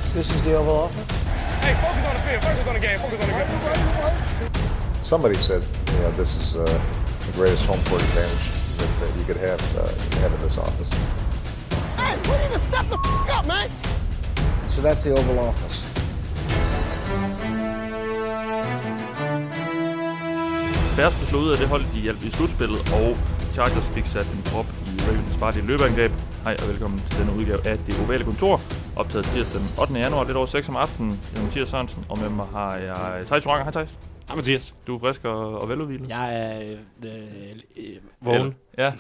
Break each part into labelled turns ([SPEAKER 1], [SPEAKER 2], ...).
[SPEAKER 1] This is the Oval Office.
[SPEAKER 2] Hey, focus on the field, focus on the game, focus on the game.
[SPEAKER 3] Somebody said, this is the greatest home court advantage that you could have in this office.
[SPEAKER 4] Hey, we need to step the up, man.
[SPEAKER 1] So that's the Oval Office.
[SPEAKER 5] Bears slog ud af det hold, de hjalp i slutspillet, og Chargers fik sat en prop i Ravens farlige løbeangreb. Hej og velkommen til denne udgave af Det Ovale Kontor, optaget tirsdag den 8. januar, lidt over 6 om aftenen. Jeg er Mathias Sørensen, og med mig har jeg Thijs Joranger. Hej Thijs.
[SPEAKER 6] Hej Mathias.
[SPEAKER 5] Du er frisk og veludhvilet.
[SPEAKER 6] Jeg er vågen.
[SPEAKER 5] Ja.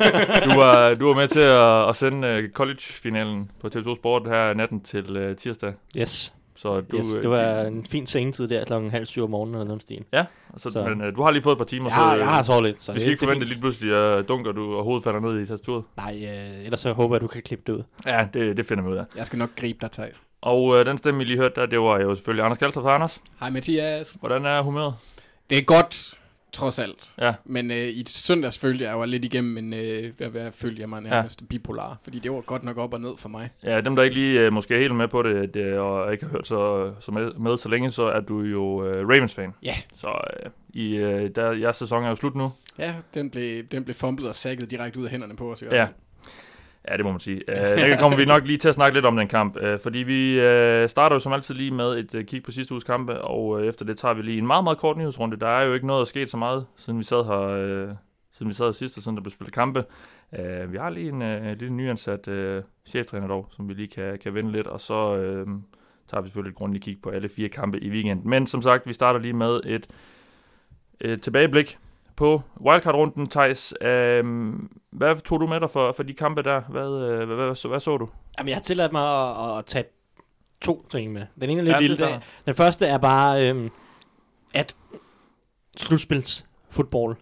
[SPEAKER 5] Du var med til at sende college-finalen på TV2 Sport her natten til tirsdag.
[SPEAKER 6] Yes.
[SPEAKER 5] Så
[SPEAKER 6] det var en fin sengetid der klokken 6:30 om morgenen eller noget stil.
[SPEAKER 5] Ja, men du har lige fået et par timer.
[SPEAKER 6] Jeg har så lidt. Så
[SPEAKER 5] vi skal ikke forvente lige pludselig, at dunker du og hovedet falder ned i tastaturet.
[SPEAKER 6] Nej, ellers så håber jeg, at du kan klippe det ud.
[SPEAKER 5] Ja, det finder vi ud af.
[SPEAKER 7] Jeg skal nok gribe dig, Thijs.
[SPEAKER 5] Og den stemme, I lige hørte der, det var jo selvfølgelig Anders Kaltoft. Hej Anders.
[SPEAKER 7] Hej Mathias.
[SPEAKER 5] Hvordan er humøret?
[SPEAKER 7] Det er godt, trods alt.
[SPEAKER 5] Ja.
[SPEAKER 7] Men i søndags følte jeg lidt igennem, men hvad følte jeg mig nærmest bipolar. Fordi det var godt nok op og ned for mig.
[SPEAKER 5] Ja, dem der ikke lige måske er helt med på det og ikke har hørt så med så længe, så er du jo Ravens-fan.
[SPEAKER 7] Ja.
[SPEAKER 5] Så jeres sæson er jo slut nu.
[SPEAKER 7] Ja, den blev fumblet og sækket direkte ud af hænderne på os.
[SPEAKER 5] Ja. Ja, det må man sige. Der kommer vi nok lige til at snakke lidt om den kamp, fordi vi starter jo som altid lige med et kig på sidste uges kampe, og efter det tager vi lige en meget, meget kort nyhedsrunde. Der er jo ikke noget, der sket så meget, siden vi sad her sidst, og siden der blev spillet kampe. Vi har lige en lille nyansat cheftræner dog, som vi lige kan vende lidt, og så tager vi selvfølgelig et grundigt kig på alle 4 kampe i weekenden. Men som sagt, vi starter lige med et tilbageblik på wildcard-runden. Thijs, hvad tog du med dig for de kampe der? Hvad så du?
[SPEAKER 6] Jamen, jeg har tilladt mig at tage 2 ting med. Den ene er lidt lille. Den første er bare, at slutspilsbold,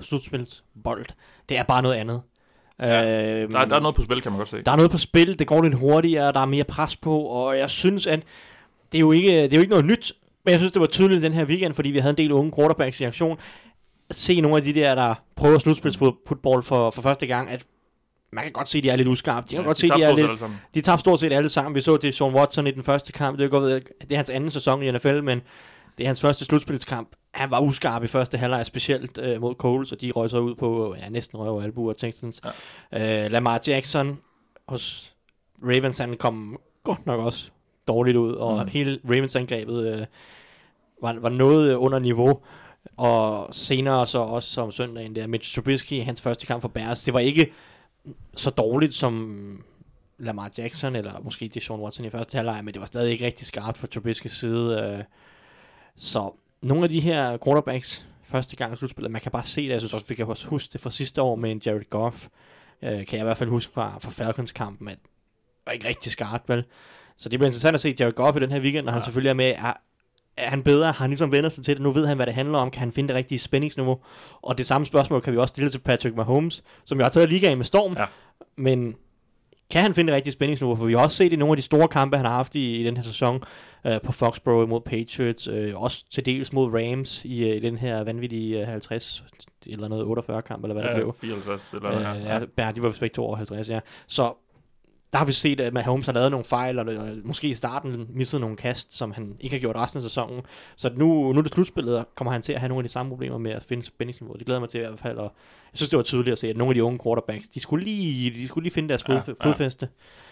[SPEAKER 6] det er bare noget andet.
[SPEAKER 5] Ja, der er noget på spil, kan man godt se.
[SPEAKER 6] Der er noget på spil, det går lidt hurtigere, der er mere pres på, og jeg synes, at det er jo ikke noget nyt, men jeg synes, det var tydeligt den her weekend, fordi vi havde en del unge quarterbacks i aktion. At se nogle af de der prøver slutspilsfodbold for første gang, at man kan godt se, at de er lidt uskarpe. De kan godt se, de tabte stort set alle sammen. Vi så det Sean Watson i den første kamp. Det er hans anden sæson i NFL, men det er hans første slutspilskamp. Han var uskarp i første halvleg, specielt mod Coles, og de røg så ud på næsten røv og albu og Texans. Ja. Lamar Jackson hos Ravens, han kom godt nok også dårligt ud, og hele Ravens-angrebet var noget under niveau. Og senere så også som søndagen der, Mitch Trubisky, hans første kamp for Bears, det var ikke så dårligt som Lamar Jackson, eller måske Deshaun Watson i første halvleg, men det var stadig ikke rigtig skarpt fra Trubiskys side. Så nogle af de her quarterbacks, første gang i slutspillet, man kan bare se det. Jeg synes også, vi kan også huske det fra sidste år med en Jared Goff. Kan jeg i hvert fald huske fra Falcons-kampen, at det var ikke rigtig skarpt, vel? Så det bliver interessant at se Jared Goff i den her weekend, når han selvfølgelig er med. Er han bedre? Har han ligesom vendt sig til det? Nu ved han, hvad det handler om. Kan han finde det rigtige spændingsniveau? Og det samme spørgsmål kan vi også stille til Patrick Mahomes, som jo har taget ligaen med storm. Ja. Men kan han finde det rigtige spændingsniveau? For vi har også set i nogle af de store kampe, han har haft i den her sæson på Foxborough mod Patriots, også til dels mod Rams i den her vanvittige 50 eller noget 48 kamp, eller hvad det blev.
[SPEAKER 5] 54 eller
[SPEAKER 6] ja, de var vist begge 2 over 50, ja. Så der har vi set, at Mahomes har lavet nogle fejl, og måske i starten misset nogle kast, som han ikke har gjort resten af sæsonen. Så nu er det slutspillet, og kommer han til at have nogle af de samme problemer med at finde spændingsniveau. Det glæder mig til i hvert fald, og jeg synes, det var tydeligt at se, at nogle af de unge quarterbacks, de skulle lige finde deres fodfæste.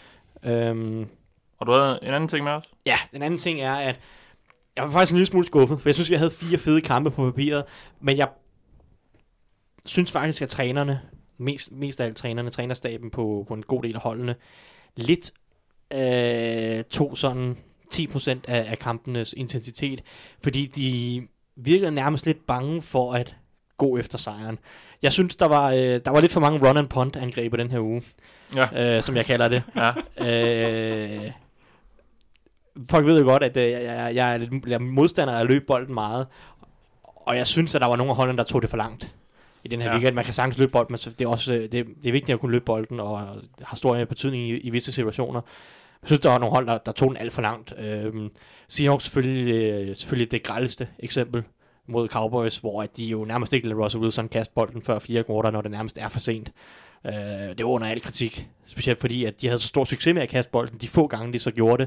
[SPEAKER 5] Og du havde en anden ting med os?
[SPEAKER 6] Ja, den anden ting er, at jeg var faktisk en lille smule skuffet, for jeg synes, vi havde 4 fede kampe på papiret, men jeg synes faktisk, at trænerne, mest af alle trænerne, trænerstaben på en god del af holdene, lidt tog sådan 10% af kampenes intensitet, fordi de virkede nærmest lidt bange for at gå efter sejren. Jeg synes, der var lidt for mange run and punt angreb på den her uge, som jeg kalder det. Ja. Folk ved jo godt, at jeg er modstander af at løbe bolden meget, og jeg synes, at der var nogle af holdene, der tog det for langt i den her weekend. Man kan sagtens løbe bolden, men det er også det er vigtigt at kunne løbe bolden, og har stor betydning i visse situationer. Jeg synes, der var nogle hold, der tog den alt for langt. Seahawks selvfølgelig det grelleste eksempel mod Cowboys, hvor de jo nærmest ikke lader Russell Wilson kaste bolden før 4 kvarter, når det nærmest er for sent. Det var under al kritik, specielt fordi, at de havde så stor succes med at kaste bolden. De få gange, de så gjorde det,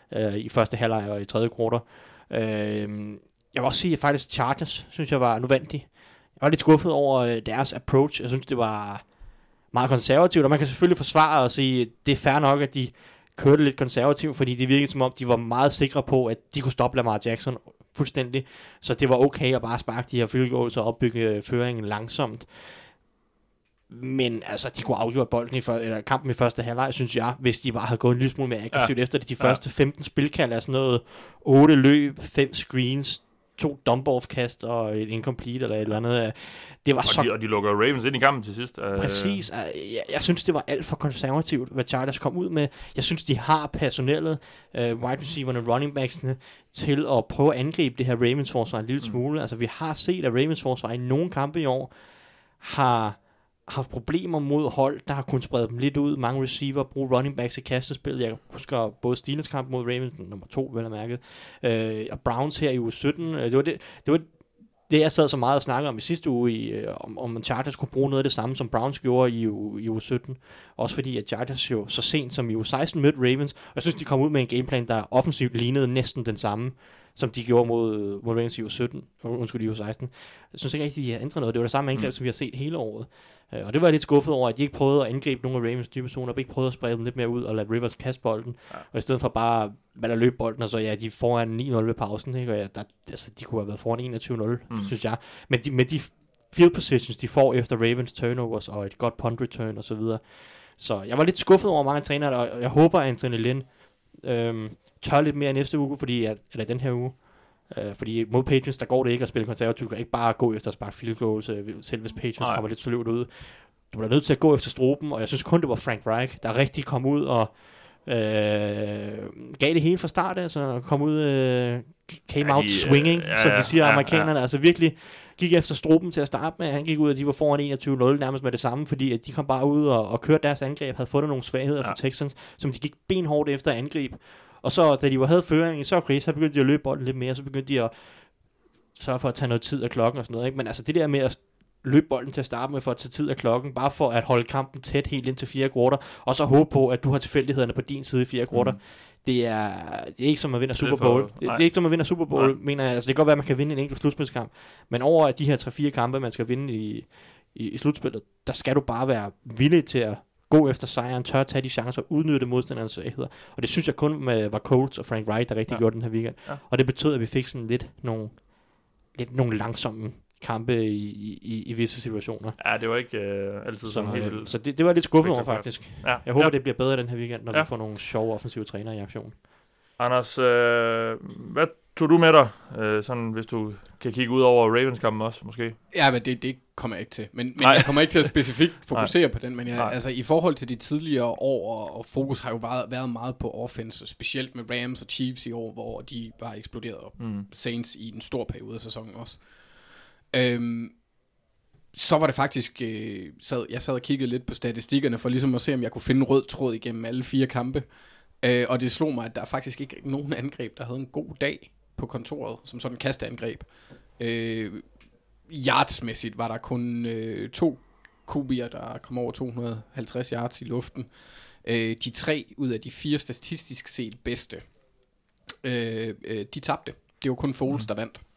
[SPEAKER 6] i første halvleg og i tredje kvartal. Jeg vil også sige, at faktisk Chargers, synes jeg, var nødvendigt. Jeg var lidt skuffet over deres approach. Jeg synes, det var meget konservativt, og man kan selvfølgelig forsvare og sige, at det er fair nok, at de kørte lidt konservativt, fordi det virkede som om, de var meget sikre på, at de kunne stoppe Lamar Jackson fuldstændig. Så det var okay at bare sparke de her field goals og opbygge føringen langsomt. Men altså, de kunne afgjort bolden kampen i første halvleg, synes jeg, hvis de bare havde gået en lille smule mere aggressivt efter det. De første 15 spilkald er sådan noget 8 løb, 5 screens, 2 dump-off-kast og et incomplete eller et eller andet. Det var
[SPEAKER 5] og de lukker Ravens ind i kampen til sidst.
[SPEAKER 6] Præcis. Jeg synes, det var alt for konservativt, hvad Chargers kom ud med. Jeg synes, de har personellet, wide receiverne, running backsene, til at prøve at angribe det her Ravens-forsvar en lille smule. Altså, vi har set, at Ravens-forsvar i nogle kampe i år har haft problemer mod hold, der har kunnet sprede dem lidt ud. Mange receiver bruger running backs i kastespil. Jeg husker både Steelers kamp mod Ravens, nummer 2, vel at mærke, og Browns her i uge 17. Det var det, jeg sad så meget og snakkede om i sidste uge, om Chargers skulle bruge noget af det samme, som Browns gjorde i uge 17. Også fordi, at Chargers jo så sent som i uge 16 mødte Ravens, og jeg synes, de kom ud med en gameplan, der offensivt lignede næsten den samme, som de gjorde mod Ravens i uge 17, i uge 16. Jeg synes ikke rigtig, de har ændret noget. Det var det samme angreb, som vi har set hele året. Og det var jeg lidt skuffet over, at de ikke prøvede at angribe nogle af Ravens dybe zoner, og ikke prøvede at sprede dem lidt mere ud og lade Rivers kaste bolden. Ja. Og i stedet for bare at løbe bolden, og så de er foran 9-0 ved pausen, ikke? Og de kunne have været foran 21-0, synes jeg. Men med de field positions, de får efter Ravens turnovers og et godt punt return osv. Så jeg var lidt skuffet over mange trænere, og jeg håber, at Anthony Lynn tør lidt mere næste uge, eller den her uge. Fordi mod Patriots, der går det ikke at spille konservativt. Du kan ikke bare gå efter at sparke field goals, selv hvis Patriots kommer lidt sløvt ud. Du bliver nødt til at gå efter struben, og jeg synes kun, det var Frank Reich, der rigtig kom ud og gav det hele fra start. Altså kom ud, came out swinging, som de siger amerikanerne. Altså virkelig gik efter struben til at starte med. Han gik ud, og de var foran 21-0 nærmest med det samme, fordi at de kom bare ud og kørte deres angreb, havde fundet nogle svagheder for Texans, som de gik benhårdt efter at angribe. Og så, da de havde føringen, så begyndte de at løbe bolden lidt mere, så begyndte de at sørge for at tage noget tid af klokken og sådan noget, ikke? Men altså det der med at løbe bolden til at starte med for at tage tid af klokken, bare for at holde kampen tæt helt ind til 4 kvarter, og så håbe på, at du har tilfældighederne på din side i 4 kvarter. Det er ikke som at vinde Super Bowl. Det er ikke som at vinde Super Bowl, mener jeg. Altså det kan godt være, at man kan vinde en enkelt slutspilskamp, men over de her 3-4 kampe, man skal vinde i slutspillet, der skal du bare være villig til at gå efter sejren, tør at tage de chancer og udnytte modstandernes svagheder. Og det synes jeg kun var Colts og Frank Reich, der rigtig gjorde den her weekend. Ja. Og det betød, at vi fik sådan lidt nogle langsomme kampe i visse situationer.
[SPEAKER 5] Ja, det var ikke altid sådan helt...
[SPEAKER 6] Så det var lidt skuffet over, faktisk. Ja. Jeg håber, det bliver bedre den her weekend, når vi får nogle sjove offensive trænere i aktion.
[SPEAKER 5] Anders, hvad tog du med dig, sådan, hvis du kan kigge ud over Ravens-kampen også, måske?
[SPEAKER 7] Ja, men det kommer jeg ikke til. Men jeg kommer ikke til at specifikt fokusere på den. Men altså, i forhold til de tidligere år, og fokus har jo været meget på offense, specielt med Rams og Chiefs i år, hvor de bare eksploderede op. Saints i en stor periode af sæsonen også. Så var det faktisk, jeg sad og kiggede lidt på statistikkerne, for ligesom at se, om jeg kunne finde en rød tråd igennem alle 4 kampe. Og det slog mig, at der faktisk ikke er nogen angreb, der havde en god dag på kontoret, som sådan en kasteangreb. Yardsmæssigt var der kun 2 QB'er, der kom over 250 yards i luften. De 3 ud af de 4 statistisk set bedste, de tabte. Det var kun Foles, der vandt.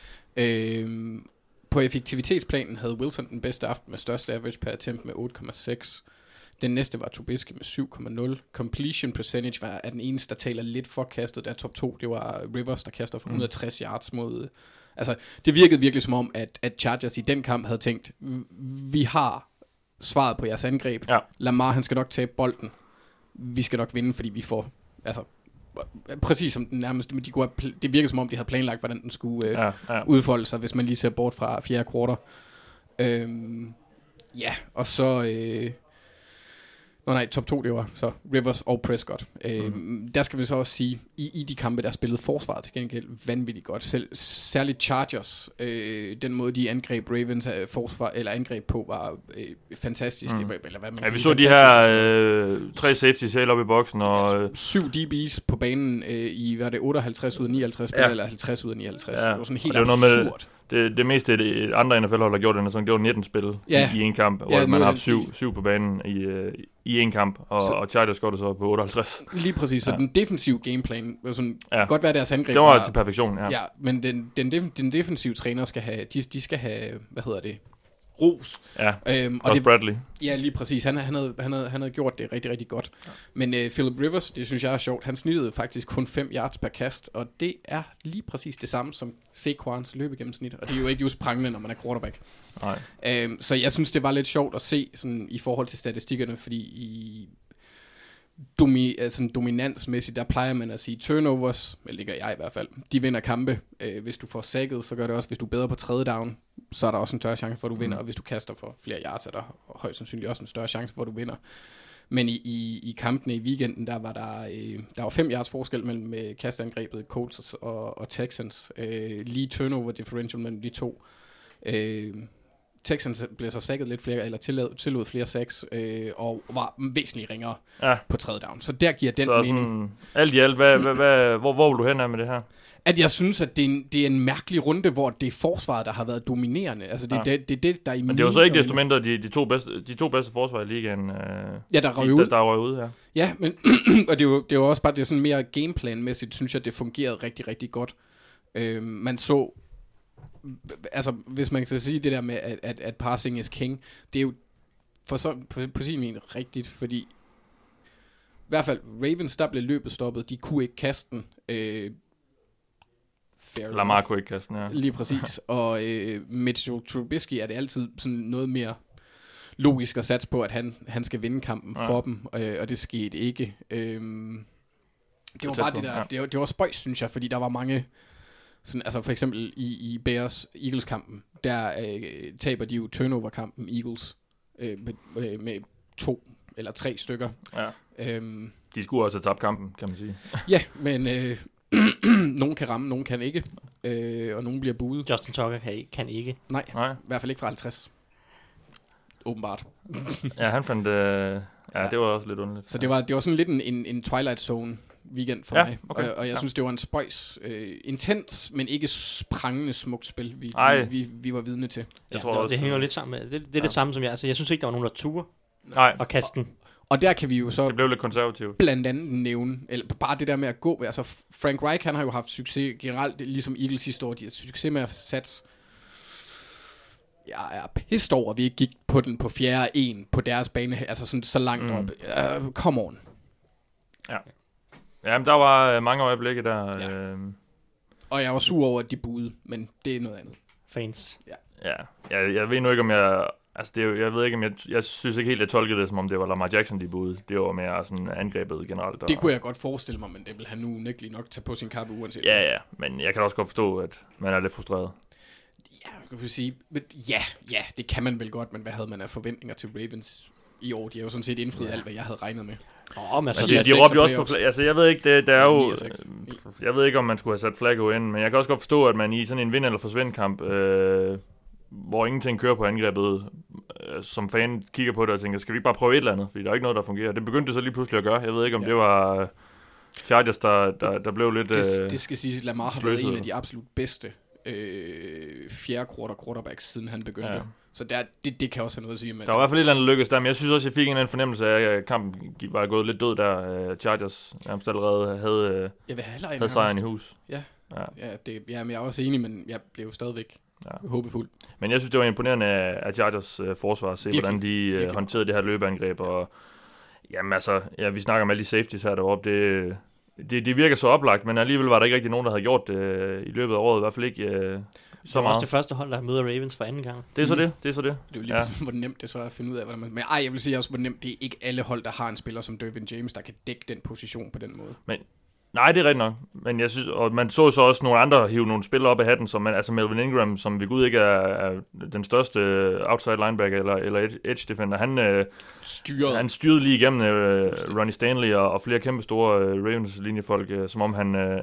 [SPEAKER 7] På effektivitetsplanen havde Wilson den bedste aften med største average per attempt med 8,6. Den næste var Trubisky med 7,0. Completion percentage er den eneste, der taler lidt for kastet. Der top 2, det var Rivers, der kaster for 160 yards mod... Altså, det virkede virkelig som om, at Chargers i den kamp havde tænkt, vi har svaret på jeres angreb. Ja. Lamar, han skal nok tabe bolden. Vi skal nok vinde, fordi vi får... Altså, præcis som den nærmeste, men det virkede som om, de havde planlagt, hvordan den skulle udfolde sig, hvis man lige ser bort fra 4. kvartal. Og så... top 2, det var så Rivers og Prescott. Der skal vi så også sige, i de kampe, der spillede forsvaret til gengæld vanvittigt godt. Særligt Chargers, den måde, de angreb Ravens forsvar, eller angreb på, var fantastisk. Eller hvad man
[SPEAKER 5] vi så de her 3 safeties helt op i boksen. Og
[SPEAKER 7] 7 DB's på banen i, hvad er det, 58 ud af 59 spil, eller 50 ud af 59. Det var sådan helt absurd.
[SPEAKER 5] det meste andre NFL-hold har gjort den sæson, det var 19 spil i en kamp, hvor man har haft 7 på banen i en kamp, og Chargers går det så på 58.
[SPEAKER 7] Lige præcis, så den defensive gameplan vil sådan godt være deres angreb.
[SPEAKER 5] Det var til perfektion,
[SPEAKER 7] ja. Men den defensive træner skal have, de skal have, ros.
[SPEAKER 5] Ja, og Bradley.
[SPEAKER 7] Ja, lige præcis. Han havde gjort det rigtig, rigtig godt. Ja. Men Philip Rivers, det synes jeg er sjovt, han snittede faktisk kun 5 yards per kast, og det er lige præcis det samme som Saquons løbegennemsnit, og det er jo ikke just prangende, når man er quarterback.
[SPEAKER 5] Nej.
[SPEAKER 7] Så jeg synes, det var lidt sjovt at se sådan, i forhold til statistikkerne, fordi i dominansmæssigt, der plejer man at sige turnovers, eller det gør jeg i hvert fald, de vinder kampe. Hvis du får sacket, så gør det også, hvis du er bedre på tredje down, så er der også en større chance for, at du vinder, og hvis du kaster for flere yards, er der højst sandsynligt også en større chance for, at du vinder. Men i kampene i weekenden, der var 5 yards forskel mellem kastangrebet Colts og Texans. Lige turnover differential mellem de to. Texans blev så sacket lidt flere, eller tillod flere sacks, og var væsentligt ringere på tredje down. Så der giver den
[SPEAKER 5] så
[SPEAKER 7] mening.
[SPEAKER 5] Sådan, alt i alt, hvor vil du hen af med det her?
[SPEAKER 7] At jeg synes, at det er en mærkelig runde, hvor det er forsvaret, der har været dominerende. Altså det er det, der er i.
[SPEAKER 5] Men det var så ikke desto mindre de to bedste forsvar i ligaen.
[SPEAKER 7] Der røg ud.
[SPEAKER 5] Der røg ud her.
[SPEAKER 7] Ja, men og det var også bare det sådan mere gameplan-mæssigt, synes jeg, det fungerede rigtig, rigtig godt. Man så, altså hvis man kan sige det der med, at passing is king, det er jo på sin vis rigtigt, fordi i hvert fald Ravens, der blev løbet stoppet, de kunne ikke kaste den.
[SPEAKER 5] Lamar kunne ikke kaste den, ja.
[SPEAKER 7] Lige præcis. Og Mitchell Trubisky er det altid sådan noget mere logisk at satse på, at han skal vinde kampen for dem, og det skete ikke. Det var bare det der, det var spøjs, synes jeg, fordi der var mange, sådan, altså for eksempel i Bears-Eagles-kampen, der taber de jo turnover-kampen Eagles med 2 eller 3 stykker.
[SPEAKER 5] Ja. De skulle også have tabt kampen, kan man sige.
[SPEAKER 7] Ja, men nogen kan ramme, nogen kan ikke, og nogen bliver buet.
[SPEAKER 6] Justin Tucker kan ikke.
[SPEAKER 7] Nej, i hvert fald ikke fra 50. Åbenbart.
[SPEAKER 5] Ja, han fandt det var også lidt underligt.
[SPEAKER 7] Så det var sådan lidt en Twilight Zone weekend for mig. Okay. Og jeg synes, det var en spøjs, intens, men ikke sprangende smukt spil, vi var vidne til.
[SPEAKER 6] Jeg tror det hænger lidt sammen med. Det er det samme som jeg. Altså, jeg synes ikke, der var nogen, der turde og kaste den.
[SPEAKER 7] Og der kan vi jo så
[SPEAKER 5] det blev lidt konservativt.
[SPEAKER 7] Blandt andet nævne, eller bare det der med at gå. Altså Frank Reich, han har jo haft succes generelt, ligesom Eagles sidste år. De har succes med at satse. Jeg er pissed over, at vi ikke gik på den på 4-1 på deres bane. Altså sådan så langt op. Come on.
[SPEAKER 5] Ja. Jamen, der var mange øjeblikke der.
[SPEAKER 7] Ja. Og jeg var sur over, at de buede, men det er noget andet.
[SPEAKER 6] Fans.
[SPEAKER 5] Ja. Jeg ved nu ikke, om jeg... Altså, jeg ved ikke, om jeg synes ikke helt, jeg tolkede det, som om det var Lamar Jackson, de buede. Det var mere sådan angrebet generelt.
[SPEAKER 7] Det kunne jeg godt forestille mig, men det vil han nu unægtelig nok tage på sin kappe uanset.
[SPEAKER 5] Ja, men jeg kan også godt forstå, at man er lidt frustreret.
[SPEAKER 7] Ja, jeg kan sige, ja, det kan man vel godt, men hvad havde man af forventninger til Ravens i år? De har jo sådan set indfriet alt, hvad jeg havde regnet med.
[SPEAKER 5] De råbte jo også på flag. Altså, jeg ved ikke, det er jo... Jeg ved ikke, om man skulle have sat Flacco ind, men jeg kan også godt forstå, at man i sådan en vind- eller forsvind-kamp, hvor ingenting kører på angrebet, som fan kigger på det og tænker, skal vi ikke bare prøve et eller andet? Fordi der er ikke noget, der fungerer. Det begyndte det så lige pludselig at gøre. Jeg ved ikke, om det var Chargers, der blev lidt...
[SPEAKER 7] Det skal siges, Lamar har været en af de absolut bedste fjerde quarterbacks, siden han begyndte. Ja. Så det kan også have noget at sige. Men
[SPEAKER 5] der var i hvert fald et eller andet lykkes der, men jeg synes også, jeg fik en fornemmelse af, at kampen var gået lidt død der. Chargers nærmest allerede havde sejren i hus.
[SPEAKER 7] Men jeg er også enig, men jeg blev stadigvæk håbefuld.
[SPEAKER 5] Men jeg synes, det var imponerende af Chargers forsvar at se, hvordan de håndterede det her løbeangreb. Og jamen altså, vi snakker om alle de safeties her deroppe. Det virker så oplagt, men alligevel var der ikke rigtig nogen, der havde gjort det i løbet af året. I hvert fald ikke så meget.
[SPEAKER 6] Det er også det første hold, der møder Ravens for anden gang.
[SPEAKER 5] Det er så det. Det er jo
[SPEAKER 7] lige hvor nemt det så er at finde ud af, hvordan man... Men jeg vil sige også, hvor nemt det er ikke alle hold, der har en spiller som Derwin James, der kan dække den position på den måde.
[SPEAKER 5] Nej, det er rigtigt nok. Men jeg synes, og man så også nogle andre hive nogle spillere op af hatten, som altså Melvin Ingram, som ved Gud ikke er den største outside linebacker eller edge defender. Han styrede lige igennem Ronnie Stanley og flere kæmpe store Ravens linjefolk, som om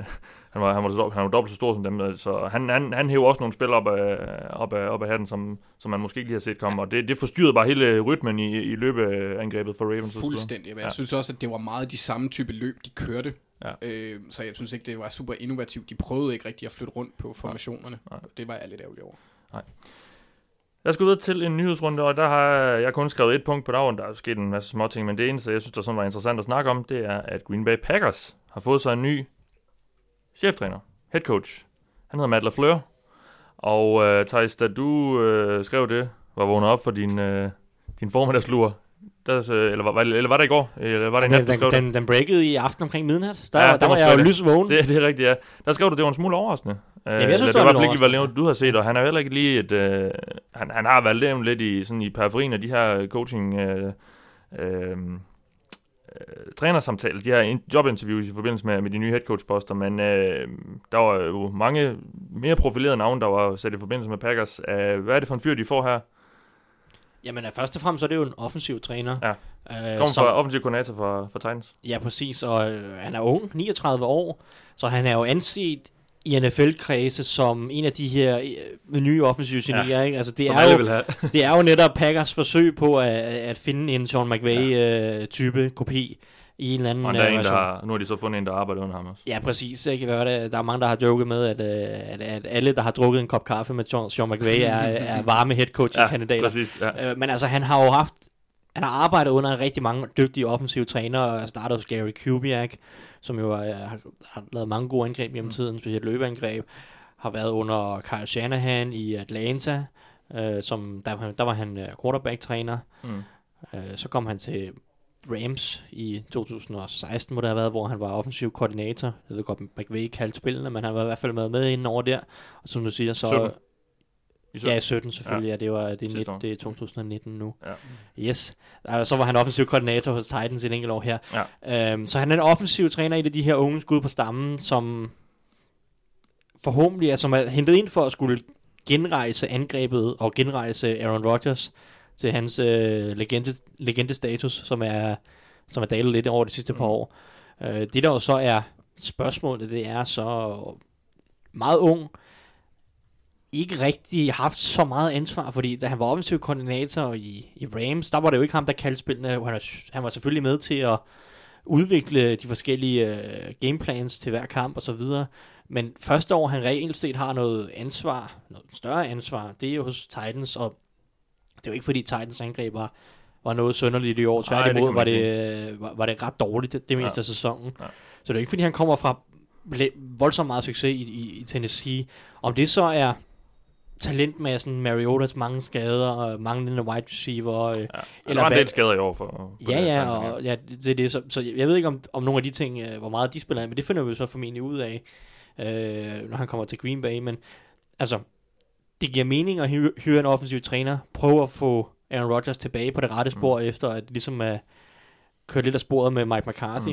[SPEAKER 5] Han var dobbelt så stor som dem, så han hæver også nogle spil op af hatten, som man måske ikke lige har set komme, og det forstyrrede bare hele rytmen i løbeangrebet for Ravens.
[SPEAKER 7] Fuldstændig, jeg synes også, at det var meget de samme type løb, de kørte. Ja. Så jeg synes ikke, det var super innovativt. De prøvede ikke rigtig at flytte rundt på formationerne. Nej. Det var jeg lidt ærgerlig over. Nej.
[SPEAKER 5] Jeg skal videre til en nyhedsrunde, og der har jeg kun skrevet et punkt på dagen. Der er sket en masse småting, men det eneste, jeg synes, der sådan var interessant at snakke om, det er, at Green Bay Packers har fået sig en ny cheftræner, head coach. Han hedder Matt LaFleur. Og Theis, da du skrev det, var vågnet op for din formiddagslur, eller var det i går? Eller var det i nat,
[SPEAKER 6] den breakede i aften omkring midnat. Der var jeg jo lysvågen.
[SPEAKER 5] Det er rigtigt, ja. Der skrev du, det var en smule overraskende.
[SPEAKER 6] Jamen, jeg synes,
[SPEAKER 5] det var i hvert fald ikke noget, du har set, og han er heller ikke lige han har valgt lidt i periferien af de her coaching trænersamtaler, de her jobinterviews i forbindelse med de nye headcoach-poster, men der var jo mange mere profilerede navne, der var sat i forbindelse med Packers. Hvad er det for en fyr, de får her?
[SPEAKER 6] Jamen, først og fremmest så er det jo en offensiv træner.
[SPEAKER 5] Ja. Kommer fra offensiv koordinator for Titans.
[SPEAKER 6] Ja, præcis, og han er ung, 39 år, så han er jo anset i NFL-kredse som en af de her nye offensive genier, ikke? Altså, det er jo netop Packers forsøg på at finde en Sean McVay-type kopi i en eller anden...
[SPEAKER 5] Og nu har de så fundet en, der arbejder under ham også.
[SPEAKER 6] Ja, præcis. Jeg kan høre det. Der er mange, der har joket med, at alle, der har drukket en kop kaffe med Sean McVay, er varme headcoaching-kandidater.
[SPEAKER 5] Præcis, ja.
[SPEAKER 6] Men altså, han har arbejdet under rigtig mange dygtige offensive trænere. Startede hos Gary Kubiak, som jo har lavet mange gode angreb gennem tiden, specielt løbeangreb. Har været under Kyle Shanahan i Atlanta, der var han quarterback-træner. Så kom han til Rams i 2016, må det have været, hvor han var offensiv koordinator. Jeg ved godt, McVay kaldte spillene, men han var i hvert fald med inden over der. Og som du siger, så...
[SPEAKER 5] 17.
[SPEAKER 6] Ja, i 17 selvfølgelig, det er 2019 nu. Ja. Yes. Så var han offensiv koordinator hos Titans et enkelt år her. Ja. Så han er en offensiv træner, et af de her unge skud på stammen, som forhåbentlig som er hentet ind for at skulle genrejse angrebet og genrejse Aaron Rodgers til hans legendestatus, som er dalet lidt over de sidste par år. Det der jo så er spørgsmålet, det er så meget ung, ikke rigtig haft så meget ansvar, fordi da han var offensiv koordinator i Rams, der var det jo ikke ham, der kaldte spillene. Han var selvfølgelig med til at udvikle de forskellige gameplans til hver kamp og så videre. Men første år, han reelt set har noget ansvar, noget større ansvar, det er jo hos Titans, og det er jo ikke fordi Titans angreb var noget synderligt i år. Tværtimod var det ret dårligt det meste af sæsonen. Ja. Så det er jo ikke fordi, han kommer fra voldsomt meget succes i Tennessee. Om det så er talentmassen, Mariotas mange skader og manglende wide receiver.
[SPEAKER 5] Eller der var en del skader i år for
[SPEAKER 6] det er det. Så jeg ved ikke om nogle af de ting, hvor meget de spiller af, men det finder vi jo så formentlig ud af, når han kommer til Green Bay. Men altså, det giver mening at hyre en offensiv træner, prøve at få Aaron Rodgers tilbage på det rette spor, efter at det ligesom er kørt lidt af sporet med Mike McCarthy.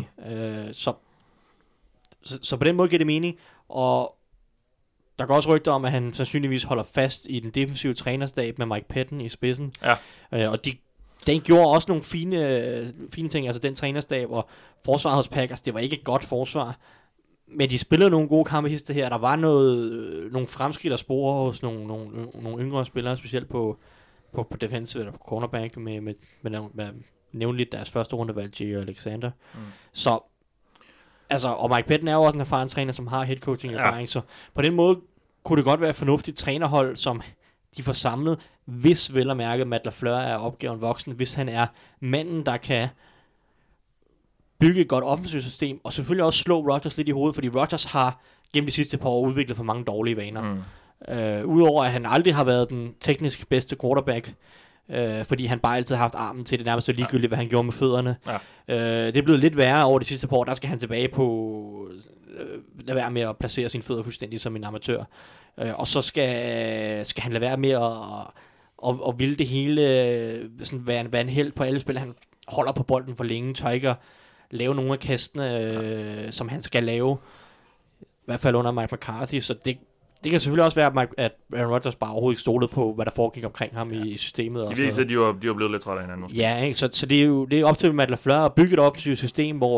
[SPEAKER 6] Så på den måde giver det mening, og der går også rygter om, at han sandsynligvis holder fast i den defensive trænerstab med Mike Pettine i spidsen. Ja. Og den gjorde også nogle fine ting, altså den trænerstab og forsvaret hos Packers, det var ikke et godt forsvar, men de spillede nogle gode kampe hister her. Der var nogle fremskridt og spore hos nogle yngre spillere, specielt på defensive eller på cornerback med nævne lidt deres første rundevalg, Jair Alexander. Så altså, og Mike Pettine er jo også en erfaren træner, som har headcoaching erfaring, så på den måde kunne det godt være et fornuftigt trænerhold, som de får samlet, hvis vel at mærke Matt LaFleur er opgaven voksen, hvis han er manden, der kan bygge et godt offensivt system, og selvfølgelig også slå Rodgers lidt i hovedet, fordi Rodgers har gennem de sidste par år udviklet for mange dårlige vaner. Udover at han aldrig har været den teknisk bedste quarterback, fordi han bare altid har haft armen til det nærmest ligegyldigt, hvad han gjorde med fødderne. Det er blevet lidt værre over de sidste par år. Der skal han tilbage på lade være med at placere sine fødder fuldstændig som en amatør. Og så skal han lade være med at ville det hele sådan være en held på alle spil. Han holder på bolden for længe, tør ikke at lave nogle af kastene, som han skal lave. I hvert fald under Mike McCarthy. Så det kan selvfølgelig også være, at Aaron Rodgers bare overhovedet ikke stolede på, hvad der foregik omkring ham i systemet.
[SPEAKER 5] Det viser, at de var blevet lidt trætte af hinanden.
[SPEAKER 6] Ja, ikke? Så det er op til Matt LaFleur at bygge et offensivt system, hvor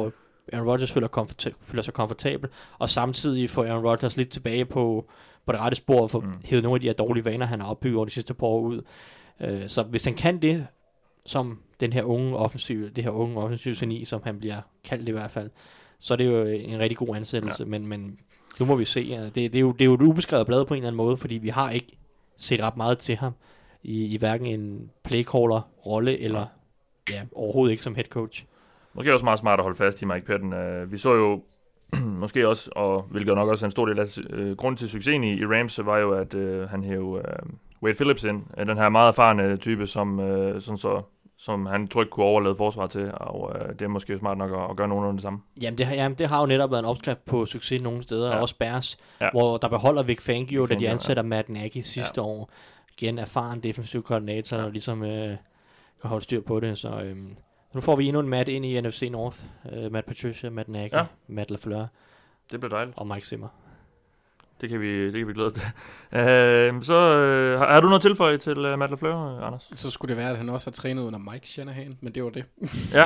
[SPEAKER 6] Aaron Rodgers føler sig komfortabel, og samtidig får Aaron Rodgers lidt tilbage på det rette spor, og få hævet nogle af de her dårlige vaner, han har opbygget over de sidste par år ud. Så hvis han kan det, som det her unge offensiv geni, som han bliver kaldt i hvert fald, så er det jo en rigtig god ansættelse, men nu må vi se. Det er jo et ubeskrevet blad på en eller anden måde, fordi vi har ikke set ret meget til ham i hverken en playcaller-rolle, eller overhovedet ikke som head coach.
[SPEAKER 5] Måske også meget smart at holde fast i Mike Pettine. Vi så jo måske også, og hvilket nok også er en stor del af grund til succesen i Rams, var jo, at han hævde Wade Phillips ind, den her meget erfarne type, som han trygt kunne overlade forsvar til, og det er måske smart nok at gøre nogenlunde det samme.
[SPEAKER 6] Jamen, det har jo netop været en opskrift på succes nogle steder, og også Bears, hvor der beholder Vic Fangio, da de ansætter Matt Nagy sidste år. Igen erfaren defensiv koordinator, der ligesom kan holde styr på det, så nu får vi endnu en Matt ind i NFC North. Matt Patricia, Matt Nagy, Matt LaFleur.
[SPEAKER 5] Det bliver dejligt.
[SPEAKER 6] Og Mike Zimmer.
[SPEAKER 5] Det kan vi glæde os til. Har du noget tilføje til Matt LaFleur, Anders?
[SPEAKER 7] Så skulle det være, at han også har trænet under Mike Shanahan, men det var det.
[SPEAKER 5] Ja.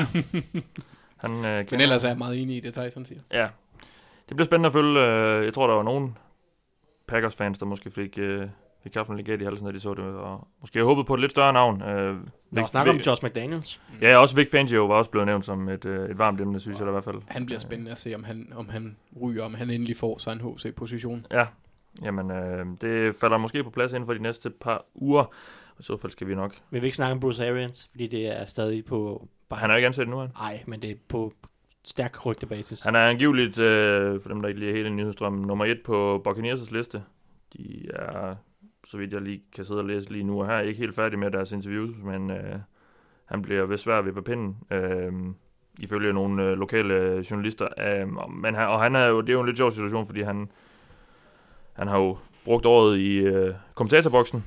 [SPEAKER 7] Men ellers er jeg meget enig i det, Tyson siger.
[SPEAKER 5] Ja. Det bliver spændende at følge. Jeg tror, der var nogen Packers-fans, der måske fik kaffen lidt galt i halsen, da de så det, og måske jeg håbede på et lidt større navn.
[SPEAKER 6] Der snakker om Josh McDaniels.
[SPEAKER 5] Ja, også Vic Fangio var også blevet nævnt som et varmt emne, synes jeg i hvert fald.
[SPEAKER 7] Han bliver spændende at se, om han ryger, om han endelig får sig en HC-position.
[SPEAKER 5] Ja, jamen det falder måske på plads inden for de næste par uger. I så fald skal vi nok.
[SPEAKER 6] Vi vil ikke snakke om Bruce Arians, fordi det er stadig på...
[SPEAKER 5] Han er ikke ansat nu, han?
[SPEAKER 6] Nej, men det er på stærk rygtebasis.
[SPEAKER 5] Han er angiveligt, for dem der ikke lige er helt i nyhedsstrømmen, nummer 1 på Buccaneers' liste. De er, så vidt jeg lige kan sidde og læse lige nu og her, ikke helt færdig med deres interviews, men han bliver vist svær ved på pinden, ifølge nogle lokale journalister. Han er jo, det er jo en lidt sjov situation, fordi han har jo brugt året i kommentatorboksen,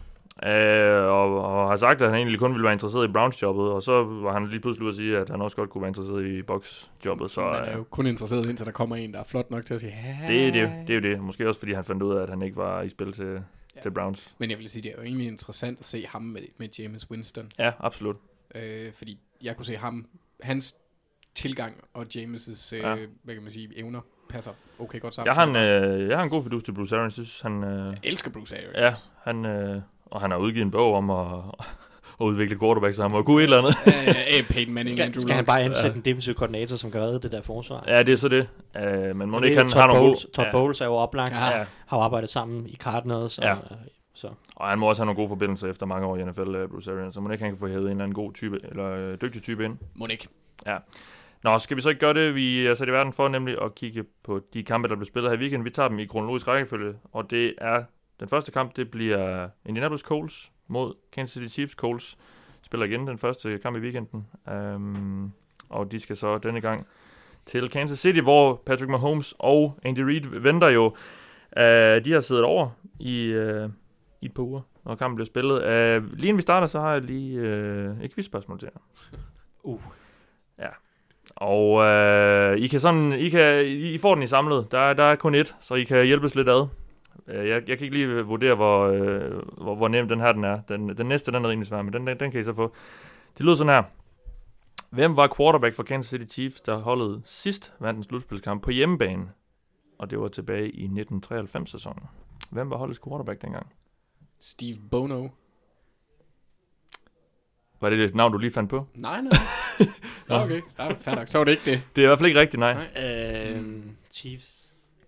[SPEAKER 5] og har sagt, at han egentlig kun ville være interesseret i Browns-jobbet, og så var han lige pludselig ude at sige, at han også godt kunne være interesseret i Bucs-jobbet. Så
[SPEAKER 7] han er jo kun interesseret indtil der kommer en, der er flot nok til at sige,
[SPEAKER 5] det er jo det. Måske også, fordi han fandt ud af, at han ikke var i spil til Browns.
[SPEAKER 7] Men jeg vil sige, det er jo egentlig interessant at se ham med Jameis Winston.
[SPEAKER 5] Ja, absolut.
[SPEAKER 7] Fordi jeg kunne se hans tilgang og Jameis' hvad kan man sige, evner passer okay godt sammen.
[SPEAKER 5] Jeg har en god fidus til Bruce Arians. Jeg synes,
[SPEAKER 7] jeg elsker Bruce Arians.
[SPEAKER 5] Ja, og han har udgivet en bog om at udvikle quarterbacks sammen og kunne et eller andet.
[SPEAKER 7] Peyton Manning.
[SPEAKER 6] Skal han bare ansætte en defensiv koordinator, som kan redde det der forsvar?
[SPEAKER 5] Ja, det er så det. Men må ikke han har nogle gode...
[SPEAKER 6] Todd Bowles er jo oplagt. Har arbejdet sammen i Cardinals.
[SPEAKER 5] Og han må også have nogle gode forbindelser efter mange år i NFL, Bruce Arians. Så må ikke han kan få hævet en eller anden god type, eller dygtig type ind.
[SPEAKER 7] Må ikke.
[SPEAKER 5] Ja. Nå, skal vi så ikke gøre det? Vi er sat i verden for nemlig at kigge på de kampe, der bliver spillet her i weekenden. Vi tager dem i kronologisk rækkefølge, og det er den første kamp, det bliver Indianapolis Colts mod Kansas City Chiefs. Colts spiller igen den første kamp i weekenden, og de skal så denne gang til Kansas City, hvor Patrick Mahomes og Andy Reid venter jo. De har siddet over i et par uger, når kampen bliver spillet. Lige inden vi starter, så har jeg lige et quizspørgsmål til jer. Ja. Og I får den i samlet. Der er kun ét, så I kan hjælpes lidt ad. Jeg kan ikke lige vurdere, hvor nem den her den er. Den næste, den er rimelig svær, men den kan I så få. Det lyder sådan her. Hvem var quarterback for Kansas City Chiefs, der holdet sidst vandt en slutspilskamp på hjemmebane? Og det var tilbage i 1993-sæsonen. Hvem var holdets quarterback dengang?
[SPEAKER 7] Steve Bono.
[SPEAKER 5] Var det navn, du lige fandt på?
[SPEAKER 7] Nej. Okay, fair nok. Så var det ikke det.
[SPEAKER 5] Det er i hvert fald ikke rigtigt, nej.
[SPEAKER 6] Chiefs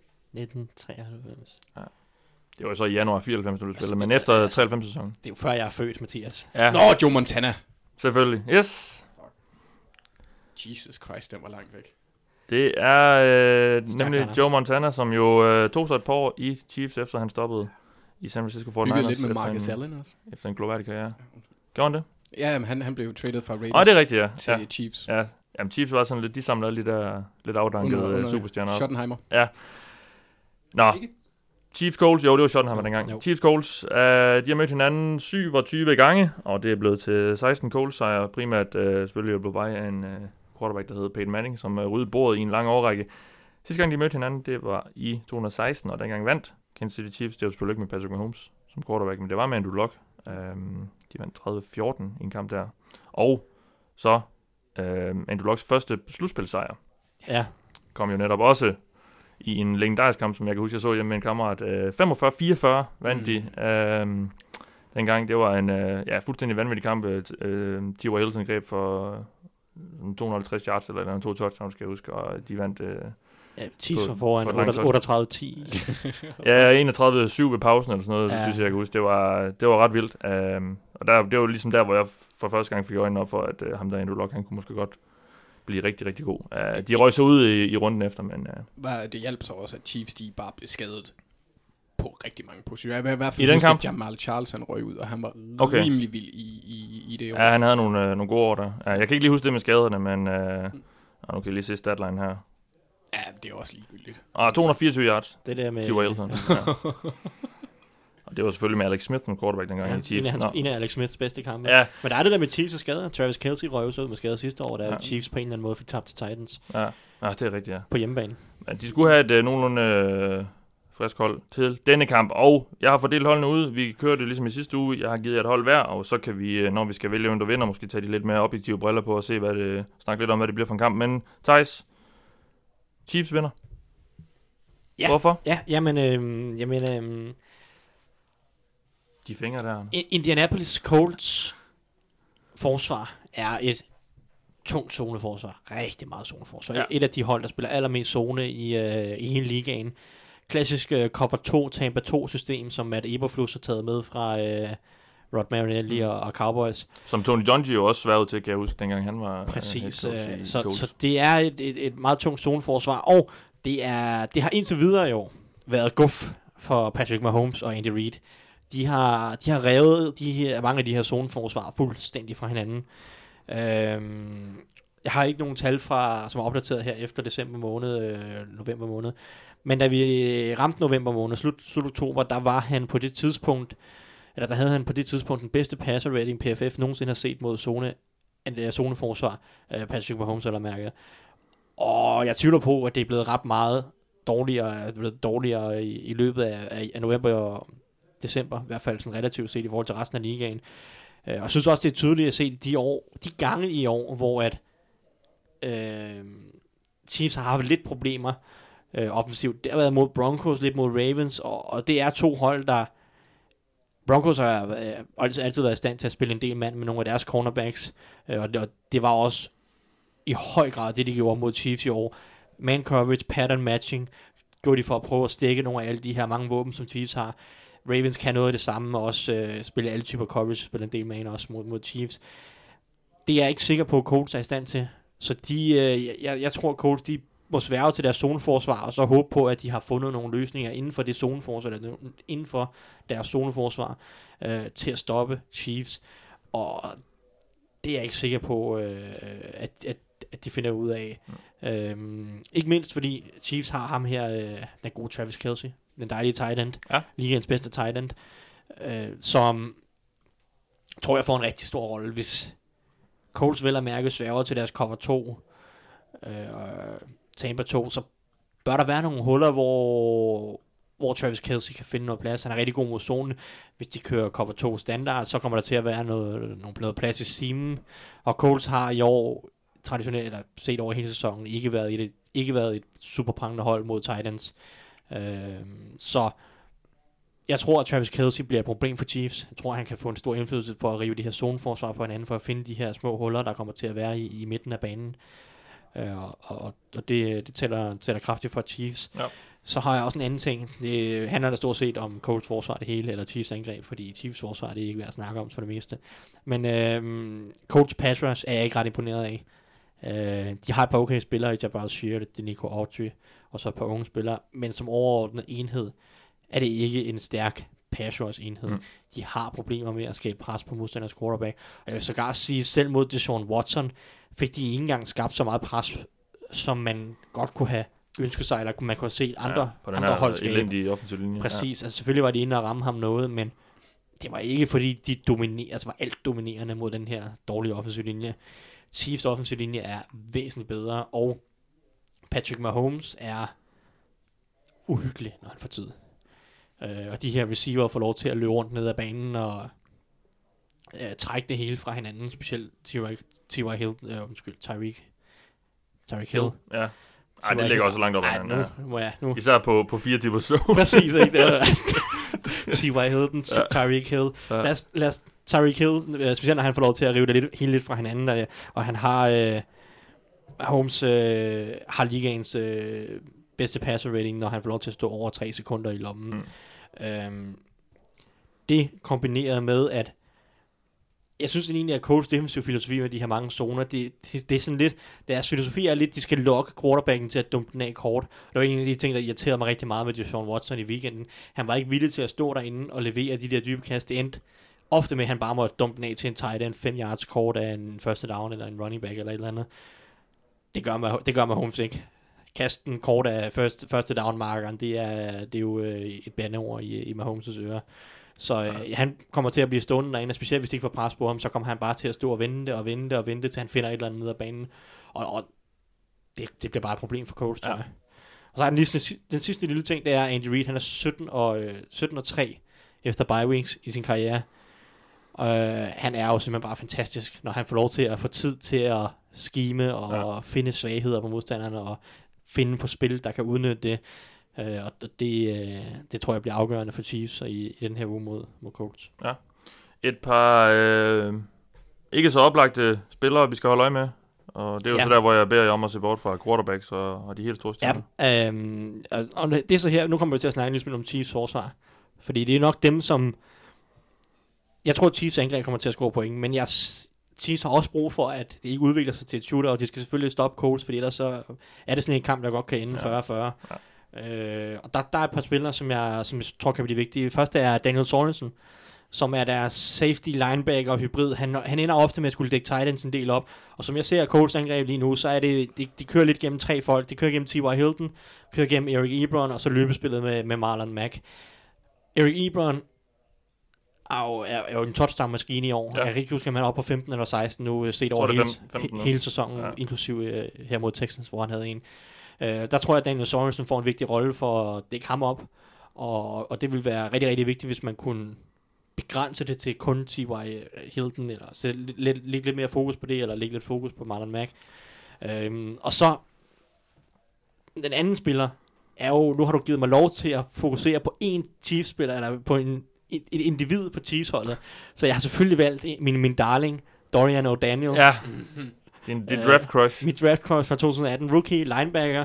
[SPEAKER 6] 1993.
[SPEAKER 5] Ja. Det var så i januar 94, du spillede, men efter 93-sæsonen.
[SPEAKER 6] Det er jo før jeg er født, Mathias.
[SPEAKER 5] Ja.
[SPEAKER 7] Nå, Joe Montana.
[SPEAKER 5] Selvfølgelig, yes.
[SPEAKER 7] Jesus Christ, den var langt væk.
[SPEAKER 5] Det er nemlig Joe Montana, som jo tog sig et par år i Chiefs, efter han stoppede i San Francisco 49ers.
[SPEAKER 7] Byggede lidt med Marcus Allen også.
[SPEAKER 5] Efter en global karriere. Gjorde han det?
[SPEAKER 7] Ja, men han blev traded fra Raiders
[SPEAKER 5] det er rigtigt, ja.
[SPEAKER 7] til Chiefs.
[SPEAKER 5] Ja, jamen Chiefs var sådan lidt, de samlede alle de der lidt afdankede superstjerner op.
[SPEAKER 7] Schottenheimer.
[SPEAKER 5] Ja. Nå. Chiefs Colts, jo, det var Schottenheimer dengang. Jo. Chiefs Colts, de har mødt hinanden 27 gange, og det er blevet til 16 Colts sejr, primært selvfølgelig blev bare en quarterback, der hed Peyton Manning, som ryddede bordet i en lang årrække. Sidste gang de mødte hinanden, det var i 2016, og dengang vandt Kansas City Chiefs. Det var selvfølgelig ikke med Patrick Mahomes som quarterback, men det var med Andrew Luck. De vandt 30-14 i en kamp der. Og så Andrew Lucks første slutspilsejr.
[SPEAKER 6] Ja.
[SPEAKER 5] kom jo netop også i en legendarisk kamp, som jeg kan huske, jeg så hjemme med en kammerat. 45-44 vandt de. Dengang, det var en fuldstændig vanvittig kamp. T.Y. Hilton greb for 250 yards, eller 2 touchdowns, skal jeg huske, og de vandt...
[SPEAKER 6] Chiefs var foran 38-10.
[SPEAKER 5] Ja, 31-7 ved pausen, eller sådan noget, synes jeg kan huske. Det var ret vildt. Og det var ligesom der, hvor jeg for første gang fik øjnene op for, at ham der Andrew Luck, han kunne måske godt blive rigtig, rigtig god. De røg så ud i runden efter, men...
[SPEAKER 7] Det hjalp så også, at Chiefs de bare blev skadet på rigtig mange positioner. I hvert fald
[SPEAKER 5] i den kamp?
[SPEAKER 7] Jamal Charles, han røg ud, og han var rimelig vild i det år.
[SPEAKER 5] Ja, han havde nogle gode år der. Jeg kan ikke lige huske det med skaderne, men... nu kan jeg lige se statline her.
[SPEAKER 7] Ja, det er også ligegyldigt.
[SPEAKER 5] 224 yards.
[SPEAKER 6] Det der med...
[SPEAKER 5] T.Y. Hilton. Ja. Og det var selvfølgelig med Alex Smith som quarterback dengang i Chiefs.
[SPEAKER 6] En af Alex Smiths bedste kampe.
[SPEAKER 5] Ja.
[SPEAKER 6] Men der er det der med Chiefs og skader. Travis Kelce røg så ud med skader sidste år, da Chiefs på en eller anden måde fik tabt til Titans.
[SPEAKER 5] Ja, det er rigtigt, ja.
[SPEAKER 6] På hjemmebane.
[SPEAKER 5] Men de skulle have et nogenlunde frisk hold til denne kamp, og jeg har fordelt holdene ud. Vi kørte det ligesom i sidste uge. Jeg har givet jer et hold hver, og så kan vi, når vi skal vælge hvem der vinder, måske tage de lidt mere objektive briller på og se, snakke lidt om, hvad det bliver for en kamp. Men Thijs, Chiefs vinder.
[SPEAKER 6] Ja.
[SPEAKER 5] Hvorfor?
[SPEAKER 6] Ja, jamen...
[SPEAKER 5] De fingre der.
[SPEAKER 6] Indianapolis Colts forsvar er et tungt zoneforsvar. Rigtig meget zoneforsvar. Ja. Et af de hold, der spiller allermest zone i hele ligaen. Klassisk cover 2, Tampa 2 system, som Matt Eberflus har taget med fra Rod Marinelli og Cowboys.
[SPEAKER 5] Som Tony Dungy jo også sværede til, kan jeg huske, dengang han var...
[SPEAKER 6] Præcis. Så det er et meget tungt zoneforsvar, og det har indtil videre jo været guf for Patrick Mahomes og Andy Reid. De har revet mange af de her zoneforsvar fuldstændig fra hinanden. Jeg har ikke nogen tal som er opdateret her efter december måned, november måned. Men da vi ramte november måned, slut oktober, der havde han på det tidspunkt den bedste passer rating PFF nogensinde har set mod zoneforsvar, Patrick Mahomes eller mærket. Og jeg tvivler på, at det er blevet ret meget dårligere i løbet af november og december, i hvert fald sådan relativt set i forhold til resten af ligaen. Og jeg synes også, det er tydeligt at se de gange i år, hvor at Chiefs har haft lidt problemer offensivt. Det har været mod Broncos, lidt mod Ravens, og det er to hold, der... Broncos har altid været i stand til at spille en del mand med nogle af deres cornerbacks, og det var også i høj grad det, de gjorde mod Chiefs i år. Man coverage, pattern matching, gjorde de for at prøve at stikke nogle af alle de her mange våben, som Chiefs har. Ravens kan noget af det samme, og også spille alle typer coverage, spille en del man også mod Chiefs. Det er jeg ikke sikker på, at Colts er i stand til. Så jeg tror, at Colts de må sværge til deres zoneforsvar, og så håbe på, at de har fundet nogle løsninger inden for det zoneforsvar, eller inden for deres zoneforsvar, til at stoppe Chiefs. Og det er jeg ikke sikker på, at de finder ud af. Ikke mindst fordi Chiefs har ham her, den gode Travis Kelce, den dejlige tight end, ligaens bedste tight end, som tror jeg får en rigtig stor rolle, hvis Colts vel at mærke sværger til deres cover 2, Tampa 2, så bør der være nogle huller, hvor Travis Kelce kan finde noget plads. Han er rigtig god mod zonen. Hvis de kører cover 2 standard, så kommer der til at være noget plads i seamen. Og Colts har i år traditionelt, eller set over hele sæsonen, ikke været et super prangende hold mod Titans. Så jeg tror, at Travis Kelce bliver et problem for Chiefs. Jeg tror, at han kan få en stor indflydelse på at rive de her zoneforsvar på hinanden, for at finde de her små huller, der kommer til at være i midten af banen. Og det tæller kraftigt for Chiefs. Ja. Så har jeg også en anden ting. Det handler da stort set om Colts forsvar det hele, eller Chiefs angreb, fordi Chiefs forsvar det er ikke værd at snakke om for det meste. Men Colts pass rush er jeg ikke ret imponeret af. De har et par okay spillere i Jabbar Sheard, Denico Autry, og så et par unge spillere, men som overordnet enhed er det ikke en stærk pass rush enhed. De har problemer med at skabe pres på modstanders quarterback. Og jeg vil sågar sige, selv mod Deshaun Watson fik de ikke engang skabt så meget pres, som man godt kunne have ønsket sig, eller man kunne have set andre hold skabe. Præcis, altså selvfølgelig var de inde og ramme ham noget, men det var ikke fordi de var alt dominerende mod den her dårlige offensiv linje. Chiefs offensiv linje er væsentligt bedre, og Patrick Mahomes er uhyggelig, når han får tid. Og de her receiver får lov til at løbe rundt ned ad banen og trække det hele fra hinanden, specielt Tyreek Hill.
[SPEAKER 5] Nej, det ligger også langt op.
[SPEAKER 6] Nu.
[SPEAKER 5] Især på 4 timer så.
[SPEAKER 6] Præcis, ikke? T.Y. Hilton, Tyreek Hill. Lad os Tyreek Hill, specielt når han får lov til at rive det helt fra hinanden, og han har Holmes har ligaens bedste passer rating, når han får lov til at stå over 3 sekunder i lommen. Det kombineret med, at jeg synes egentlig, at Colts defensive filosofi med de her mange zoner, det er sådan lidt, deres filosofi er lidt, de skal lokke quarterbacken til at dumpe den af kort. Det var en af de ting, der irriterede mig rigtig meget med Deshaun Watson i weekenden. Han var ikke villig til at stå derinde og levere de der dybe kast. Det endte ofte med, at han bare måtte dumpe den af til en tight end, 5 yards kort af en første down eller en running back eller et eller andet. Det gør Mahomes ikke. Kasten kort af første down-markeren, det er jo et bandeord i Mahomes' ører. Så han kommer til at blive stående derinde, specielt hvis de ikke får pres på ham, så kommer han bare til at stå og vente, til han finder et eller andet ned ad banen. Og det bliver bare et problem for Colts, tror jeg. Og så er den sidste lille ting, det er Andy Reid, han er 17-3 efter bye weeks i sin karriere. Han er jo simpelthen bare fantastisk, når han får lov til at få tid til at skime og finde svagheder på modstanderne og finde på spil, der kan udnytte det. Og det tror jeg bliver afgørende for Chiefs i den her uge mod Colts. Ja.
[SPEAKER 5] Et par ikke så oplagte spillere, vi skal holde øje med. Og det er jo så der, hvor jeg beder jer om at se bort fra quarterbacks og de helt store stjerner.
[SPEAKER 6] Ja, og det er så her, nu kommer vi til at snakke lidt om Chiefs forsvar. Fordi det er nok dem, som... Jeg tror, Chiefs angreb kommer til at score point, men Chiefs har også brug for, at det ikke udvikler sig til et shooter, og de skal selvfølgelig stoppe Colts, fordi ellers så er det sådan en kamp, der godt kan ende 40-40. Ja. Og der er et par spillere, som jeg tror kan blive vigtige. Første er Daniel Sorensen, som er deres safety linebacker og hybrid. Han ender ofte med at skulle dække tight ends en del op. Og som jeg ser Colts angreb lige nu, så er det, de kører lidt gennem 3 folk. De kører gennem T.Y. Hilton, kører gennem Eric Ebron, og så løbespillet med Marlon Mack. Eric Ebron er jo en touchdown-maskine i år. Ja. Jeg kan ikke huske, om han er oppe på 15 eller 16 nu, set over hele sæsonen, inklusive her mod Texans, hvor han havde en. Der tror jeg, at Daniel Sorensen får en vigtig rolle for at dække ham op, og det vil være rigtig, rigtig vigtigt, hvis man kunne begrænse det til kun T.Y. Hilton, eller lægge lidt mere fokus på det, eller lægge lidt fokus på Marlon Mack. Og så den anden spiller er jo, nu har du givet mig lov til at fokusere på én Chiefs-spiller, eller på et individ på Chiefs-holdet, så jeg har selvfølgelig valgt min darling, Dorian O'Daniel.
[SPEAKER 5] Ja. Din draft crush.
[SPEAKER 6] Mit draft crush fra 2018. Rookie, linebacker.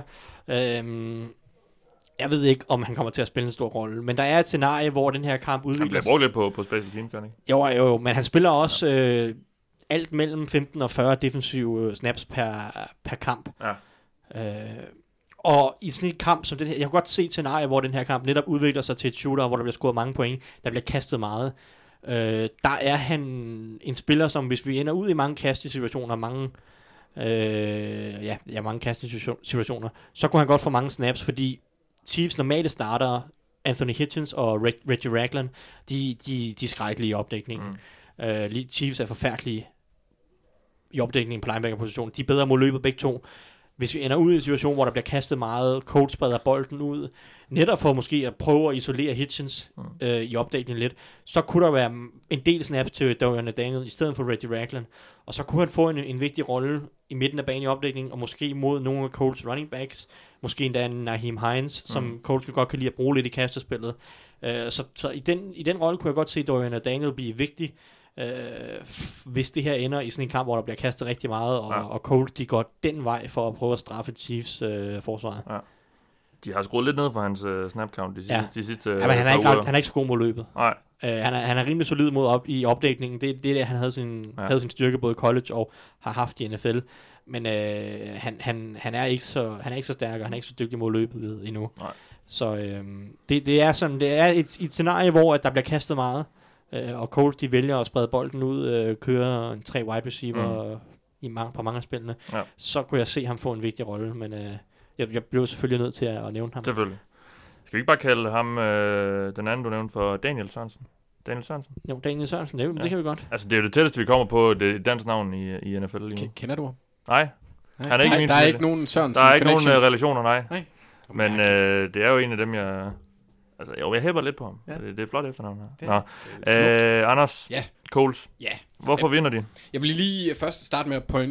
[SPEAKER 6] Jeg ved ikke, om han kommer til at spille en stor rolle. Men der er et scenarie, hvor den her kamp udvikler sig.
[SPEAKER 5] Han bliver brugt lidt på special teams, gør han ikke?
[SPEAKER 6] Jo, men han spiller også alt mellem 15 og 40 defensive snaps per kamp. Ja. Og i sådan et kamp som den her, jeg kan godt se et scenarie, hvor den her kamp netop udvikler sig til et shooter, hvor der bliver scoret mange point, der bliver kastet meget. Der er han en spiller, som hvis vi ender ud i mange kastesituationer, mange kastesituationer, så kunne han godt få mange snaps, fordi Chiefs normale starter, Anthony Hitchens og Reggie Ragland, de er skrækkelige i opdækningen. Chiefs er forfærdelige i opdækningen på linebacker-positionen. De er bedre mod løbet begge to. Hvis vi ender ud i en situation, hvor der bliver kastet meget, coach spreder bolden ud, netop for måske at prøve at isolere Hitchens i opdækningen lidt, så kunne der være en del snaps til Dorian O'Daniel i stedet for Reggie Ragland, og så kunne han få en vigtig rolle i midten af banen i opdækningen, og måske mod nogle af Colts running backs, måske endda en Naheem Hines, som Colts godt kan lide at bruge lidt i kastespillet. Så i den rolle kunne jeg godt se Dorian O'Daniel blive vigtig, hvis det her ender i sådan en kamp, hvor der bliver kastet rigtig meget, og Colts de går den vej for at prøve at straffe Chiefs forsvaret. Ja.
[SPEAKER 5] De har skruet lidt ned for hans snap count de sidste
[SPEAKER 6] men han er ikke så god mod løbet. Nej. Han er rimelig solid i opdækningen. Det er det, han havde sin styrke både i college og har haft i NFL. Men han er ikke så stærk, og han er ikke så dygtig mod løbet endnu. Nej. Så det er sådan, det er et scenarie, hvor at der bliver kastet meget. Og Colts de vælger at sprede bolden ud, køre 3 wide receiver på mange af spillene, så kunne jeg se ham få en vigtig rolle, men jeg blev selvfølgelig nødt til at nævne ham.
[SPEAKER 5] Selvfølgelig. Skal vi ikke bare kalde ham den anden, du nævnte, for Daniel Sørensen? Daniel Sørensen?
[SPEAKER 6] Jo, Daniel Sørensen, det kan vi godt.
[SPEAKER 5] Altså, det er jo det tætteste, vi kommer på det dansk navn i NFL lige nu.
[SPEAKER 7] Kender du ham?
[SPEAKER 5] Nej. Han er ikke
[SPEAKER 7] der er ikke nogen Sørensen.
[SPEAKER 5] Der er ikke nogen relationer, nej. Men det er jo en af dem, jeg... Altså, jeg hæpper lidt på ham. Ja. Det er flot efternavn her.
[SPEAKER 7] Det
[SPEAKER 5] Anders, Coles.
[SPEAKER 7] Ja.
[SPEAKER 5] Hvorfor vinder de?
[SPEAKER 7] Jeg vil lige først starte med at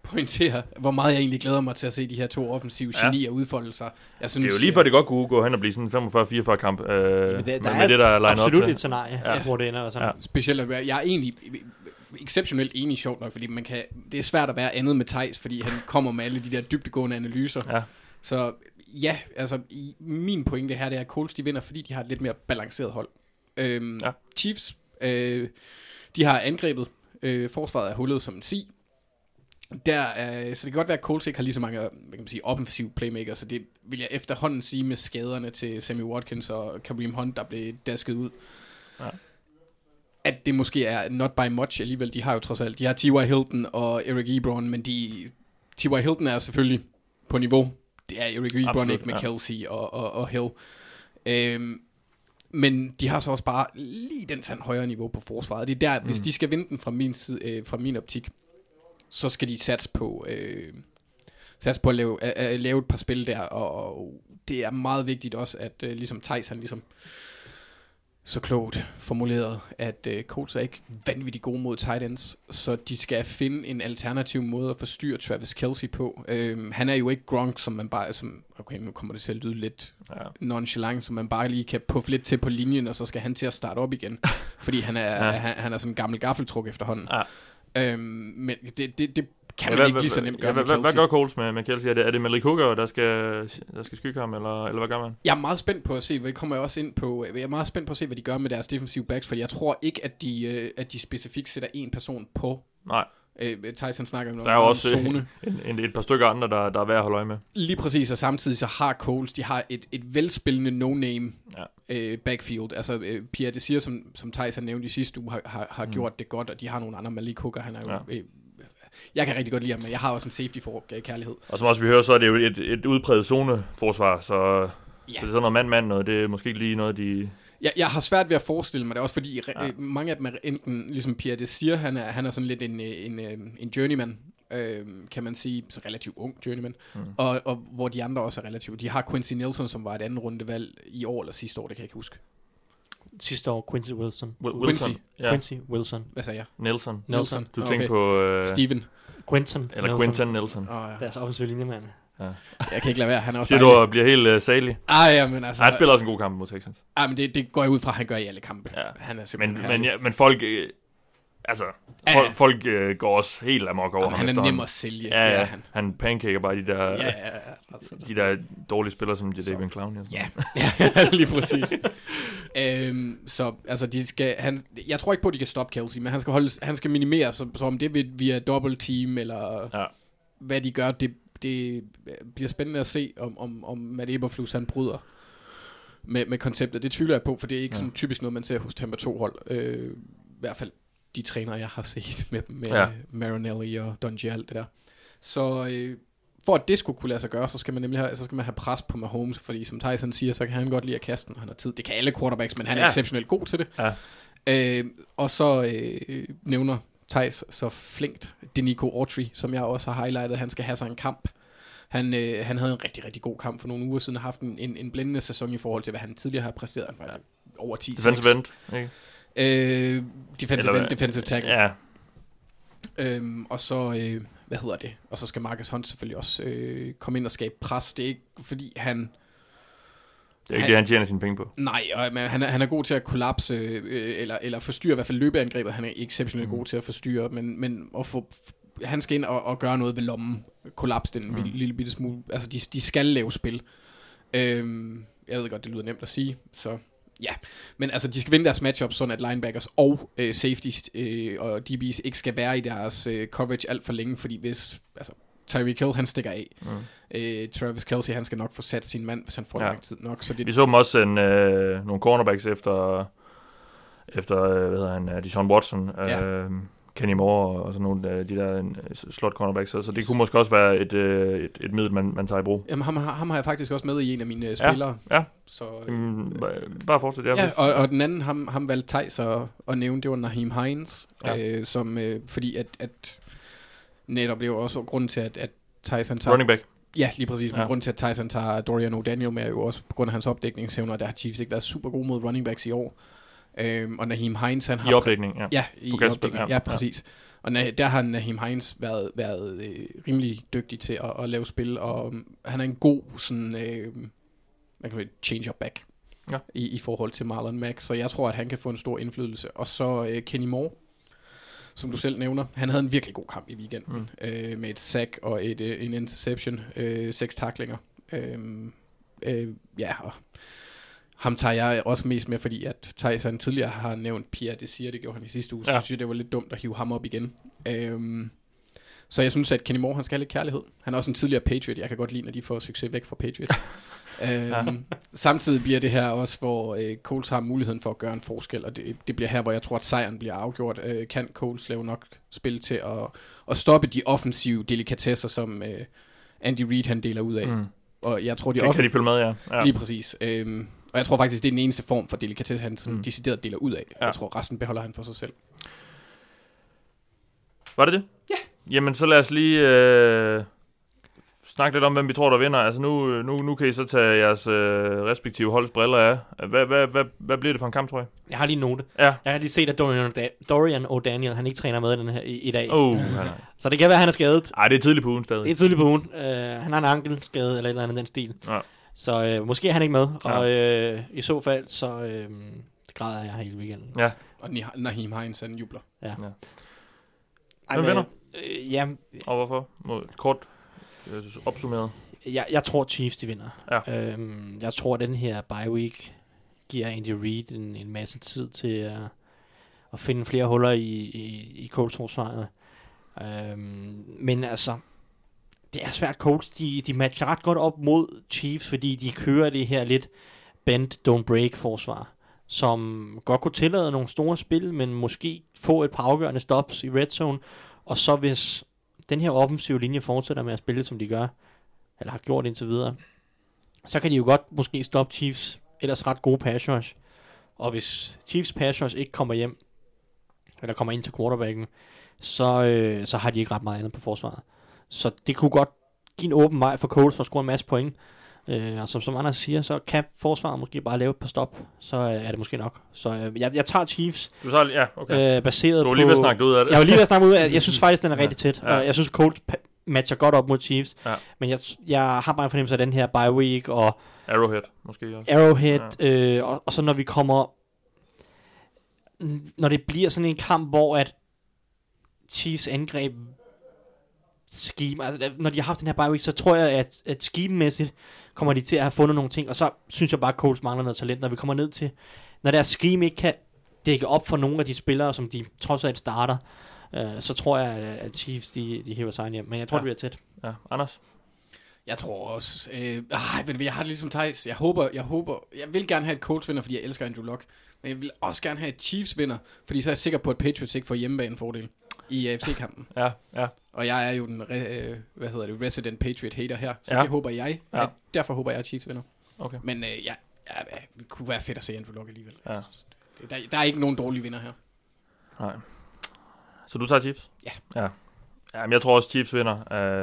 [SPEAKER 7] pointere, hvor meget jeg egentlig glæder mig til at se de her 2 offensive genier udfolde sig. Jeg synes,
[SPEAKER 5] det er jo lige før, det godt kunne gå hen og blive sådan en 45-44 kamp.
[SPEAKER 6] Der
[SPEAKER 5] med det, der
[SPEAKER 6] er
[SPEAKER 5] line
[SPEAKER 6] absolut
[SPEAKER 5] op
[SPEAKER 6] et scenarie, hvor det ender. Og sådan.
[SPEAKER 5] Ja.
[SPEAKER 7] Specielt, at jeg er egentlig exceptionelt enig, sjovt nok, fordi det er svært at være andet med Theis, fordi han kommer med alle de der dybdegående analyser.
[SPEAKER 5] Ja.
[SPEAKER 7] Så ja, altså min pointe her, det er, at Colts de vinder, fordi de har et lidt mere balanceret hold. Chiefs, de har angrebet. Forsvaret er hullet som en si. Så det kan godt være, at Colts ikke har lige så mange, hvad kan man sige, offensive playmakers, så det vil jeg efterhånden sige med skaderne til Sammy Watkins og Kareem Hunt, der blev dasket ud. Ja. At det måske er not by much alligevel. De har jo trods alt, de har T.Y. Hilton og Eric Ebron, men T.Y. Hilton er selvfølgelig på niveau. Det er Eric Ebron ikke med Kelsey og Hill. Men de har så også bare lige den tand højere niveau på forsvaret. Det er der, hvis de skal vinde den fra min optik, så skal de satse på at lave et par spil der, og det er meget vigtigt også, at ligesom Theis, han ligesom så klogt formuleret, at Colts er ikke vanvittigt gode mod tight ends, så de skal finde en alternativ måde at forstyrre Travis Kelce på. Han er jo ikke Gronk, som man bare, okay, nu kommer det selv lyde lidt nonchalant, som man bare lige kan puffe lidt til på linjen, og så skal han til at starte op igen, fordi han er sådan en gammel gaffeltruk efterhånden. Ja. Men det kan man ikke lige så nemt gøre med Kelce.
[SPEAKER 5] Hvad gør Colts med Kelce? Er det Malik Hooker, der skal skygge ham, eller hvad gør man?
[SPEAKER 7] Jeg er meget spændt på at se, hvad de gør med deres defensive backs, fordi jeg tror ikke, at de specifikt sætter en person på.
[SPEAKER 5] Nej.
[SPEAKER 7] Tyson snakker om noget.
[SPEAKER 5] Der er jo også zone. Et par stykker andre, der er værd at holde øje med.
[SPEAKER 7] Lige præcis, og samtidig så har Colts, de har et velspillende no-name backfield. Altså Pierre Desir, som Tyson nævnte i sidste uge, har gjort det godt, og de har nogle andre. Malik Hooker, han er jo... Jeg kan rigtig godt lide ham, men jeg har også en safety for kærlighed.
[SPEAKER 5] Og som også vi hører, så er det jo et udpræget zoneforsvar, så det er sådan noget mand-mand noget. Det er måske ikke lige noget, de...
[SPEAKER 7] Jeg har svært ved at forestille mig det, også fordi mange af dem er enten, ligesom Pierre Desir, han er sådan lidt en journeyman, kan man sige, relativt ung journeyman, og hvor de andre også er relativt. De har Quincy Nelson, som var et andet rundevalg i år eller sidste år, det kan jeg ikke huske.
[SPEAKER 6] Sidste år, Quincy Wilson.
[SPEAKER 7] Quincy
[SPEAKER 6] Wilson.
[SPEAKER 7] Hvad sagde jeg?
[SPEAKER 5] Nelson. Du tænker på...
[SPEAKER 7] Steven.
[SPEAKER 6] Quinton
[SPEAKER 5] Nelson.
[SPEAKER 6] Deres offensive linjemand.
[SPEAKER 7] Ja. Jeg kan ikke lade være, han er også
[SPEAKER 5] siger du bliver helt salig.
[SPEAKER 7] Ja, men altså...
[SPEAKER 5] Han spiller også en god kamp mod Texans.
[SPEAKER 7] Men det går jeg ud fra, at han gør i alle kampe.
[SPEAKER 5] Ja.
[SPEAKER 7] Han er simpelthen
[SPEAKER 5] men folk... folk går også helt amok over ham.
[SPEAKER 7] Han er nem at sælge, det er han.
[SPEAKER 5] Han pancaker bare de der, de der dårlige spillere, som Jadavion Clowney.
[SPEAKER 7] Ja, lige præcis. Så altså, jeg tror ikke på, at de kan stoppe Kelce, men han skal minimere, så om det vil via double team, eller hvad de gør, det bliver spændende at se, om Matt Eberflus han bryder med konceptet. Det tvivler jeg på, for det er ikke sådan typisk noget, man ser hos Tampa 2-hold. I hvert fald de trænere, jeg har set med Marinelli og Dungy og alt det der. Så for at det skulle kunne lade sig gøre, så skal man nemlig have pres på Mahomes, fordi som Tyson siger, så kan han godt lide at kaste, når han har tid. Det kan alle quarterbacks, men han er exceptionelt god til det. Ja. Og så nævner Thijs så flinkt Denico Autry, som jeg også har highlightet, han skal have sig en kamp. Han havde en rigtig, rigtig god kamp for nogle uger siden, og haft en blændende sæson i forhold til, hvad han tidligere har præsteret. Han var over 10-6.
[SPEAKER 5] Defensive end, ikke?
[SPEAKER 7] Defensive tackle.
[SPEAKER 5] Ja.
[SPEAKER 7] Og så, og så skal Marcus Hunt selvfølgelig også komme ind og skabe pres. Det er ikke, fordi han...
[SPEAKER 5] Det er ikke det, han tjener sine penge på.
[SPEAKER 7] Nej, men han er god til at kollapse, eller forstyrre i hvert fald løbeangrebet. Han er exceptionelt god til at forstyrre, men at få... Han skal ind og gøre noget ved lommen. Kollapse den lille bitte smule. Altså, de skal lave spil. Jeg ved godt, det lyder nemt at sige, så... Ja, men altså, de skal vinde deres matchup, sådan at linebackers og safeties og DB's ikke skal være i deres coverage alt for længe, fordi hvis Tyreek Hill, han stikker af. Travis Kelce, han skal nok få sat sin mand, hvis han får lang tid nok. Så det... Vi
[SPEAKER 5] så dem også nogle cornerbacks efter hvad hedder han, Deshaun Watson, Kenny Moore og sådan nogle af de der slot cornerbacks, så det kunne måske også være et middel, man tager i brug.
[SPEAKER 7] Jamen ham har jeg faktisk også med i en af mine spillere.
[SPEAKER 5] Ja.
[SPEAKER 7] Så,
[SPEAKER 5] bare fortsæt.
[SPEAKER 7] Og den anden, ham valgte Thijs at nævne, det var Naheem Hines, som fordi at netop blev også grunden til, at Tyson tager...
[SPEAKER 5] Running back.
[SPEAKER 7] Ja, lige præcis. Men grunden til, at Tyson tager Dorian O'Daniel med, er jo også på grund af hans opdækningsevner, der har Chiefs ikke været super gode mod running backs i år. Og Naheem Hines, han har...
[SPEAKER 5] I opdækning,
[SPEAKER 7] ja. I opdækning, ja, præcis. Og der har Nyheim Hines været rimelig dygtig til at lave spil, og han er en god sådan, change-up-back i forhold til Marlon Mack, så jeg tror, at han kan få en stor indflydelse. Og så Kenny Moore, som du selv nævner, han havde en virkelig god kamp i weekenden, med et sack og en interception, 6 tacklinger. Og ham tager jeg også mest med, fordi at Tyson tidligere har nævnt Pierre Desir, det gjorde han i sidste uge, så jeg synes, det var lidt dumt at hive ham op igen. Så jeg synes, at Kenny Moore, han skal have lidt kærlighed. Han er også en tidligere Patriot. Jeg kan godt lide, når de får succes væk fra Patriot. Samtidig bliver det her også, hvor Colts har muligheden for at gøre en forskel, og det bliver her, hvor jeg tror, at sejren bliver afgjort. Kan Colts lave nok spil til at stoppe de offensive delikatesser, som Andy Reid han deler ud af. Og jeg tror,
[SPEAKER 5] kan de følge med, ja.
[SPEAKER 7] Lige præcis. Og jeg tror faktisk, det er den eneste form for delikatesse, han sådan decideret deler ud af. Ja. Jeg tror, resten beholder han for sig selv.
[SPEAKER 5] Var det? Ja. Jamen, så lad os lige snakke lidt om, hvem vi tror, der vinder. Altså, nu kan I så tage jeres respektive holds briller af. Hvad bliver det for en kamp, tror jeg? Jeg
[SPEAKER 6] har lige en note.
[SPEAKER 5] Ja.
[SPEAKER 6] Jeg har lige set, at Dorian O'Daniel, han ikke træner med den her i dag.
[SPEAKER 5] Nej.
[SPEAKER 6] Så det kan være, at han er skadet.
[SPEAKER 5] Nej, det er tidligt på ugen stadig.
[SPEAKER 6] Det er tidligt på ugen. Han har en ankelskade eller et eller andet den stil. Ja. Så måske er han ikke med. Ja. Og i så fald, så græder jeg hele weekenden.
[SPEAKER 5] Ja.
[SPEAKER 7] Og Nyheim Hines, han jubler.
[SPEAKER 6] Ja.
[SPEAKER 5] Hvem vinder?
[SPEAKER 6] Ja.
[SPEAKER 5] Og hvorfor? Kort opsummeret.
[SPEAKER 6] Jeg tror Chiefs, de vinder.
[SPEAKER 5] Ja.
[SPEAKER 6] Jeg tror, at den her bye week giver Andy Reid en masse tid til at finde flere huller i Colts forsvaret. Men altså, det er svært. Colts, de matcher ret godt op mod Chiefs, fordi de kører det her lidt bend, don't break forsvar, som godt kunne tillade nogle store spil, men måske få et par afgørende stops i red zone. Og så hvis den her offensive linje fortsætter med at spille, som de gør, eller har gjort indtil videre, så kan de jo godt måske stoppe Chiefs ellers ret gode pass rush. Og hvis Chiefs pass rush ikke kommer hjem, eller kommer ind til quarterbacken, så har de ikke ret meget andet på forsvaret. Så det kunne godt give en åben vej for Colts for at score en masse point. Og som Anders siger, så kan forsvaret måske bare lave et par stop, så er det måske nok. Så jeg tager Chiefs.
[SPEAKER 5] Du tager, ja, okay.
[SPEAKER 6] Baseret på...
[SPEAKER 5] Du var lige ved at snakke ud af det.
[SPEAKER 6] Jeg var lige ved at snakke ud af det. Jeg synes faktisk, den er rigtig tæt. Ja. Jeg synes, Colts matcher godt op mod Chiefs. Ja. Men jeg har bare en fornemmelse af den her bye week og...
[SPEAKER 5] Arrowhead, måske også.
[SPEAKER 6] Arrowhead, og så når vi kommer... Når det bliver sådan en kamp, hvor at Chiefs angreb scheme, altså når de har haft den her bye week, så tror jeg, at scheme-mæssigt kommer de til at have fundet nogle ting, og så synes jeg bare, at Colts mangler noget talent, når vi kommer ned til, når deres scheme ikke kan dække op for nogle af de spillere, som de trods alt starter, så tror jeg, at Chiefs, de hæver sejren hjem, men jeg tror, det bliver tæt.
[SPEAKER 5] Ja, Anders?
[SPEAKER 7] Jeg tror også, jeg har det ligesom Thijs, jeg vil gerne have et Colts vinder, fordi jeg elsker Andrew Luck, men jeg vil også gerne have et Chiefs vinder, fordi så er jeg sikker på, at Patriots ikke får hjemmebanefordel i AFC-kampen.
[SPEAKER 5] Ja. Og
[SPEAKER 7] jeg er jo den, resident Patriot hater her, så det håber jeg. Derfor håber jeg, at Chiefs vinder.
[SPEAKER 5] Okay.
[SPEAKER 7] Men det kunne være fedt at se Andrew Luck alligevel. Ja. Der er ikke nogen dårlige vinder her.
[SPEAKER 5] Nej. Så du tager Chiefs? Ja. Men jeg tror også, Chiefs vinder.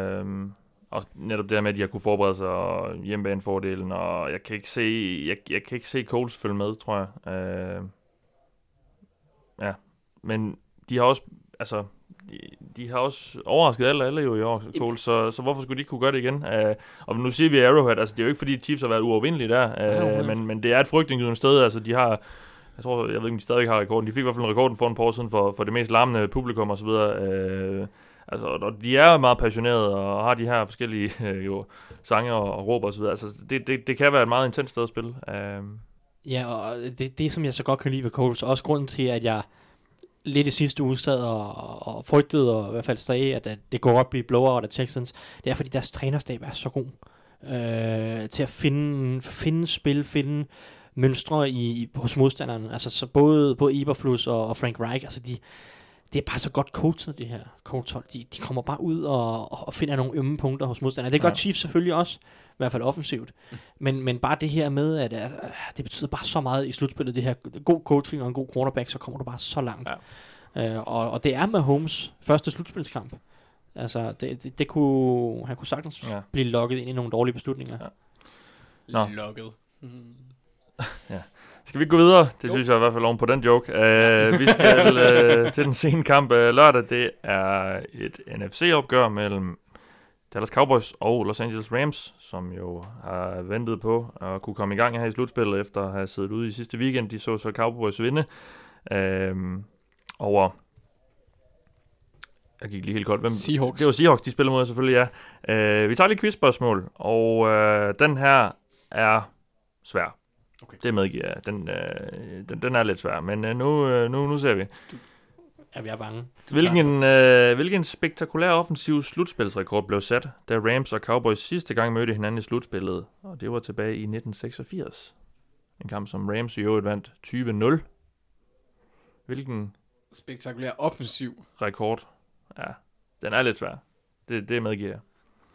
[SPEAKER 5] Og netop det der med, at de har kunne forberede sig og hjemmebanefordelen, og jeg kan ikke se Colts følge med, tror jeg. Ja. Men de har også, altså, de har også overrasket alle jo i år, Colts, så hvorfor skulle de ikke kunne gøre det igen? Og nu siger vi Arrowhead, altså det er jo ikke fordi Chiefs har været uovervindelige der, men det er et frygtindgydende sted, altså de har, jeg ved ikke, om de stadig har rekorden, de fik i hvert fald rekorden for en par år siden for det mest larmende publikum og så videre, altså, og de er meget passionerede og har de her forskellige sange og råb og så videre, altså det kan være et meget intens sted at spille.
[SPEAKER 6] Ja, og det som jeg så godt kan lide ved Colts, også grunden til, at jeg lidt i sidste uge sad og frygtede, og i hvert fald sagde, at det går op at blive blowout af Texans, det er, fordi deres trænerstab er så god til at finde spil, finde mønstre hos modstanderne. Altså så både Eberflus og Frank Reich, altså det er bare så godt coachet, det her coachhold. De kommer bare ud og finder nogle ømme punkter hos modstanderne. Det gør Chiefs selvfølgelig også, i hvert fald offensivt. Men bare det her med, at det betyder bare så meget i slutspillet, det her god coaching og en god quarterback, så kommer du bare så langt. Ja. Og det er med Holmes første slutspilskamp. Altså, han kunne sagtens blive lukket ind i nogle dårlige beslutninger.
[SPEAKER 7] Ja. Lukket.
[SPEAKER 5] Ja. Skal vi gå videre? Det synes jeg i hvert fald oven på den joke. Vi skal til den sene kamp lørdag. Det er et NFC-opgør mellem Dallas Cowboys og Los Angeles Rams, som jo har ventet på at kunne komme i gang her i slutspillet, efter at have siddet ude i sidste weekend. De så Cowboys vinde over... Jeg gik lige helt koldt.
[SPEAKER 7] Seahawks.
[SPEAKER 5] Det var Seahawks, de spillede mod selvfølgelig, ja. Vi tager lige quizspørgsmål, og den her er svær.
[SPEAKER 7] Okay.
[SPEAKER 5] Det medgiver jeg. Den er lidt svær, men nu ser vi.
[SPEAKER 6] Ja, vi er bange.
[SPEAKER 5] Hvilken spektakulær offensiv slutspilsrekord blev sat, da Rams og Cowboys sidste gang mødte hinanden i slutspillet? Og det var tilbage i 1986. En kamp, som Rams i øvrigt vandt 20-0. Hvilken
[SPEAKER 7] spektakulær offensiv
[SPEAKER 5] rekord? Ja, den er lidt svær. Det medgiver jeg.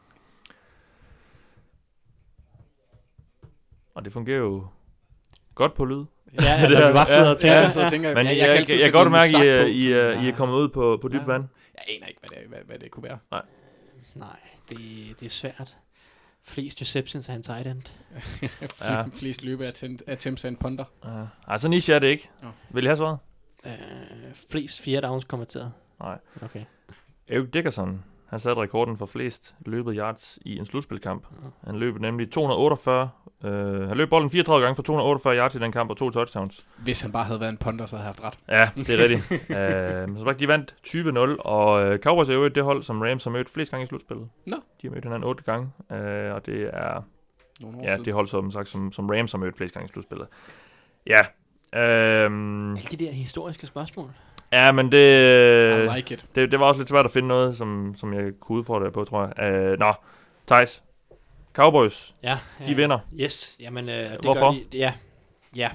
[SPEAKER 5] Og det fungerer jo godt på lyd.
[SPEAKER 6] Ja, det er bare sidder og tænker.
[SPEAKER 7] Ja, så tænker jeg,
[SPEAKER 5] men jeg kan godt mærke, at I er kommet ud på dybt vand.
[SPEAKER 7] Jeg aner ikke, hvad det kunne være.
[SPEAKER 6] Nej, det er svært. Flest receptions af en tight end.
[SPEAKER 7] Flest løbe attempts af en punter.
[SPEAKER 5] Ja. Så niche er det ikke. Vil I have svaret?
[SPEAKER 6] Flest 4 downs konverteret.
[SPEAKER 5] Nej.
[SPEAKER 6] Okay.
[SPEAKER 5] Eric Dickerson, han satte rekorden for flest løbet yards i en slutspilkamp. Han løb nemlig 248. Han løb bolden 34 gange for 248 yards i den kamp og 2 touchdowns.
[SPEAKER 7] Hvis han bare havde været en punter, så havde han haft ret.
[SPEAKER 5] Ja, det er rigtigt. Men som sagt, de vandt 20-0, og Cowboys er jo det hold, som Rams har mødt flest gange i slutspillet.
[SPEAKER 7] Nå.
[SPEAKER 5] De har mødt hinanden 8 gange, og det er det hold, som Rams har mødt flest gange i slutspillet. Ja.
[SPEAKER 6] Alle de der historiske spørgsmål.
[SPEAKER 5] Ja, men det var også lidt svært at finde noget, som jeg kunne udfordre på, tror jeg. Thijs. Cowboys.
[SPEAKER 6] Ja.
[SPEAKER 5] De vinder.
[SPEAKER 6] Yes. Jamen, det
[SPEAKER 5] hvorfor?
[SPEAKER 6] gør de. Ja.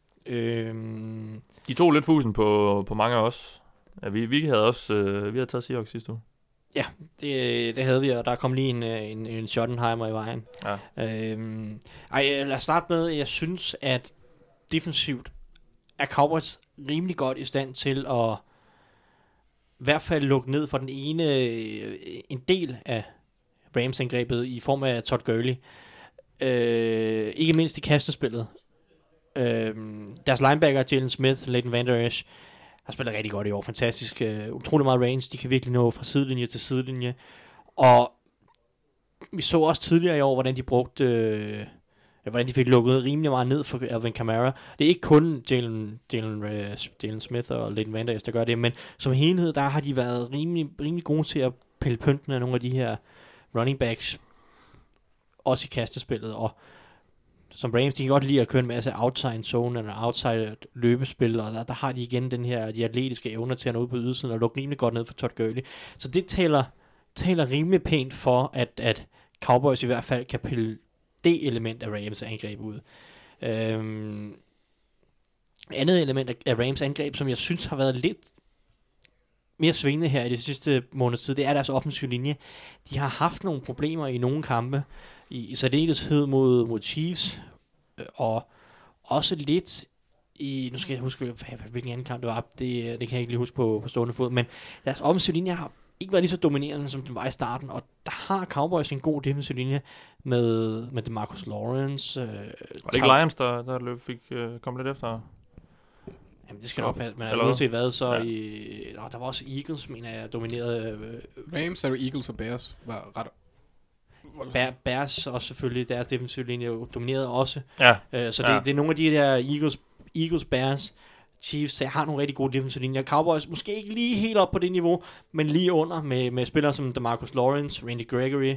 [SPEAKER 5] De tog lidt fusen på mange af os. Ja, vi havde også vi havde taget Seahawks sidste uge.
[SPEAKER 6] Ja, det havde vi, og der kom lige en Schottenheimer i vejen.
[SPEAKER 5] Ja.
[SPEAKER 6] Lad os starte med, jeg synes, at defensivt er Cowboys rimelig godt i stand til at i hvert fald lukke ned for en del af Rams-angrebet i form af Todd Gurley. Ikke mindst i kastespillet. Deres linebacker, Jalen Smith, Leighton Vander Esch, har spillet rigtig godt i år. Fantastisk. Utrolig meget range. De kan virkelig nå fra sidelinje til sidelinje. Og vi så også tidligere i år, hvordan de brugte... hvordan de fik lukket rimelig meget ned for Alvin Kamara. Det er ikke kun Jalen Smith og Leighton Vander Esch, der gør det, men som helhed, der har de været rimelig gode til at pille pynten af nogle af de her running backs, også i kastespillet, og som Rams, de kan godt lide at køre en masse outside zone, eller outside løbespil, og der har de igen de atletiske evner til at nå ud på ydersiden, og lukke rimelig godt ned for Todd Gurley. Så det taler rimelig pænt for, at Cowboys i hvert fald kan pille det element af Rams angreb ud. Andet element af Rams angreb, som jeg synes har været lidt mere svingende her i de sidste måneds tid, det er deres offensive linje. De har haft nogle problemer i nogle kampe, i særdeleshed mod Chiefs, og også lidt i, nu skal jeg huske, hvilken anden kamp det var, det kan jeg ikke lige huske på stående fod, men deres offensive linje har ikke været lige så dominerende, som den var i starten, og der har Cowboys en god defensive linje med DeMarcus Lawrence.
[SPEAKER 5] Var det ikke Lions, der fik kom lidt efter?
[SPEAKER 6] Jamen, det skal nok passe, men uanset hvad, så der var også Eagles, mener jeg, dominerede.
[SPEAKER 7] Rams, Eagles og Bears var ret...
[SPEAKER 6] Bears også selvfølgelig, deres defensive linje dominerede også.
[SPEAKER 5] Ja.
[SPEAKER 6] Så det er nogle af de der Eagles, Bears, Chiefs, der har nogle rigtig gode defensive linjer. Cowboys måske ikke lige helt op på det niveau, men lige under med spillere som DeMarcus Lawrence, Randy Gregory,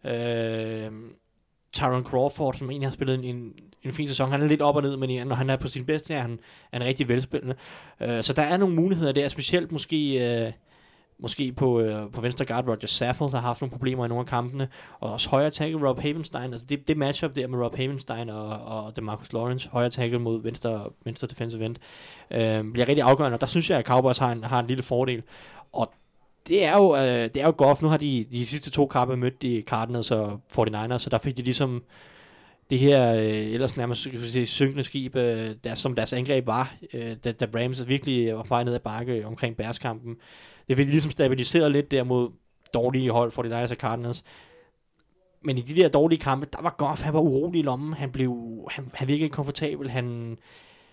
[SPEAKER 6] Tyron Crawford, som egentlig har spillet en fin sæson. Han er lidt op og ned, men når han er på sin bedste, er han rigtig velspillende. Så der er nogle muligheder der, specielt måske på venstre guard Roger Saffold, der har haft nogle problemer i nogle af kampene, og også højre tackle Rob Havenstein. Altså det matchup der med Rob Havenstein og DeMarcus Lawrence, højre tackle mod venstre defensive end, bliver rigtig afgørende, og der synes jeg, at Cowboys har en lille fordel. Og det er jo godt. Nu har de sidste 2 kampe mødt de Cardinals og 49ers, så der fik de ligesom det her ellers nærmest synkende skib, som deres angreb var, da Rams virkelig var på vej ned ad bakke omkring Bears-kampen. Det fik de ligesom stabiliseret lidt der mod dårlige hold for de Niners og Cardinals. Men i de der dårlige kampe, der var Goff, han var urolig i lommen, han virkede komfortabel, han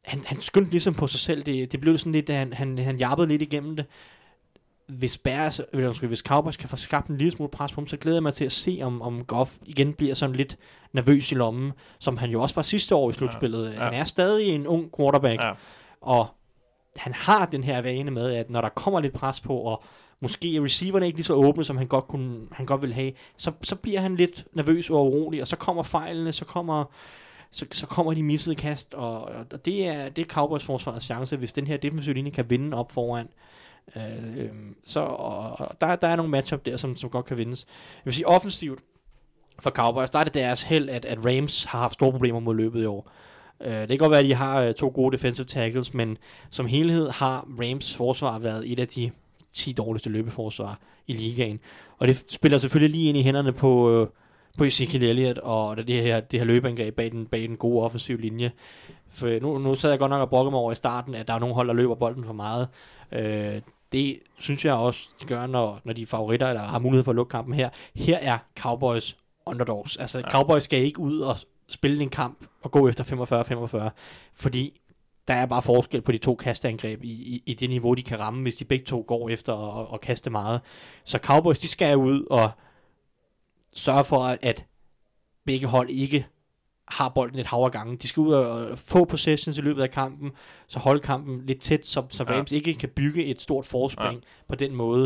[SPEAKER 6] han skyndte ligesom på sig selv. Det blev sådan lidt, han jappede lidt igennem det. Hvis Cowboys kan få skabt en lille smule pres på ham, så glæder jeg mig til at se, om Goff igen bliver sådan lidt nervøs i lommen, som han jo også var sidste år i slutspillet. Han er stadig en ung quarterback, og han har den her vane med, at når der kommer lidt pres på, og måske receiverne ikke lige så åbne, som han godt vil have, så bliver han lidt nervøs og urolig, og så kommer fejlene, så kommer de missede kast, og det er Cowboys forsvarets chance, hvis den her defensive linje kan vinde op foran. Der er nogle matchup der, som godt kan vindes. Jeg vil sige offensivt for Cowboys, der er det deres held, at Rams har haft store problemer mod løbet i år. Det kan godt være, at de har 2 gode defensive tackles, men som helhed har Rams forsvar været et af de 10 dårligste løbeforsvar i ligaen. Og det spiller selvfølgelig lige ind i hænderne på Ezekiel Elliott og det her løbeangreb bag den gode offensive linje. For nu sad jeg godt nok og brokkede mig over i starten, at der er nogen hold, der løber bolden for meget. Det synes jeg også, de gør, når de er favoritter, eller har mulighed for at lukke kampen her. Her er Cowboys underdogs. Altså, Cowboys skal ikke ud og spille en kamp og gå efter 45-45, fordi der er bare forskel på de 2 kasteangreb i det niveau, de kan ramme, hvis de begge 2 går efter at kaste meget. Så Cowboys, de skal ud og sørge for, at begge hold ikke har bolden et hav af gange. De skal ud og få possessions i løbet af kampen, så holde kampen lidt tæt, så Rams ikke kan bygge et stort forspring på den måde.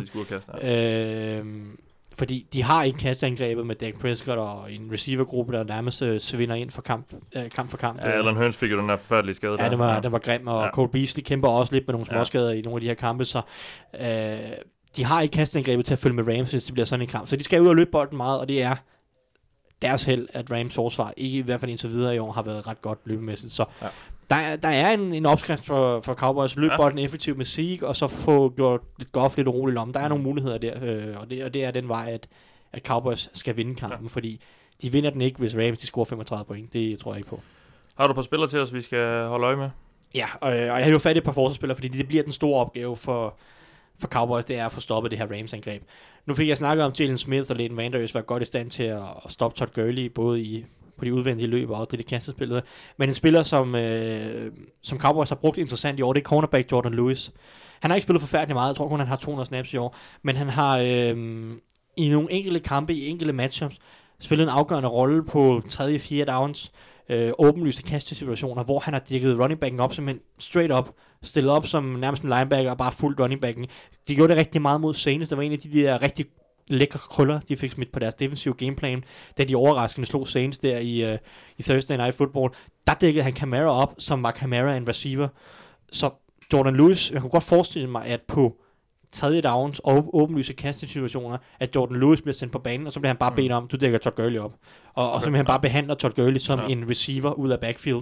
[SPEAKER 6] Fordi de har ikke kasteangrebet med Dak Prescott og en receivergruppe, der nærmest svinder ind for kamp for kamp.
[SPEAKER 5] Ja, Alan Hurns fik jo den der forfærdelige skade.
[SPEAKER 6] Ja, den var grim, og Cole Beasley kæmper også lidt med nogle småskader i nogle af de her kampe, så de har ikke kasteangrebet til at følge med Rams, hvis det bliver sådan en kamp. Så de skal ud og løbe bolden meget, og det er deres held, at Rams forsvar ikke i hvert fald indtil videre i år har været ret godt løbemæssigt. Så der er en opskrift for Cowboys. Løb bolden effektivt med Zeke, og så få gjort lidt Goff lidt uroligt om. Der er nogle muligheder der, og det er den vej, at Cowboys skal vinde kampen, fordi de vinder den ikke, hvis Rams de scorer 35 point. Det tror jeg ikke på.
[SPEAKER 5] Har du et par spillere til os, vi skal holde øje med?
[SPEAKER 6] Ja, og jeg har jo fat i et par forsvarsspillere, fordi det bliver den store opgave for Cowboys, det er at få stoppet det her Rams-angreb. Nu fik jeg snakket om Jalen Smith og Leighton Vander Esch var godt i stand til at stoppe Todd Gurley, både på de udvendige løb og det kastespillet. Men en spiller, som Cowboys har brugt interessant i år, det er cornerback Jordan Lewis. Han har ikke spillet forfærdeligt meget, jeg tror kun han har 200 snaps i år, men han har i nogle enkelte kampe, i enkelte matchups, spillet en afgørende rolle på 3. og 4. downs, åbenlyste kastesituationer, hvor han har dækket running backen op, simpelthen straight up, stillet op som nærmest en linebacker og bare fuldt running backen. De gjorde det rigtig meget mod Saints. Det var en af de der rigtig lækre krøller, de fik smidt på deres defensive gameplan, da de overraskende slog Saints der i Thursday Night Football. Der dækkede han Kamara op, som var Kamara en receiver. Så Jordan Lewis, jeg kunne godt forestille mig, at på 3. downs og åbenlyse kastesituationer, at Jordan Lewis bliver sendt på banen, og så bliver han bare bedt om, du dækker Todd Gurley op. Og simpelthen bare behandler Todd Gurley som en receiver ud af backfield.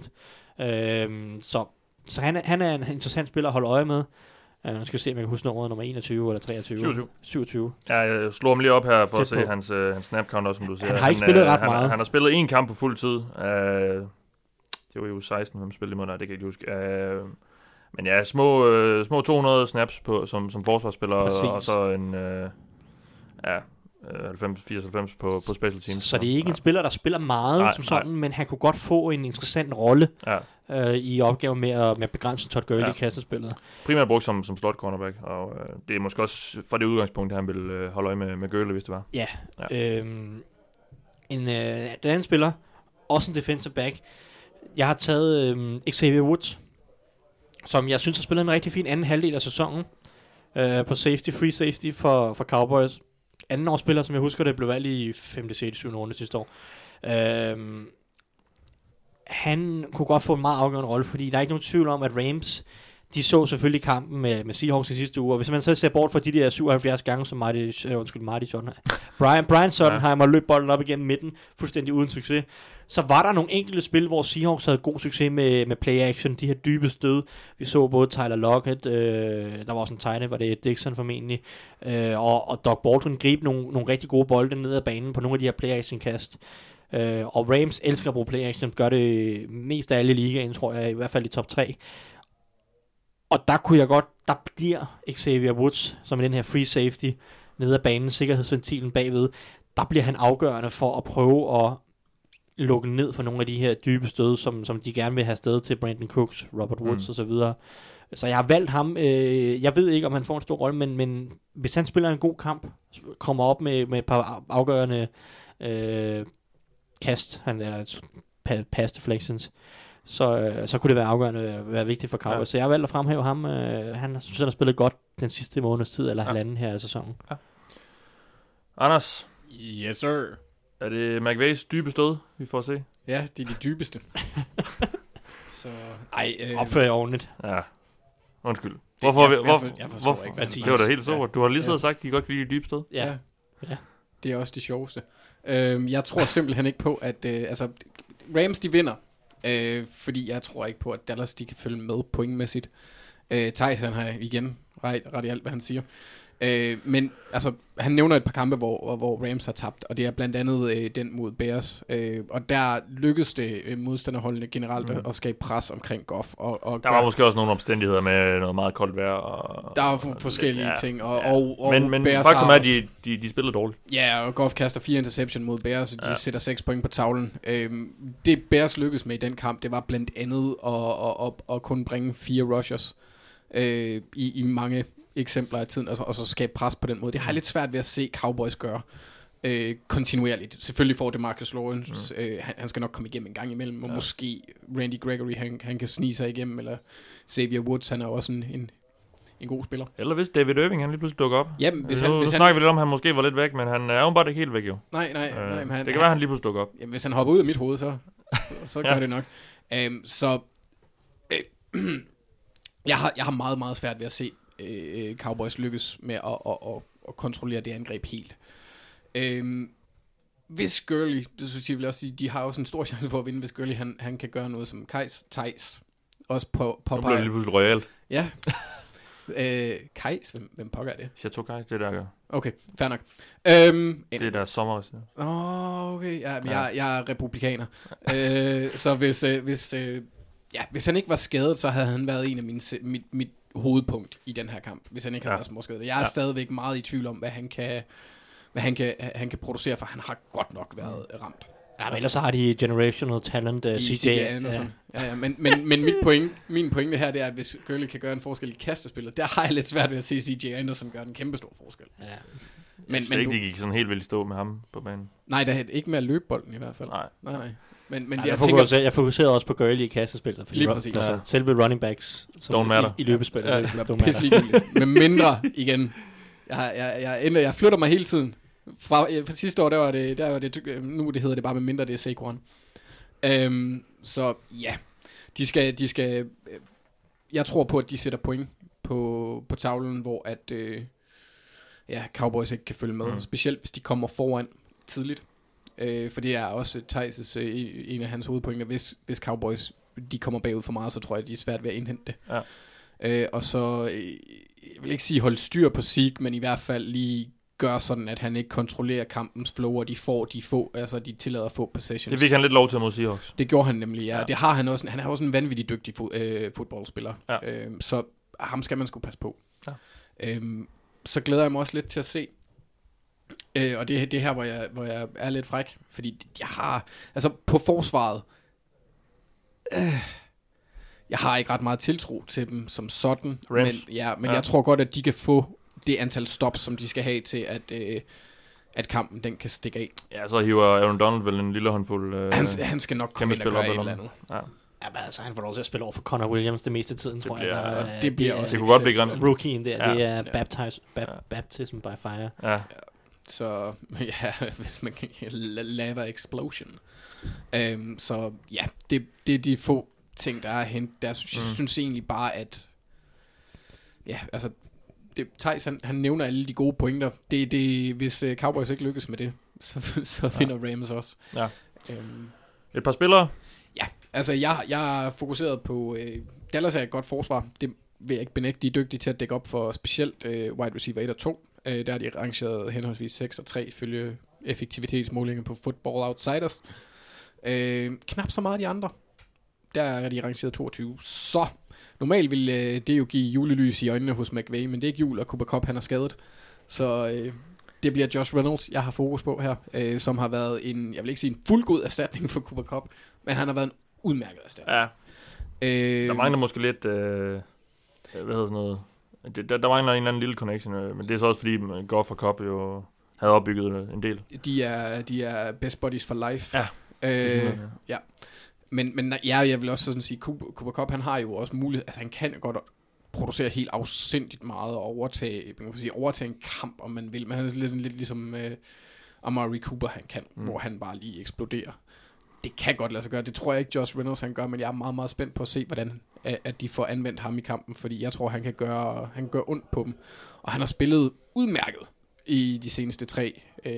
[SPEAKER 6] Så han er en interessant spiller at holde øje med. Nu skal jeg se, om jeg kan huske nummeret, nummer 21 eller 23. 27.
[SPEAKER 5] Ja, jeg slår ham lige op her for at se hans snap count også, som du siger.
[SPEAKER 6] Han har ikke spillet ret meget.
[SPEAKER 5] Han har spillet 1 kamp på fuld tid. Det var jo 16, hvem spillede imod, det kan jeg ikke huske. Men ja, små 200 snaps som forsvarsspiller, og så en 94 på special teams.
[SPEAKER 6] Så det er ikke en spiller, der spiller meget sådan, men han kunne godt få en interessant rolle i opgaven med at begrænse Todd Gurley i kastespillet.
[SPEAKER 5] Primært brugt som slot cornerback, og det er måske også fra det udgangspunkt, at han vil holde øje med Gurley, hvis det var.
[SPEAKER 6] Ja. Den anden spiller, også en defensive back. Jeg har taget Xavier Woods, som jeg synes har spillet en rigtig fin anden halvdel af sæsonen på free safety for Cowboys. Anden årsspiller, som jeg husker det, blev valgt i 5., 6., 7. runde sidste år. Han kunne godt få en meget afgørende rolle, fordi der er ikke nogen tvivl om, at Rams, de så selvfølgelig kampen med Seahawks i sidste uge, og hvis man så ser bort fra de der 77 gange, som Brian Schottenheimer løb bolden op igennem midten, fuldstændig uden succes, så var der nogle enkelte spil, hvor Seahawks havde god succes med play action, de her dybe stød. Vi så både Tyler Lockett, der var også en tegne, var det Dixon formentlig, og Doug Baldwin gribe nogle rigtig gode bolde ned ad banen på nogle af de her play action kast. Og Rams elsker at bruge play action, gør det mest af alle i ligaen, tror jeg, i hvert fald i top 3. Og der kunne jeg godt, der bliver Xavier Woods, som er den her free safety, nede ad banen, sikkerhedsventilen bagved, der bliver han afgørende for at prøve at lukke ned for nogle af de her dybe stød, som de gerne vil have sted til Brandon Cooks, Robert Woods og så videre. Så jeg har valgt ham. Jeg ved ikke, om han får en stor rolle, men hvis han spiller en god kamp, kommer op med et par afgørende kast, han er pass deflections, så kunne det være afgørende, være vigtigt for Cowboys. Så jeg har valgt at fremhæve ham. Han synes, han har spillet godt den sidste måneds tid, eller halvanden her i sæsonen. Ja.
[SPEAKER 5] Anders?
[SPEAKER 7] Yes, sir.
[SPEAKER 5] Er det McVays dybe stød, vi får se?
[SPEAKER 7] Ja, det er de dybeste. Så,
[SPEAKER 6] opfører jeg ordentligt.
[SPEAKER 5] Ja. Undskyld.
[SPEAKER 7] Jeg forstår ikke, hvad
[SPEAKER 5] det var da helt så. Du har lige siddet og sagt, at de godt kan lide dybe stød.
[SPEAKER 7] Ja. Det er også det sjoveste. Jeg tror simpelthen ikke på, at Rams de vinder. Fordi jeg tror ikke på, at Dallas de kan følge med pointmæssigt. Theis han har igen ret i alt, hvad han siger. Men altså, han nævner et par kampe, hvor Rams har tabt, og det er blandt andet den mod Bears. Og der lykkedes det modstanderholdene generelt at skabe pres omkring Goff. Og
[SPEAKER 5] der var måske også nogle omstændigheder med noget meget koldt vejr. Og,
[SPEAKER 7] der var forskellige ting.
[SPEAKER 5] Men
[SPEAKER 7] Bears
[SPEAKER 5] faktum er, at de spillede dårligt.
[SPEAKER 7] Ja, og Goff kaster 4 interception mod Bears, og de sætter 6 point på tavlen. Det Bears lykkedes med i den kamp, det var blandt andet at kun bringe 4 rushers i mange eksempler af tiden, og så skabe pres på den måde. Det har jeg lidt svært ved at se Cowboys gøre kontinuerligt. Selvfølgelig får det Marcus Lawrence. Han skal nok komme igennem en gang imellem, og måske Randy Gregory, han kan snige sig igennem, eller Xavier Woods, han er også en god spiller.
[SPEAKER 5] Eller hvis David Irving, han lige pludselig dukker op.
[SPEAKER 7] Ja,
[SPEAKER 5] hvis nu snakker vi lidt om, han måske var lidt væk, men han er jo bare ikke helt væk, jo.
[SPEAKER 7] Nej,
[SPEAKER 5] det kan være, han lige pludselig dukker op.
[SPEAKER 7] Jamen, hvis han hopper ud af mit hoved, så gør det nok. Jeg har meget, meget svært ved at se Cowboys lykkes med at kontrollere det angreb helt. Hvis Gurley, det synes jeg vil også sige, de har også en stor chance for at vinde, hvis Gurley han kan gøre noget som Theis også på
[SPEAKER 5] nu bliver det lige pludselig royalt.
[SPEAKER 7] Ja. Kajs, hvem pokker er det?
[SPEAKER 5] Chateau Kajs, det der gør.
[SPEAKER 7] Okay, fair nok.
[SPEAKER 5] Det er der sommer.
[SPEAKER 7] Okay, jeg er republikaner. Så hvis han ikke var skadet, så havde han været en af mit hovedpunkt i den her kamp, hvis han ikke havde været småskadet. Jeg er stadigvæk meget i tvivl om, hvad han kan producere, for han har godt nok været ramt.
[SPEAKER 6] Ja, men ellers så har de generational talent, CJ
[SPEAKER 7] Anderson. Ja, men min pointe her, det er, at hvis Gurley kan gøre en forskel i kastespillet, der har jeg lidt svært ved at se CJ Anderson gøre en kæmpe stor forskel. Ja.
[SPEAKER 5] Men ikke, de gik sådan helt vildt stå med ham på banen.
[SPEAKER 7] Nej, der er ikke med at løbe bolden i hvert fald. Nej. Men
[SPEAKER 6] jeg fokuserede også på Gurley i kastespillet, fordi
[SPEAKER 7] lige præcis.
[SPEAKER 6] Selve running backs
[SPEAKER 5] som
[SPEAKER 6] i løbespillet.
[SPEAKER 7] Med mindre igen. Jeg flytter mig hele tiden. Fra sidste år, der var det nu det hedder det bare med mindre, det er Saquon. Så ja, de skal jeg tror på, at de sætter point på tavlen, hvor at Cowboys ikke kan følge med, specielt hvis de kommer foran tidligt. For det er også Theis' en af hans hovedpointer. Hvis Cowboys de kommer bagud for meget, så tror jeg, de er svært ved at indhente det. Ja. Og så jeg vil ikke sige holde styr på Zeke, men i hvert fald lige gør sådan, at han ikke kontrollerer kampens flow, og de tillader få possessions.
[SPEAKER 5] Det fik han lidt lov til mod Seahawks.
[SPEAKER 7] Det gjorde han nemlig, ja. Det har han også. Han er også en vanvittig dygtig fodboldspiller. Ja. Så ham skal man sgu passe på. Ja. Så glæder jeg mig også lidt til at se. Og det er her, hvor jeg er lidt fræk, fordi jeg har, altså på forsvaret, jeg har ikke ret meget tiltro til dem som sådan, men jeg tror godt, at de kan få det antal stops, som de skal have til, at kampen den kan stikke af. Ja,
[SPEAKER 5] så hiver Aaron Donald vel en lille håndfuld.
[SPEAKER 7] Han skal nok komme ind og gøre et eller andet.
[SPEAKER 6] Ja. Ja, men altså, han får lov til at spille over for Connor Williams det meste af tiden, tror jeg.
[SPEAKER 7] Det bliver også.
[SPEAKER 5] Det kunne godt blive grimt.
[SPEAKER 6] Rookien der, det er baptism by fire.
[SPEAKER 5] Ja.
[SPEAKER 7] Så ja, hvis man kan lave explosion. Så ja, det er de få ting, der er hent. Jeg synes egentlig bare, at ja, altså Theis, han nævner alle de gode pointer. Hvis Cowboys ikke lykkes med det, så finder Rams også. Ja.
[SPEAKER 5] Et par spillere?
[SPEAKER 7] Ja, altså jeg er fokuseret på Dallas er et godt forsvar. Det vil jeg ikke benægte. De er dygtige til at dække op for specielt wide receiver 1 og 2. Der er de rangeret henholdsvis 6 og 3 ifølge effektivitetsmålinger på Football Outsiders. Knap så meget de andre. Der er de rangeret 22. Så normalt vil det jo give julelys i øjnene hos McVay, men det er ikke jul, og Cooper Kupp han er skadet. Så Det bliver Josh Reynolds, jeg har fokus på her, som har været en, jeg vil ikke sige en fuldgod erstatning for Cooper Kupp, men han har været en udmærket erstatning.
[SPEAKER 5] Ja. Der mangler måske lidt, hvad hedder sådan noget, der mangler en eller anden lille connection, men det er så også fordi Goff og Kupp jo havde opbygget en del.
[SPEAKER 7] De er best buddies for life.
[SPEAKER 5] Ja.
[SPEAKER 7] Ja. Men jeg vil også sådan sige, Cooper Kupp, han har jo også mulighed, altså han kan godt producere helt afsindigt meget og overtage en kamp, om man vil, men han er lidt ligesom Amari Cooper, han kan, hvor han bare lige eksploderer. Det kan godt lade sig gøre. Det tror jeg ikke, Josh Reynolds han gør, men jeg er meget, meget spændt på at se, hvordan at de får anvendt ham i kampen, fordi jeg tror, han kan gøre ondt på dem. Og han har spillet udmærket i de seneste 3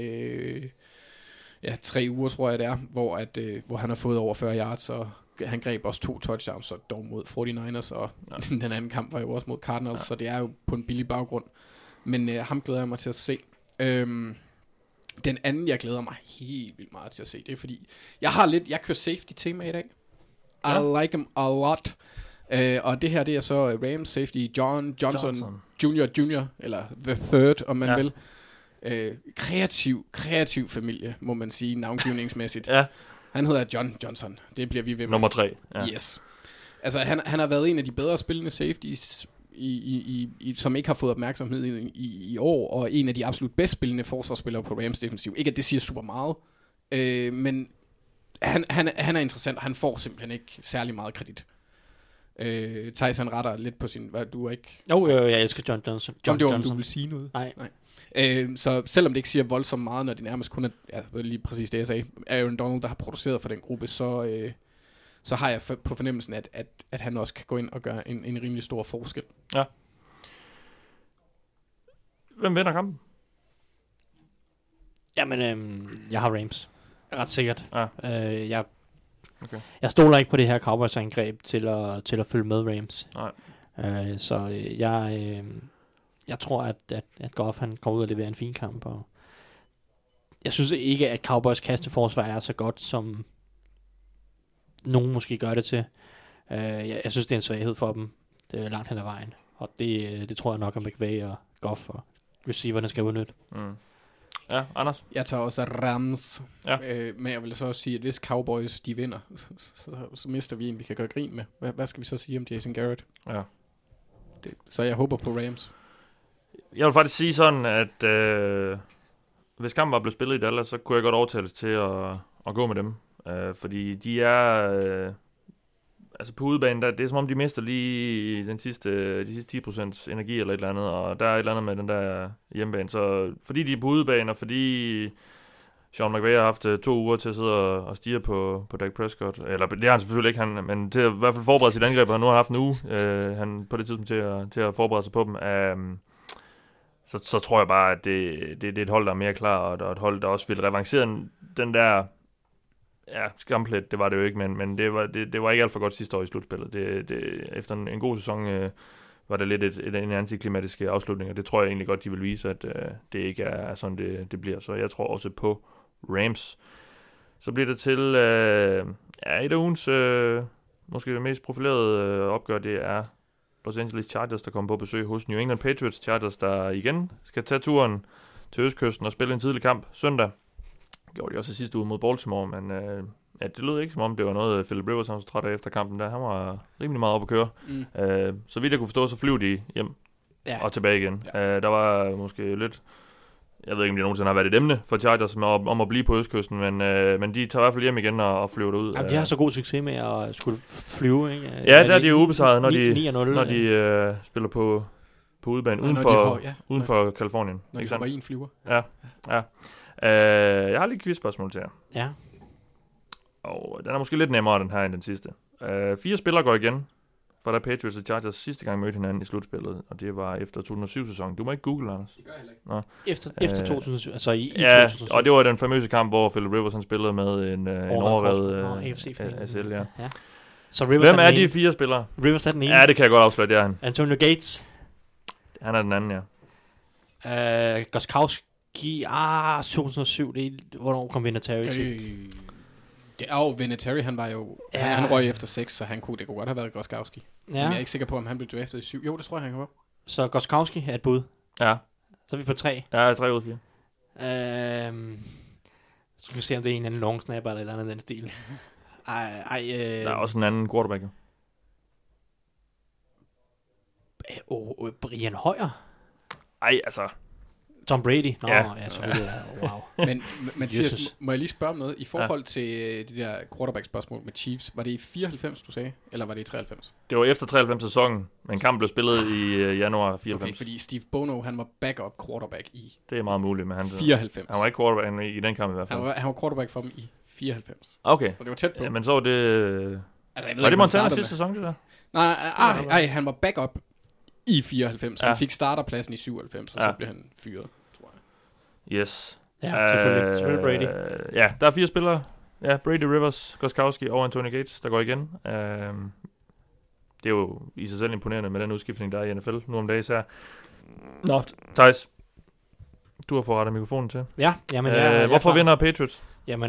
[SPEAKER 7] uger, tror jeg det er, hvor han har fået over 40 yards, og han greb også 2 touchdowns, så dog mod 49ers, og den anden kamp var jo også mod Cardinals, så det er jo på en billig baggrund. Men ham glæder jeg mig til at se. Den anden, jeg glæder mig helt vildt meget til at se, det er fordi, jeg kører safety-tema i dag. I like him a lot. Og det her, det er så Rams safety John Johnson. Jr., eller the third, om man vil. Kreativ familie, må man sige, navngivningsmæssigt.
[SPEAKER 5] Ja.
[SPEAKER 7] Han hedder John Johnson. Det bliver vi ved med.
[SPEAKER 5] Nummer 3. Ja.
[SPEAKER 7] Yes. Altså, han har været en af de bedre spillende safeties, som ikke har fået opmærksomhed i år, og en af de absolut bedst spillende forsvarsspillere på Rams defensiv. Ikke at det siger super meget, men han er interessant, og han får simpelthen ikke særlig meget kredit. Thijs, han retter lidt på sin... Du er ikke...
[SPEAKER 6] Jo, jeg elsker John Johnson.
[SPEAKER 7] John Johnson. Du vil sige noget?
[SPEAKER 6] Nej.
[SPEAKER 7] Så selvom det ikke siger voldsomt meget, når det nærmest kun er lige præcis det, jeg sagde, Aaron Donald, der har produceret for den gruppe, så har jeg på fornemmelsen, at han også kan gå ind og gøre en rimelig stor forskel.
[SPEAKER 5] Ja. Hvem vinder kampen?
[SPEAKER 6] Jamen, jeg har Rams. Ret sikkert.
[SPEAKER 5] Ja.
[SPEAKER 6] Jeg stoler ikke på det her Cowboys-angreb til at følge med Rams.
[SPEAKER 5] Nej.
[SPEAKER 6] Så jeg tror, at Goff han går ud og leverer en fin kamp. Og jeg synes ikke, at Cowboys kasteforsvar er så godt, som nogen måske gør det til. Jeg synes, det er en svaghed for dem. Det er langt hen ad vejen. Og det tror jeg nok, at McVay og Goff og receiverne skal udnytte.
[SPEAKER 5] Ja, Anders?
[SPEAKER 7] Jeg tager også Rams.
[SPEAKER 5] Ja.
[SPEAKER 7] Men jeg vil så også sige, at hvis Cowboys de vinder, så mister vi en, vi kan gøre grin med. Hvad skal vi så sige om Jason Garrett?
[SPEAKER 5] Ja.
[SPEAKER 7] Så jeg håber på Rams.
[SPEAKER 5] Jeg vil faktisk sige sådan, at hvis kampen var blevet spillet i Dallas, så kunne jeg godt overtales til at gå med dem. Fordi de er... altså på udebanen, det er som om de mister lige de sidste 10% energi eller et eller andet, og der er et eller andet med den der hjemmebane. Så fordi de er på udebane, og fordi Sean McVay har haft 2 uger til at sidde og stirre på Dak Prescott, eller det har han selvfølgelig ikke, men til at i hvert fald forberede sit angreb, og nu har han haft en uge han på det tidspunkt til at forberede sig på dem. Så tror jeg bare, at det er et hold, der er mere klar, og et hold, der også vil revancere den der... Ja, skamplet, det var det jo ikke, men det var ikke alt for godt sidste år i slutspillet. Efter en god sæson var det lidt en antiklimatisk afslutning, og det tror jeg egentlig godt, de vil vise, at det ikke er sådan, det bliver. Så jeg tror også på Rams. Så bliver det til et af ugens måske mest profilerede opgør, det er Los Angeles Chargers, der kommer på besøg hos New England Patriots. Chargers, der igen skal tage turen til Østkysten og spille en tidlig kamp søndag. Gjorde de også sidste uge mod Baltimore, men det lød ikke som om, det var noget, Philip Rivers var så træt af efter kampen. Han var rimelig meget op at køre. Så vidt jeg kunne forstå, så flyv de hjem og tilbage igen. Ja. Der var måske lidt... Jeg ved ikke, om de nogensinde har været et emne for Chargers om at blive på Østkysten, men de tager i hvert fald hjem igen og flyver derud.
[SPEAKER 6] Jamen, de har så god succes med at skulle flyve, ikke?
[SPEAKER 5] Ja, der er de jo ubesejret, når de spiller på udebane uden for Kalifornien.
[SPEAKER 7] Når de kommer i en flyver.
[SPEAKER 5] Ja. Jeg har lige et quizspørgsmål til jer.
[SPEAKER 6] Ja.
[SPEAKER 5] Og den er måske lidt nemmere den her end den sidste. 4 spillere går igen, for da Patriots og Chargers sidste gang mødte hinanden i slutspillet, og det var efter 2007-sæsonen. Du må ikke google, Anders.
[SPEAKER 7] Det gør jeg heller ikke.
[SPEAKER 6] Efter 2007, altså i 2007.
[SPEAKER 5] Og det var den famøse kamp, hvor Philip Rivers han spillede med en overrevet ACL, ja. Så Rivers hvem er de 4 spillere?
[SPEAKER 6] Rivers er den ene.
[SPEAKER 5] Ja, det kan jeg godt afsløre, det er han.
[SPEAKER 6] Antonio Gates.
[SPEAKER 5] Han er den anden,
[SPEAKER 6] ja. Gostkowski. 2007, hvornår kom Vinatieri til?
[SPEAKER 7] Det er jo Vinatieri, han var jo... Ja. Han røg efter 6, så det kunne godt have været Gostkowski. Ja. Men jeg er ikke sikker på, om han blev draftet i 7. Jo, det tror jeg, han kan være.
[SPEAKER 6] Så Gostkowski er et bud?
[SPEAKER 5] Ja.
[SPEAKER 6] Så er vi på 3?
[SPEAKER 5] Ja, 3 ud af 4.
[SPEAKER 6] Så skal vi se, om det er en anden long snapper eller et eller andet den stil.
[SPEAKER 5] Der er også en anden quarterback.
[SPEAKER 6] Brian Hoyer?
[SPEAKER 5] Ej, altså...
[SPEAKER 6] Tom Brady? Nå,
[SPEAKER 5] Ja.
[SPEAKER 6] ja selvfølgelig. Wow.
[SPEAKER 7] Men Mathias,
[SPEAKER 6] Jesus.
[SPEAKER 7] må jeg lige spørge om noget? I forhold til de der quarterback-spørgsmål med Chiefs, var det i 94, du sagde? Eller var det i 93?
[SPEAKER 5] Det var efter 93-sæsonen, men kampen blev spillet i januar 94.
[SPEAKER 7] Okay, fordi Steve Bono, han var backup quarterback i
[SPEAKER 5] Det er meget muligt, men han
[SPEAKER 7] 94.
[SPEAKER 5] var ikke quarterback i den kamp i hvert fald.
[SPEAKER 7] Han var quarterback for dem i 94.
[SPEAKER 5] Okay.
[SPEAKER 7] Så det var tæt på.
[SPEAKER 5] Ja, men så var det...
[SPEAKER 7] Altså, jeg ved
[SPEAKER 5] Var
[SPEAKER 7] ikke,
[SPEAKER 5] det
[SPEAKER 7] om han
[SPEAKER 5] Montana
[SPEAKER 7] startede
[SPEAKER 5] sidste sæson, det der?
[SPEAKER 7] Nej, han var backup i 94.
[SPEAKER 5] Ja.
[SPEAKER 7] Han fik starterpladsen i 97, og så blev han fyret, tror jeg.
[SPEAKER 5] Yes.
[SPEAKER 6] Ja, selvfølgelig Brady.
[SPEAKER 5] Ja, der er 4 spillere. Ja, Brady, Rivers, Gostkowski og Antonio Gates, der går igen. Det er jo i sig selv imponerende med den udskiftning, der er i NFL nu om dagen især. Nå, Thijs, du har fået rettet mikrofonen til.
[SPEAKER 6] Ja, jamen...
[SPEAKER 5] Hvorfor vinder Patriots?
[SPEAKER 6] Jamen,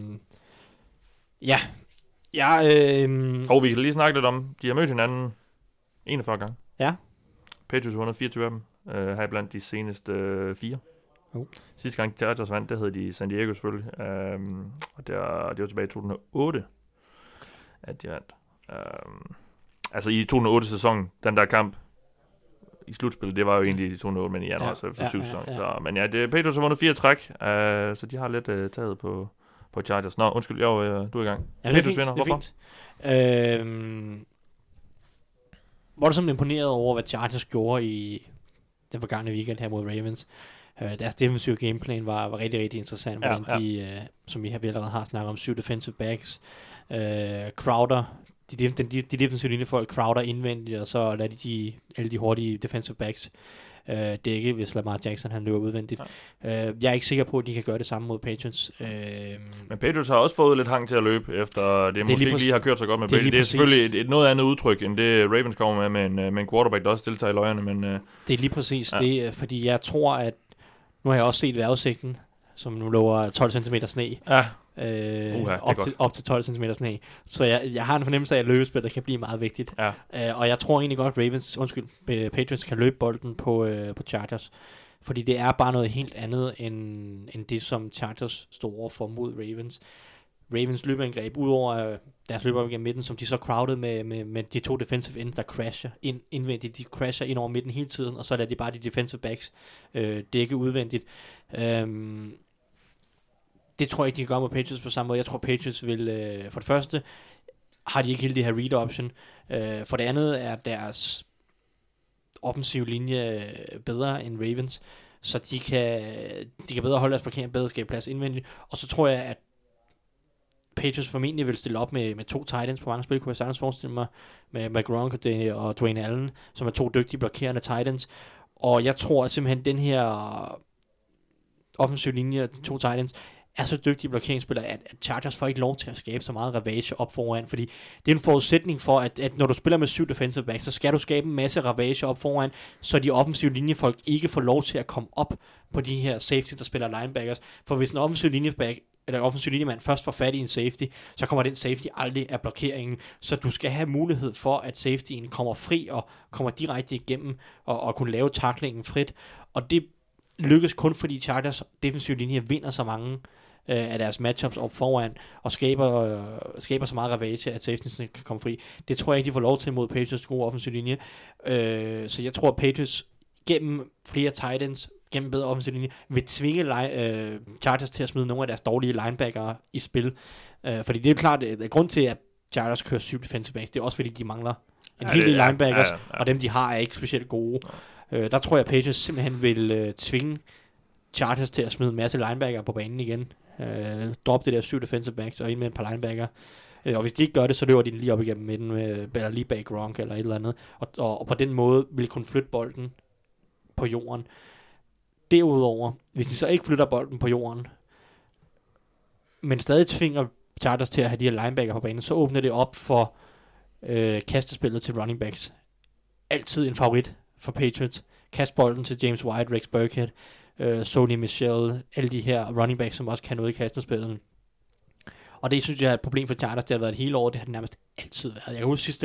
[SPEAKER 5] Og vi kan lige snakke lidt om, de har mødt hinanden 41 gange.
[SPEAKER 6] Ja.
[SPEAKER 5] Patriots har vundet 24 af dem, her blandt de seneste 4. Sidste gang Chargers vandt, der hed de San Diego selvfølgelig, og det var tilbage i 2008, at de vandt. Altså i 2008-sæsonen, den der kamp i slutspillet, det var jo egentlig i 2008, men i januar, så for 7 sæsoner. Så, men ja, Patriots har vundet 4 træk, så de har lidt taget på Chargers. Nå, undskyld, du er i gang.
[SPEAKER 6] Ja,
[SPEAKER 5] Patriots vinder, hvorfor?
[SPEAKER 6] Var du simpelthen imponeret over, hvad Chargers gjorde i den forgangne weekend her mod Ravens? Deres defensive gameplan var rigtig, rigtig interessant, hvordan de, som vi allerede har snakket om, 7 defensive backs, Crowder, de defensive linjefolk Crowder indvendigt, og så lader de alle de hurtige defensive backs dække, hvis Lamar Jackson han løber udvendigt. Jeg er ikke sikker på, at de kan gøre det samme mod Patriots.
[SPEAKER 5] Men Patriots har også fået lidt hang til at løbe, efter det måske ikke lige har kørt så godt med Brady. Det er selvfølgelig et noget andet udtryk, end det Ravens kommer med en quarterback, der også deltager i løjerne. Men,
[SPEAKER 6] det er lige præcis det, fordi jeg tror, at nu har jeg også set vejrudsigten, som nu lover 12 cm sne.
[SPEAKER 5] Ja.
[SPEAKER 6] Op til 12 cm sne. Så jeg har en fornemmelse af, at løbespillet kan blive meget vigtigt.
[SPEAKER 5] Ja.
[SPEAKER 6] Og jeg tror egentlig godt, at Patriots kan løbe bolden på Chargers. Fordi det er bare noget helt andet, end det, som Chargers står over for mod Ravens. Ravens løbeangreb, udover deres løber gennem midten, som de så crowded med de 2 defensive ends, der crasher indvendigt. De crasher ind over midten hele tiden, og så lader de bare de defensive backs dække udvendigt. Det tror jeg ikke, de kan gøre med Patriots på samme måde. Jeg tror, Patriots vil... for det første har de ikke hele det her read option. For det andet er deres offensive linje bedre end Ravens, så de kan bedre holde deres parkering, bedre skabe plads indvendigt. Og så tror jeg, at Patriots formentlig vil stille op med 2 tight ends på mange spil, kunne jeg sagtens forestille mig, med Gronk og Dwayne Allen, som er 2 dygtige blokerende tight ends. Og jeg tror at simpelthen, den her offensive linje, 2 tight ends, er så dygtige blokeringsspillere, at Chargers får ikke lov til at skabe så meget ravage op foran, fordi det er en forudsætning for, at når du spiller med 7 defensive backs, så skal du skabe en masse ravage op foran, så de offensive linjefolk ikke får lov til at komme op på de her safety, der spiller linebackers. For hvis en offensive linjeback eller offensive linjemand først får fat i en safety, så kommer den safety aldrig af blokeringen. Så du skal have mulighed for, at safetyen kommer fri og kommer direkte igennem og kunne lave tacklingen frit. Og det lykkes kun, fordi Chargers defensive linje vinder så mange af deres matchups op foran og skaber så meget ravage, at safetyen kan komme fri. Det tror jeg ikke, de får lov til mod Patriots gode offensive linje. Så jeg tror, at Patriots gennem flere tight ends, gennem bedre offensiv linje, vil tvinge Chargers til at smide nogle af deres dårlige linebackere i spil. Fordi det er jo klart, at grund til, at Chargers kører 7 defensive backs, det er også fordi, de mangler en hel del linebackers, og dem, de har, er ikke specielt gode. Der tror jeg, at Patriots simpelthen vil tvinge Chargers til at smide en masse linebackere på banen igen. Drop det der 7 defensive backs og ind med et par linebackere. Og hvis de ikke gør det, så løber de lige op igennem midten, eller lige bag Gronk eller et eller andet. Og på den måde vil kunne flytte bolden på jorden. Derudover, hvis de så ikke flytter bolden på jorden, men stadig tvinger Chargers til at have de her linebacker på banen, så åbner det op for kastespillet til running backs. Altid en favorit for Patriots. Kast bolden til James White, Rex Burkhead, Sony Michel, alle de her running backs, som også kan noget i kastespillet. Og det synes jeg er et problem for Chargers. Det har været et hele år, det har det nærmest altid været. Jeg kan huske sidste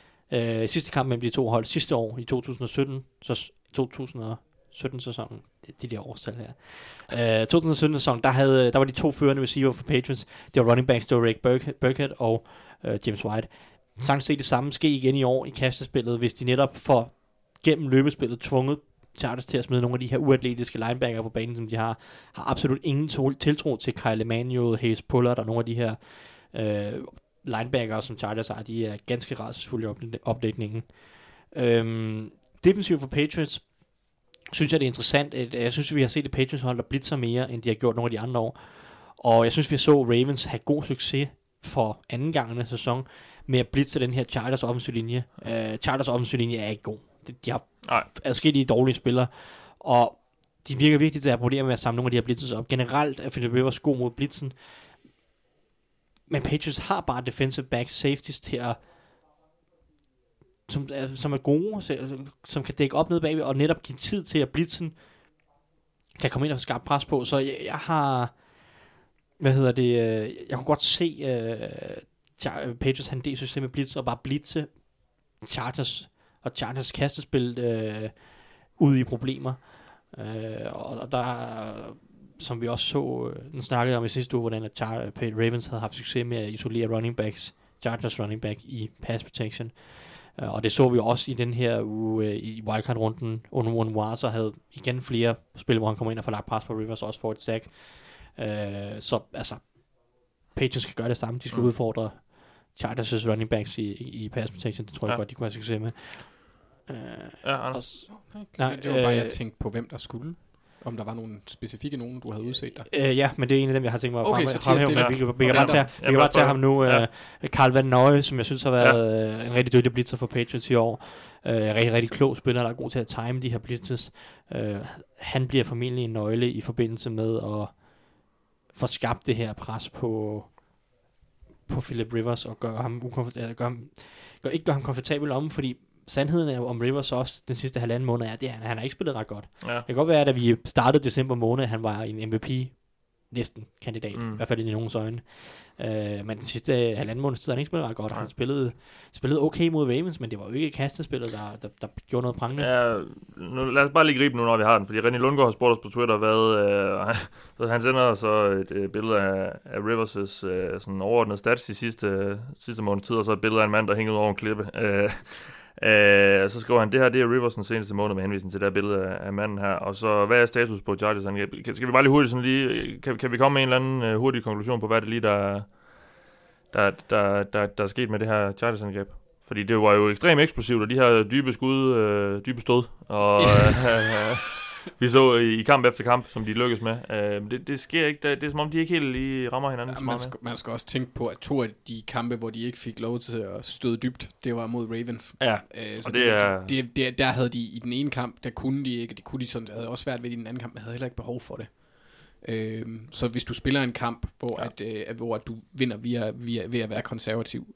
[SPEAKER 6] kamp mellem de 2 hold sidste år i 2017 sæsonen. de der årstal her. 2017-sæson, der var de 2 førende receiver for Patriots. Det var running backs, det var Rick Burkhead og James White. Sagtens se det samme ske igen i år i kastespillet, hvis de netop får gennem løbespillet tvunget Chargers til at smide nogle af de her uatletiske linebacker på banen, som de har absolut ingen tiltro til. Kyle Emanuel, Hayes Pullard og nogle af de her linebacker, som Chargers har, de er ganske rædselsfulde i opdækningen. Defensivt for Patriots, synes jeg det er interessant. Jeg synes, vi har set, at Patriots hold der blitzer mere, end de har gjort nogle af de andre år. Og jeg synes, vi så Ravens have god succes for anden gang af sæson med at blitze den her Chargers offensive linje. Chargers offensive linje er ikke god. De har adskillige dårlige spillere, og de virker virkelig til at have problemer med at samle nogle af de her blitzes op. Generelt er Philip Rivers god mod blitzen, men Patriots har bare defensive back safeties til at som er gode, som kan dække op ned bagved, og netop give tid til at blitzen kan komme ind og få skarpt pres på. Så jeg har jeg kunne godt se Patriots have en del system med blitz, og bare blitze Chargers kastespil ude i problemer. Og der, som vi også så, nu snakkede om i sidste uge, hvordan Ravens havde haft succes med at isolere running backs, Chargers running back i pass protection. Og det så vi også i den her uge i wildcard-runden. Onwuazu så havde igen flere spil, hvor han kommer ind og får lagt pres på Rivers, også får et sack. Så altså, Patriots skal gøre det samme. De skal udfordre Chargers running backs i pass protection. Det tror jeg godt, de kunne have succes med.
[SPEAKER 7] Det var bare, jeg tænkte på, hvem der skulle. Om der var nogle specifikke nogen, du havde udset der.
[SPEAKER 6] Ja, men det er en af dem, jeg har tænkt mig at fremhæve. Vi kan bare tage ham nu. Carl Van Noy, som jeg synes har været en rigtig dygtig blitzer for Patriots i år. Rigtig, rigtig klog spiller, der er god til at time de her blitzes. Han bliver formentlig en nøgle i forbindelse med at få skabt det her pres på Philip Rivers og gøre ham komfortabel om, fordi sandheden er om Rivers også den sidste halvanden måned er, at han har ikke spillet ret godt. Ja. Det kan godt være, at da vi startede december måned, han var en MVP næsten kandidat, i hvert fald i nogens øjne. Men den sidste halvanden måned har han ikke spillet ret godt. Han spillede okay mod Ravens, men det var jo ikke kastespillet, der gjorde noget prangende. Ja,
[SPEAKER 5] lad os bare lige gribe nu, når vi har den, fordi René Lundgaard har spurgt os på Twitter, så han sender så et billede af Rivers' sådan overordnede stats i sidste måned tid, og så et billede af en mand, der hænger ud over en klippe. Så skriver han, det her det er Rivers' seneste måned med henvisning til det her billede af manden her. Og så, hvad er status på Chargers angreb? Skal vi bare lige hurtigt sådan lige, kan vi komme med en eller anden hurtig konklusion på, hvad det lige der er sket med det her Chargers angreb? Fordi det var jo ekstremt eksplosivt, og de her dybe stød, og vi så i kamp efter kamp, som de lykkes med. Det sker ikke. Det er som om, de ikke helt lige rammer hinanden. Ja,
[SPEAKER 7] man skal også tænke på, at 2 af de kampe, hvor de ikke fik lov til at støde dybt, det var mod Ravens. Ja, så der havde de i den ene kamp, der kunne de ikke. Det kunne de sådan, det havde også svært ved i den anden kamp, men havde heller ikke behov for det. Så hvis du spiller en kamp, hvor du vinder ved at være konservativ,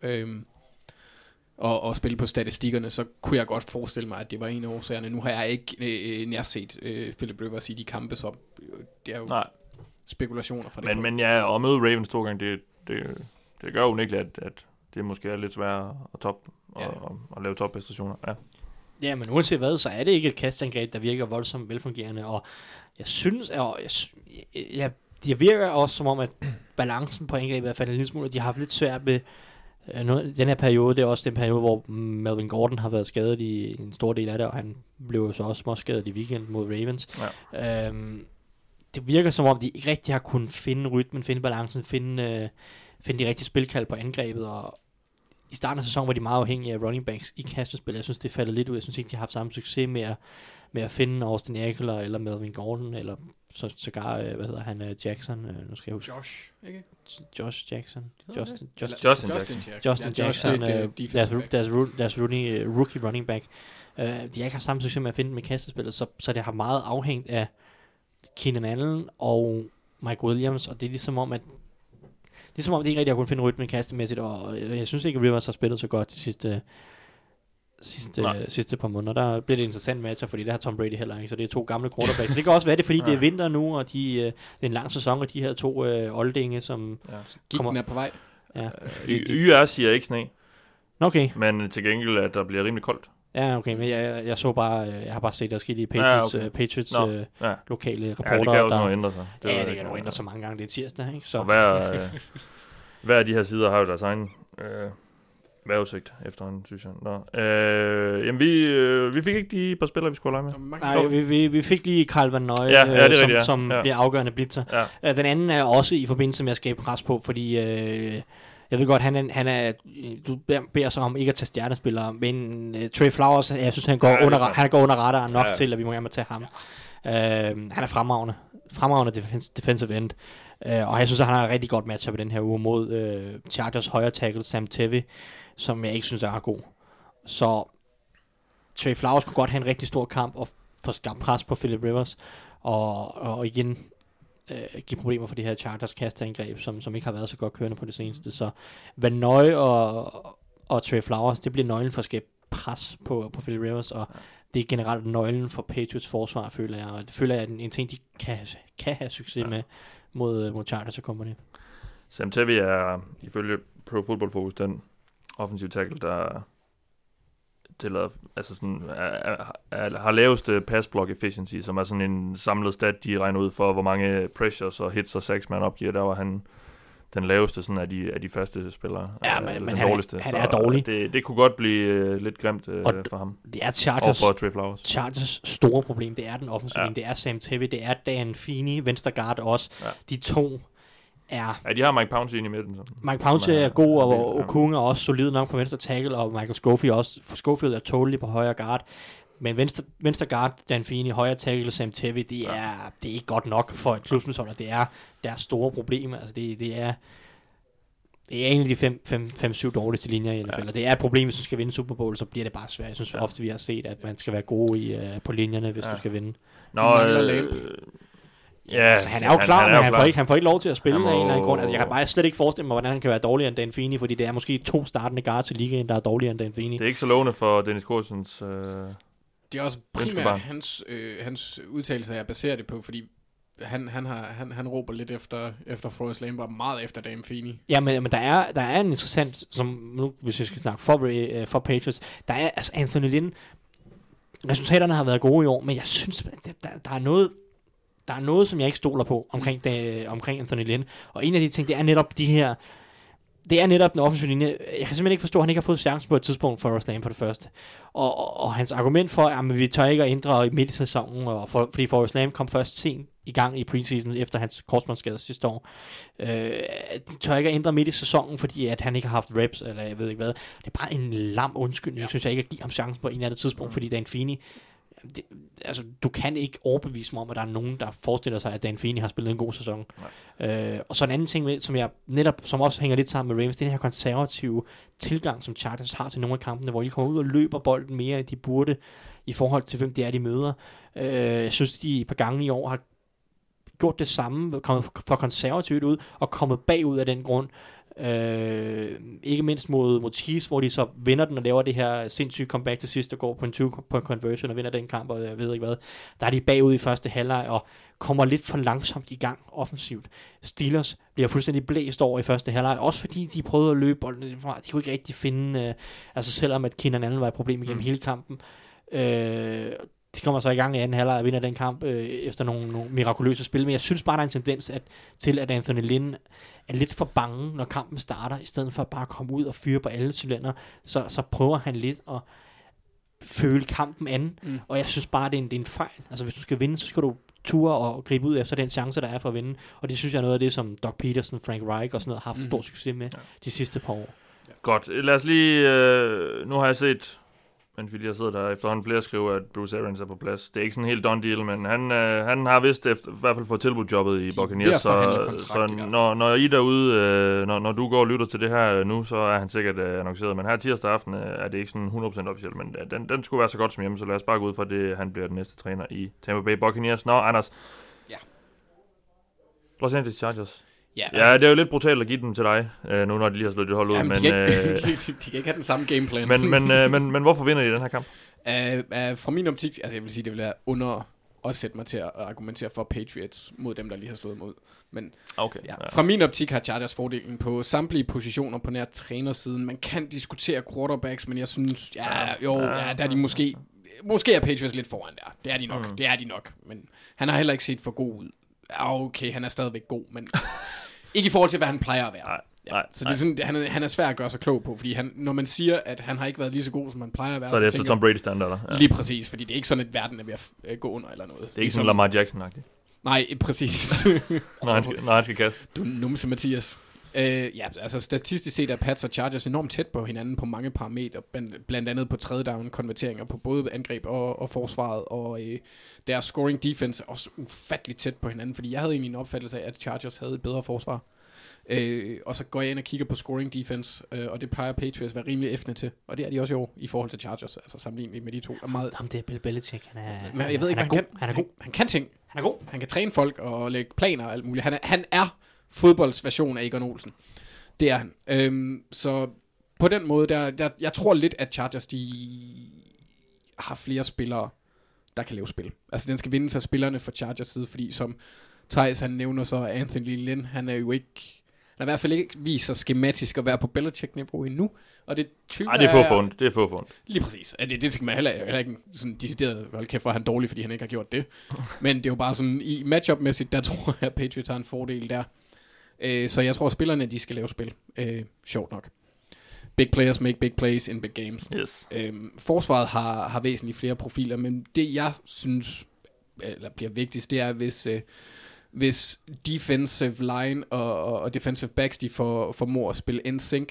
[SPEAKER 7] og spille på statistikkerne, så kunne jeg godt forestille mig, at det var en af årsagerne. Nu har jeg ikke nærset Philip Rivers i de kampe, så det er jo spekulationer fra det.
[SPEAKER 5] Men ja, at møde Ravens 2 gange, det gør jo unægteligt, at det måske er lidt svært at toppe og lave toppræstationer.
[SPEAKER 6] Ja, men uanset hvad, så er det ikke et kastangreb, der virker voldsomt velfungerende, og jeg synes, de virker også som om, at balancen på angrebet er faldet en lille smule, og de har haft lidt svært med den her periode. Det er også den periode, hvor Melvin Gordon har været skadet i en stor del af det, og han blev jo så også småskadet i weekenden mod Ravens. Ja. Det virker som om, de ikke rigtig har kunnet finde rytmen, finde balancen, finde de rigtige spilkald på angrebet, og i starten af sæsonen var de meget afhængige af running backs i kastespil. Jeg synes, det faldet lidt ud. Jeg synes ikke, de har haft samme succes med at finde Austin Ekeler eller Melvin Gordon, eller sågar, hvad hedder han, Jackson, nu skal jeg huske. Josh Jackson. Justin Jackson, deres rookie running back. De har ikke haft samme succes med at finde med kastespillet, så det har meget afhængt af Keenan Allen og Mike Williams, og det er ligesom om, at de ikke rigtig har kunnet finde rytmen kastemæssigt, og jeg synes ikke, at Rivers har spillet så godt de sidste par måneder. Der bliver det interessant matcher, fordi der har Tom Brady heller ikke, så det er 2 gamle quarterbacks. Så det kan også være det, fordi det er vinter nu, og det er en lang sæson, og de her 2 oldinge, som
[SPEAKER 7] kommer... er på vej.
[SPEAKER 5] YR siger ikke sne.
[SPEAKER 6] Okay.
[SPEAKER 5] Men til gengæld, at der bliver rimelig koldt
[SPEAKER 6] Ja, okay, men jeg så bare, jeg har bare set, der skete i Patriots lokale reporter.
[SPEAKER 5] Ja, det kan også noget ændre sig.
[SPEAKER 6] Det kan jo ændre sig mange gange, det er tirsdag, ikke? Så.
[SPEAKER 5] Og hver af de her sider har jo deres egen vejrudsigt efterhånden, synes jeg. Jamen, vi fik ikke de par spillere, vi skulle lege med.
[SPEAKER 6] Nej, vi fik lige Carl Van Nøje, som bliver afgørende blitzer. Ja. Den anden er også i forbindelse med at skabe pres på, fordi jeg ved godt, han er du beder sig om ikke at tage stjernespillere, men Trey Flowers, jeg synes, han går under radaren nok til, at vi må gerne tage ham. Han er fremragende defensive end. Og jeg synes, at han har et rigtig godt matchup i den her uge mod Chargers højre tackle Sam Tevi, som jeg ikke synes er god. Så Trey Flowers kunne godt have en rigtig stor kamp og få skabt pres på Philip Rivers, og igen give problemer for det her Chargers kasteangreb, som ikke har været så godt kørende på det seneste. Så Van Nøje og Trey Flowers, det bliver nøglen for at skabe pres på Philip Rivers, og det er generelt nøglen for Patriots forsvar, føler jeg. Og det føler jeg er en ting, de kan have succes med mod Chargers og company.
[SPEAKER 5] Sam Tevi er ifølge Pro Football Focus den offensive tackle, der tillader, altså sådan, har laveste pass block efficiency, som er sådan en samlet stat, de regner ud for, hvor mange pressures og hits og sacks man opgiver. Der var han den laveste sådan af de faste spillere.
[SPEAKER 6] Ja, men han er dårlig.
[SPEAKER 5] Det kunne godt blive lidt grimt for ham.
[SPEAKER 6] Det er Chargers store problem. Det er den offensive. Ja. Det er Sam Tevi, det er Dan Feeney, venstre guard også. Ja. De to er...
[SPEAKER 5] Ja, de har Mike Pouncey inde i midten. Så.
[SPEAKER 6] Mike Pouncey er god, og Okung er også solid nok på venstre tackle, og Michael Schofield også. For Schofield er totally på højre guard. Men venstre guard, Dan Feeney, højre tackle, Sam Tevi, det er ikke godt nok for et slutspilshold. Det er deres store problem. Altså det er en af de 5-7 dårligste linjer i NFL. Det er et problem, hvis du skal vinde Super Bowl, så bliver det bare svært. Jeg synes ofte, vi har set, at man skal være god på linjerne, hvis du skal vinde. Ja, altså, han er jo klar, men han får ikke lov til at spille af en eller anden grund. Altså, jeg kan bare slet ikke forestille mig, hvordan han kan være dårligere end Dan Feeney, fordi det er måske 2 startende guards i ligaen, der er dårligere end Dan Feeney.
[SPEAKER 5] Det er ikke så lovende for Dennis Corsons
[SPEAKER 7] det er også primært hans udtalelser, jeg baserer det på, fordi han råber lidt efter Forrest Lamb, meget efter Dan Feeney. Ja, men der er en interessant, som nu, hvis vi skal snakke for Patriots, der er altså Anthony Lynn. Resultaterne har været gode i år, men jeg synes, der er noget, som jeg ikke stoler på omkring Anthony Lynn. Og en af de ting, det er netop de her... Det er netop den offensive linje. Jeg kan simpelthen ikke forstå, at han ikke har fået chancen på et tidspunkt for Forrest Lamb på det første. Og hans argument for, at vi tør ikke at ændre midt i sæsonen, fordi Forrest Lamb kom først sent i gang i preseason efter hans korsbåndsskade sidste år. De tør ikke at ændre midt i sæsonen, fordi at han ikke har haft reps, eller jeg ved ikke hvad. Det er bare en lam undskyldning, synes jeg ikke, at give ham chancen på en eller anden tidspunkt, fordi Dan Feeney... du kan ikke overbevise mig om, at der er nogen, der forestiller sig, at Dan Feeney har spillet en god sæson. Og så en anden ting, som også hænger lidt sammen med Ravens, det er den her konservative tilgang, som Chargers har til nogle af kampene, hvor de kommer ud og løber bolden mere, end de burde, i forhold til, hvem det er, de møder. Jeg synes, de et par gange i år har gjort det samme, kommet for konservativt ud, og kommet bagud af den grund. Ikke mindst mod Chiefs, hvor de så vinder den og laver det her sindssyge comeback til sidst og går på en 2-point conversion og vinder den kamp, og jeg ved ikke hvad. Der er de bagud i første halvleg og kommer lidt for langsomt i gang offensivt. Steelers bliver fuldstændig blæst over i første halvleg, også fordi de prøvede at løbe bolden. De kunne ikke rigtig finde, altså selvom at Keenan Allen var et problem igennem hele kampen. De kommer så i gang i anden halvleg og vinder den kamp efter nogle mirakuløse spil. Men jeg synes bare, der er en tendens til, at Anthony Lynn er lidt for bange, når kampen starter, i stedet for at bare komme ud og fyre på alle cylinder. Så prøver han lidt at føle kampen an. Og jeg synes bare, det er en fejl. Altså hvis du skal vinde, så skal du ture og gribe ud efter den chance, der er for at vinde. Og det synes jeg er noget af det, som Doug Peterson, Frank Reich og sådan noget har haft stor succes med de sidste par år.
[SPEAKER 5] Godt. Lad os lige... nu har jeg set... Men fordi jeg sidder der efterhånden flere skriver, at Bruce Arians er på plads. Det er ikke sådan en helt done deal, men han har vist i hvert fald fået tilbudt jobbet i Buccaneers. Så når I derude, når du går og lytter til det her nu, så er han sikkert annonceret. Men her tirsdag aften er det ikke sådan 100% officielt, men den skulle være så godt som hjemme, så lad os bare gå ud fra det, han bliver den næste træner i Tampa Bay Buccaneers. Nå, Anders. Ja. Los Angeles Chargers. Ja, det er jo lidt brutalt at give den til dig, nu når de lige har slået det hold ud.
[SPEAKER 7] Jamen,
[SPEAKER 5] men,
[SPEAKER 7] de kan ikke have den samme gameplan.
[SPEAKER 5] Men hvorfor vinder de den her kamp?
[SPEAKER 7] Fra min optik, altså jeg vil sige, det vil være også sætte mig til at argumentere for Patriots mod dem, der lige har slået mod. Men
[SPEAKER 5] Okay.
[SPEAKER 7] ja, fra min optik har Chargers fordelen på samtlige positioner på nær trænersiden. Man kan diskutere quarterbacks, men jeg synes, der er de måske er Patriots lidt foran der. Det er de nok. Men han har heller ikke set for god ud. Okay, han er stadigvæk god, men ikke i forhold til, hvad han plejer at være.
[SPEAKER 5] Nej.
[SPEAKER 7] Så det er sådan, han er svær at gøre sig klog på, fordi når man siger, at han har ikke været lige så god, som han plejer at være,
[SPEAKER 5] Så er det efter Tom Brady-standarder. Ja.
[SPEAKER 7] Lige præcis, fordi det er ikke sådan, at verden er ved at gå under eller noget.
[SPEAKER 5] Det er ikke sådan Lamar Jackson-agtigt.
[SPEAKER 7] Nej, præcis.
[SPEAKER 5] når han skal kaste.
[SPEAKER 7] Du numse Mathias. Altså statistisk set er Pats og Chargers enormt tæt på hinanden på mange parametre, blandt andet på tredje down konverteringer på både angreb og forsvaret, og deres scoring defense er også ufatteligt tæt på hinanden, fordi jeg havde egentlig en opfattelse af, at Chargers havde et bedre forsvar. Og så går jeg ind og kigger på scoring defense, og det plejer Patriots at være rimelig effende til, og det er de også i år i forhold til Chargers, altså sammenlignet med de to.
[SPEAKER 6] Jamen, det er Bill Belichick,
[SPEAKER 7] Men jeg ved ikke, hvad han kan. Han kan ting.
[SPEAKER 6] Han er god.
[SPEAKER 7] Han kan træne folk og lægge planer og alt muligt. Han er fodboldsversion af Egon Olsen. Det er han. Så på den måde, jeg tror lidt, at Chargers, de har flere spillere, der kan lave spil. Altså, den skal vinde sig spillerne fra Chargers side, fordi som Thijs, han nævner så Anthony Lynn, han er jo ikke... Han har i hvert fald ikke vist sig skematisk at være på Belichick-niveau endnu. Og det
[SPEAKER 5] er få fundet.
[SPEAKER 7] Lige præcis. Det skal man heller ikke sådan decideret holde kæft for, at han er dårlig, fordi han ikke har gjort det. Men det er jo bare sådan, i matchup-mæssigt, der tror jeg, at Patriots har en fordel der. Så jeg tror, at spillerne, de skal lave spil. Sjovt nok. Big players make big plays in big games.
[SPEAKER 5] Yes.
[SPEAKER 7] Forsvaret har væsentligt flere profiler, men det jeg synes, eller bliver vigtigst, det er, hvis defensive line og defensive backs, de formår at spille in sync,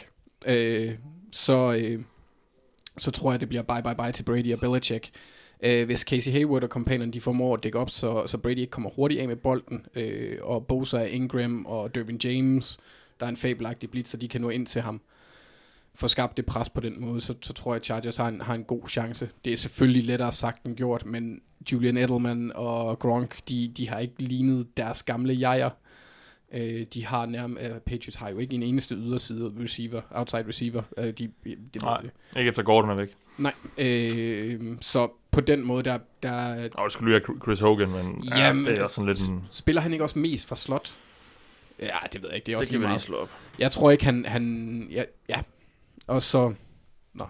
[SPEAKER 7] så tror jeg, det bliver bye til Brady og Belichick. Hvis Casey Hayward og companion, de formår at dække op, så Brady ikke kommer hurtigt af med bolden, og Bosa, Ingram og Derwin James, der er en fabelagtig blitz, så de kan nå ind til ham, få skabt det pres på den måde, så tror jeg, at Chargers har en god chance. Det er selvfølgelig lettere sagt end gjort, men Julian Edelman og Gronk, de har ikke lignet deres gamle jeger. De har Patriots har jo ikke en eneste yderside receiver, outside receiver.
[SPEAKER 5] Nej, ikke efter Gordon er væk.
[SPEAKER 7] Nej, så på den måde, der
[SPEAKER 5] det skulle lige have Chris Hogan, men
[SPEAKER 7] jamen,
[SPEAKER 5] det er også sådan lidt en...
[SPEAKER 7] Spiller han ikke også mest fra slot? Ja, det ved jeg ikke. Det er også
[SPEAKER 5] det kan vi lige slå op.
[SPEAKER 7] Jeg tror ikke, han ja. Og så... Nå.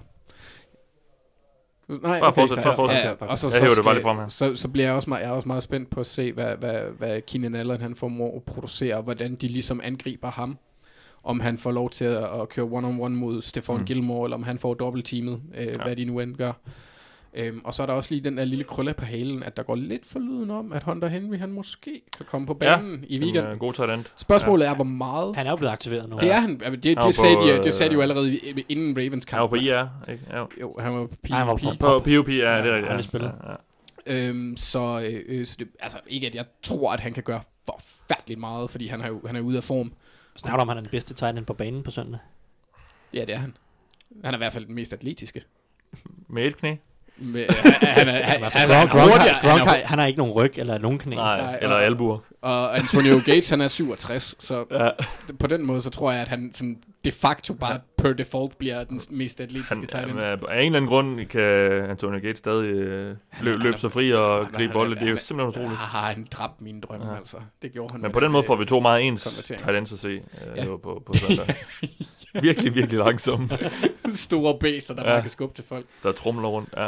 [SPEAKER 7] Nej,
[SPEAKER 5] bare fortsæt.
[SPEAKER 7] Og så,
[SPEAKER 5] jeg hæver det bare lige frem her.
[SPEAKER 7] Så bliver jeg også meget spændt på at se, hvad Keenan Allen han formår at producere, og hvordan de ligesom angriber ham. Om han får lov til at køre one-on-one mod Stephon Gilmore, eller om han får dobbeltteamet, hvad de nu end gør. Og så er der også lige den der lille krølle på halen, at der går lidt for lyden om, at Hunter Henry, han måske kan komme på banen i weekenden.
[SPEAKER 5] En god talent.
[SPEAKER 7] Spørgsmålet er, hvor meget...
[SPEAKER 6] Han er jo blevet aktiveret nu.
[SPEAKER 7] Det er han. Det sagde de jo allerede inden Ravens kamp.
[SPEAKER 5] Han var på IR, ikke?
[SPEAKER 7] Jo, han var på PUP.
[SPEAKER 6] Han var på
[SPEAKER 5] PUP, ja, det er rigtigt.
[SPEAKER 6] Han spillet.
[SPEAKER 7] Så det, altså ikke, at jeg tror, at han kan gøre forfærdeligt meget, fordi han er ude af form.
[SPEAKER 6] Snakker om, han er den bedste tight end på banen på søndag?
[SPEAKER 7] Ja, det er han. Han er i hvert fald den mest atletiske.
[SPEAKER 5] Med et knæ?
[SPEAKER 6] Han har ikke nogen ryg eller nogen knæ.
[SPEAKER 5] Nej, eller albuer.
[SPEAKER 7] Og Antonio Gates, han er 67, så på den måde, så tror jeg, at han sådan de facto bare per default bliver den mest atletiske tight end.
[SPEAKER 5] Af en eller anden grund kan Antonio Gates stadig løbe sig fri og gribe bolde. Det er jo simpelthen utroligt.
[SPEAKER 7] Han dræbt mine drømme, altså. Det gjorde han.
[SPEAKER 5] Men på den måde får vi to meget ens tight ends at se på søndag. Virkelig, virkelig langsomme.
[SPEAKER 7] Store bæster, der bare kan skubbe til folk.
[SPEAKER 5] Der trumler rundt, ja.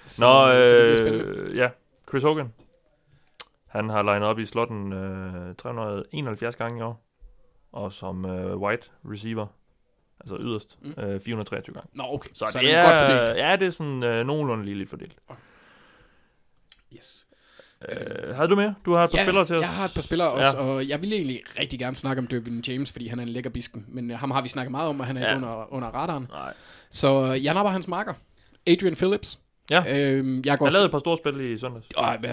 [SPEAKER 7] Så
[SPEAKER 5] Chris Hogan. Han har linet op i slotten 371 gange i år. Og som wide receiver, altså yderst, 423 gange.
[SPEAKER 7] Nå, okay.
[SPEAKER 5] Så det er godt fordelt. Ja, det er sådan nogenlunde lige fordelt. Okay.
[SPEAKER 7] Yes.
[SPEAKER 5] Havde du mere? Du har et par spillere til os.
[SPEAKER 7] Jeg har et par spillere også, og jeg ville egentlig rigtig gerne snakke om Derwin James, fordi han er en lækker bisken, men ham har vi snakket meget om, og han er under radaren. Nej. Så jeg napper hans marker. Adrian Phillips.
[SPEAKER 5] Ja, han lavede et par store spil i søndags.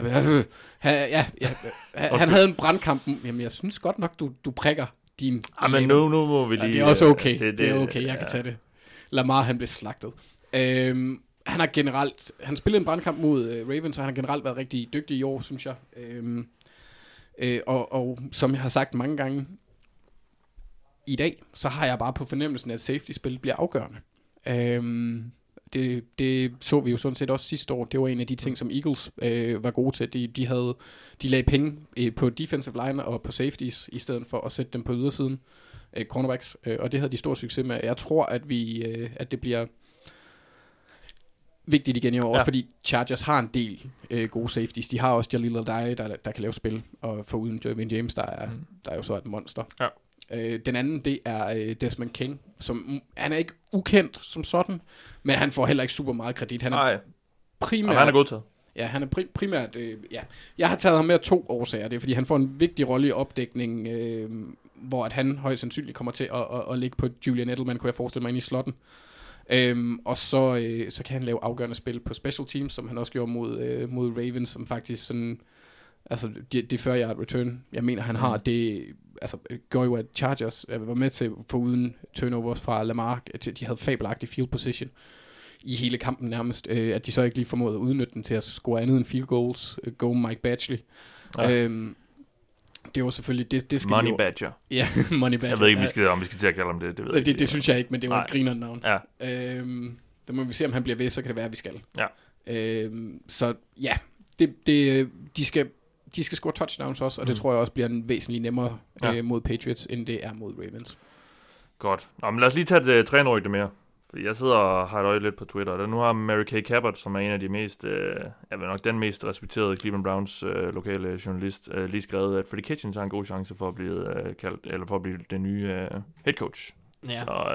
[SPEAKER 7] Han havde en brandkamp. Jamen, jeg synes godt nok, du prikker din...
[SPEAKER 5] men nu må vi lige...
[SPEAKER 7] det er også okay. Det er okay, jeg kan tage det. Lamar, han blev slagtet. Han spillede en brandkamp mod Ravens, og han har generelt været rigtig dygtig i år, synes jeg. Og som jeg har sagt mange gange i dag, så har jeg bare på fornemmelsen, at safety-spil bliver afgørende. Det så vi jo sådan set også sidste år. Det var en af de ting, som Eagles var gode til. De lagde penge på defensive line og på safeties, i stedet for at sætte dem på ydersiden, cornerbacks, og det havde de stor succes med. Jeg tror, at det bliver vigtigt igen i år, også fordi Chargers har en del gode safeties. De har også Jalil Adai, der kan lave spil, og foruden Jermaine James, der er jo så et monster. Ja. Den anden, det er Desmond King, som han er ikke ukendt som sådan, men han får heller ikke super meget kredit. Han er primært...
[SPEAKER 5] han er god til.
[SPEAKER 7] Ja, han er primært... Jeg har taget ham med 2 årsager. Det er, fordi han får en vigtig rolle i opdækning, hvor at han højst sandsynligt kommer til at ligge på Julian Edelman, kunne jeg forestille mig, inde i slotten. Og så kan han lave afgørende spil på special teams, som han også gjorde mod Ravens, som faktisk sådan... Altså, det 40-yard return, jeg mener, han har, det gør jo, at Chargers var med til, foruden turnovers fra Lamar, at de havde fabelagtig field position i hele kampen nærmest, at de så ikke lige formåede at udnytte den til at score andet end field goals, go Mike Badgley. Ja. Det var selvfølgelig... Det skal
[SPEAKER 5] Money Badger.
[SPEAKER 7] Ja, Money Badger.
[SPEAKER 5] Jeg ved ikke, om vi skal til at kalde ham det.
[SPEAKER 7] Det synes jeg ikke, men det var et grinerende navn. Ja. Der må vi se, om han bliver ved, så kan det være, at vi skal. Ja. Så ja, de skal score touchdowns også, og det tror jeg også bliver en væsentlig nemmere mod Patriots, end det er mod Ravens.
[SPEAKER 5] Godt. Nå, men lad os lige tage et trænrygte mere. Fordi jeg sidder og har et øje lidt på Twitter, og nu har Mary Kay Cabot, som er en af de mest, jeg ved nok den mest respekterede Cleveland Browns lokale journalist, lige skrevet, at Freddie Kitchens har en god chance for at blive kaldt, eller for at blive den nye head coach. Ja. Så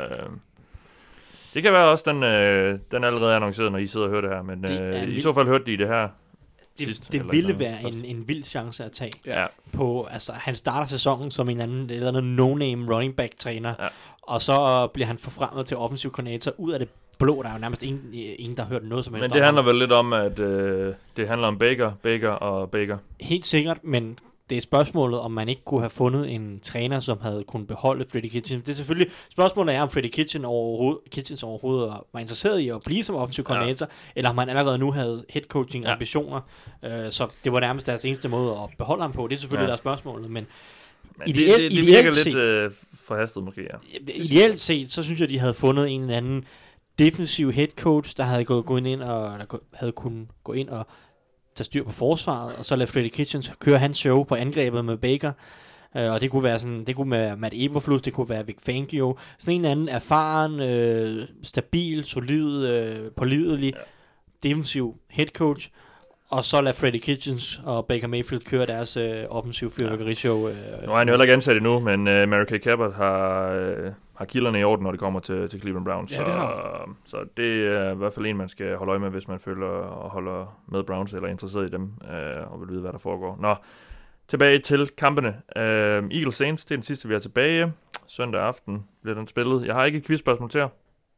[SPEAKER 5] det kan være også, den allerede er annonceret, når I sidder og hører det her, men i så fald hørte de det her.
[SPEAKER 6] Det ville være en vild chance at tage på, altså han starter sæsonen som en anden eller anden no-name running back træner, og så bliver han forfremmet til offensiv koordinator ud af det blå. Der er jo nærmest ingen der har hørt noget som helst.
[SPEAKER 5] Men det handler vel lidt om, at det handler om Baker. Helt
[SPEAKER 6] sikkert, men det er spørgsmålet, om man ikke kunne have fundet en træner, som havde kunnet beholde Freddie Kitchens. Det er selvfølgelig spørgsmålet er, om Freddie Kitchens overhovedet var interesseret i at blive som offensiv koordinator, eller om han allerede nu havde head coaching ambitioner. Så det var nærmest deres eneste måde at beholde ham på. Det er selvfølgelig der spørgsmålet, men
[SPEAKER 5] ideelt virker set, lidt forhastet måske,
[SPEAKER 6] Ideelt set, så synes jeg, de havde fundet en eller anden defensiv head coach, der havde gået ind og der havde kunnet gå ind og tage styr på forsvaret, og så lade Freddie Kitchens køre hans show på angrebet med Baker. Og det kunne være sådan, det kunne være Matt Eberflus, det kunne være Vic Fangio, sådan en anden erfaren, stabil, solid, pålidelig defensiv head coach, og så lade Freddie Kitchens og Baker Mayfield køre deres offensiv fyrværkerishow.
[SPEAKER 5] Nu er han jo heller ikke ansat endnu, men Mary Kay Cabot har kilderne i orden, når det kommer til Cleveland Browns. Så det er i hvert fald en, man skal holde øje med, hvis man følger og holder med Browns eller er interesseret i dem og vil vide, hvad der foregår. Nå, tilbage til kampene. Eagles Saints, det er den sidste, vi er tilbage. Søndag aften bliver den spillet. Jeg har ikke et quizspørgsmål til jer,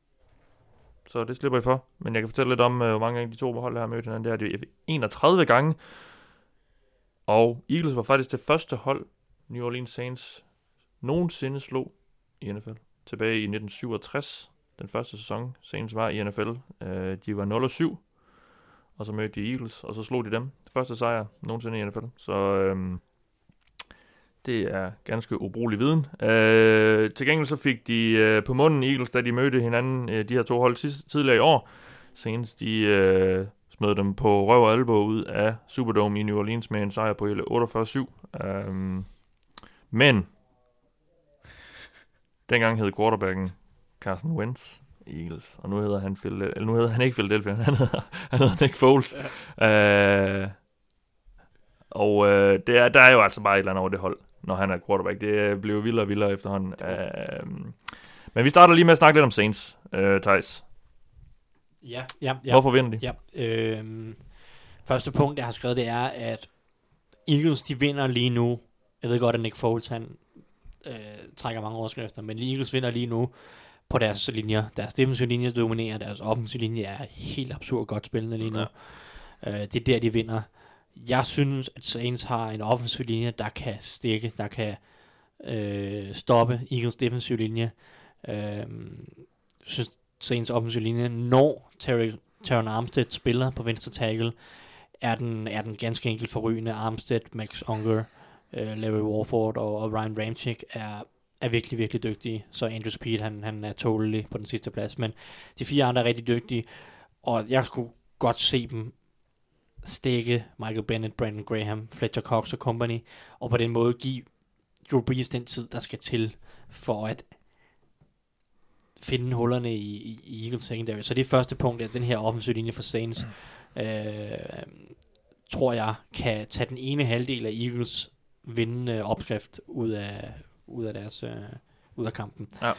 [SPEAKER 5] så det slipper I for. Men jeg kan fortælle lidt om, hvor mange gange de to hold har mødt hinanden. Det er det 31 gange. Og Eagles var faktisk det første hold, New Orleans Saints nogensinde slog i NFL. Tilbage i 1967, den første sæson, Saints var i NFL. De var 0-7, og så mødte de Eagles, og så slog de dem. Det første sejr nogensinde i NFL. Så det er ganske ubrugelig viden. Til gengæld så fik de på munden Eagles, da de mødte hinanden, de her to hold tidligere i år. Saints, de smed dem på røv og albue ud af Superdome i New Orleans med en sejr på hele 48-7. Men dengang hed quarterbacken Carson Wentz Eagles, og nu hedder han ikke Philadelphia, han hedder Nick Foles. Ja. Der er jo altså bare et eller andet over det hold, når han er quarterback. Det bliver vildere og vildere efterhånden. Men vi starter lige med at snakke lidt om Saints, Thijs.
[SPEAKER 6] Ja.
[SPEAKER 5] Hvorfor vinder de?
[SPEAKER 6] Ja. Første punkt, jeg har skrevet, det er, at Eagles, de vinder lige nu. Jeg ved godt, at Nick Foles, han trækker mange overskrifter, men Eagles vinder lige nu på deres linjer. Deres defensive linje dominerer, deres offensive linje er helt absurd godt spillende lige nu. Det er der, de vinder. Jeg synes, at Saints har en offensiv linje, der kan stikke, der kan stoppe Eagles defensive linje. Jeg synes, Saints offensive linje, når Terron Armstead spiller på venstre tackle, er den ganske enkelt forrygende. Armstead, Max Unger, Larry Warford og Ryan Ramczyk er er virkelig, virkelig dygtige. Så Andrew Speed, han er totally på den sidste plads. Men de 4 andre er rigtig dygtige. Og jeg skulle godt se dem stikke Michael Bennett, Brandon Graham, Fletcher Cox og company. Og på den måde give Drew Brees den tid, der skal til for at finde hullerne i Eagles secondary. Så det første punkt er, den her offensive linje for Saints, tror jeg, kan tage den ene halvdel af Eagles vindende opskrift ud af kampen.
[SPEAKER 5] Ja.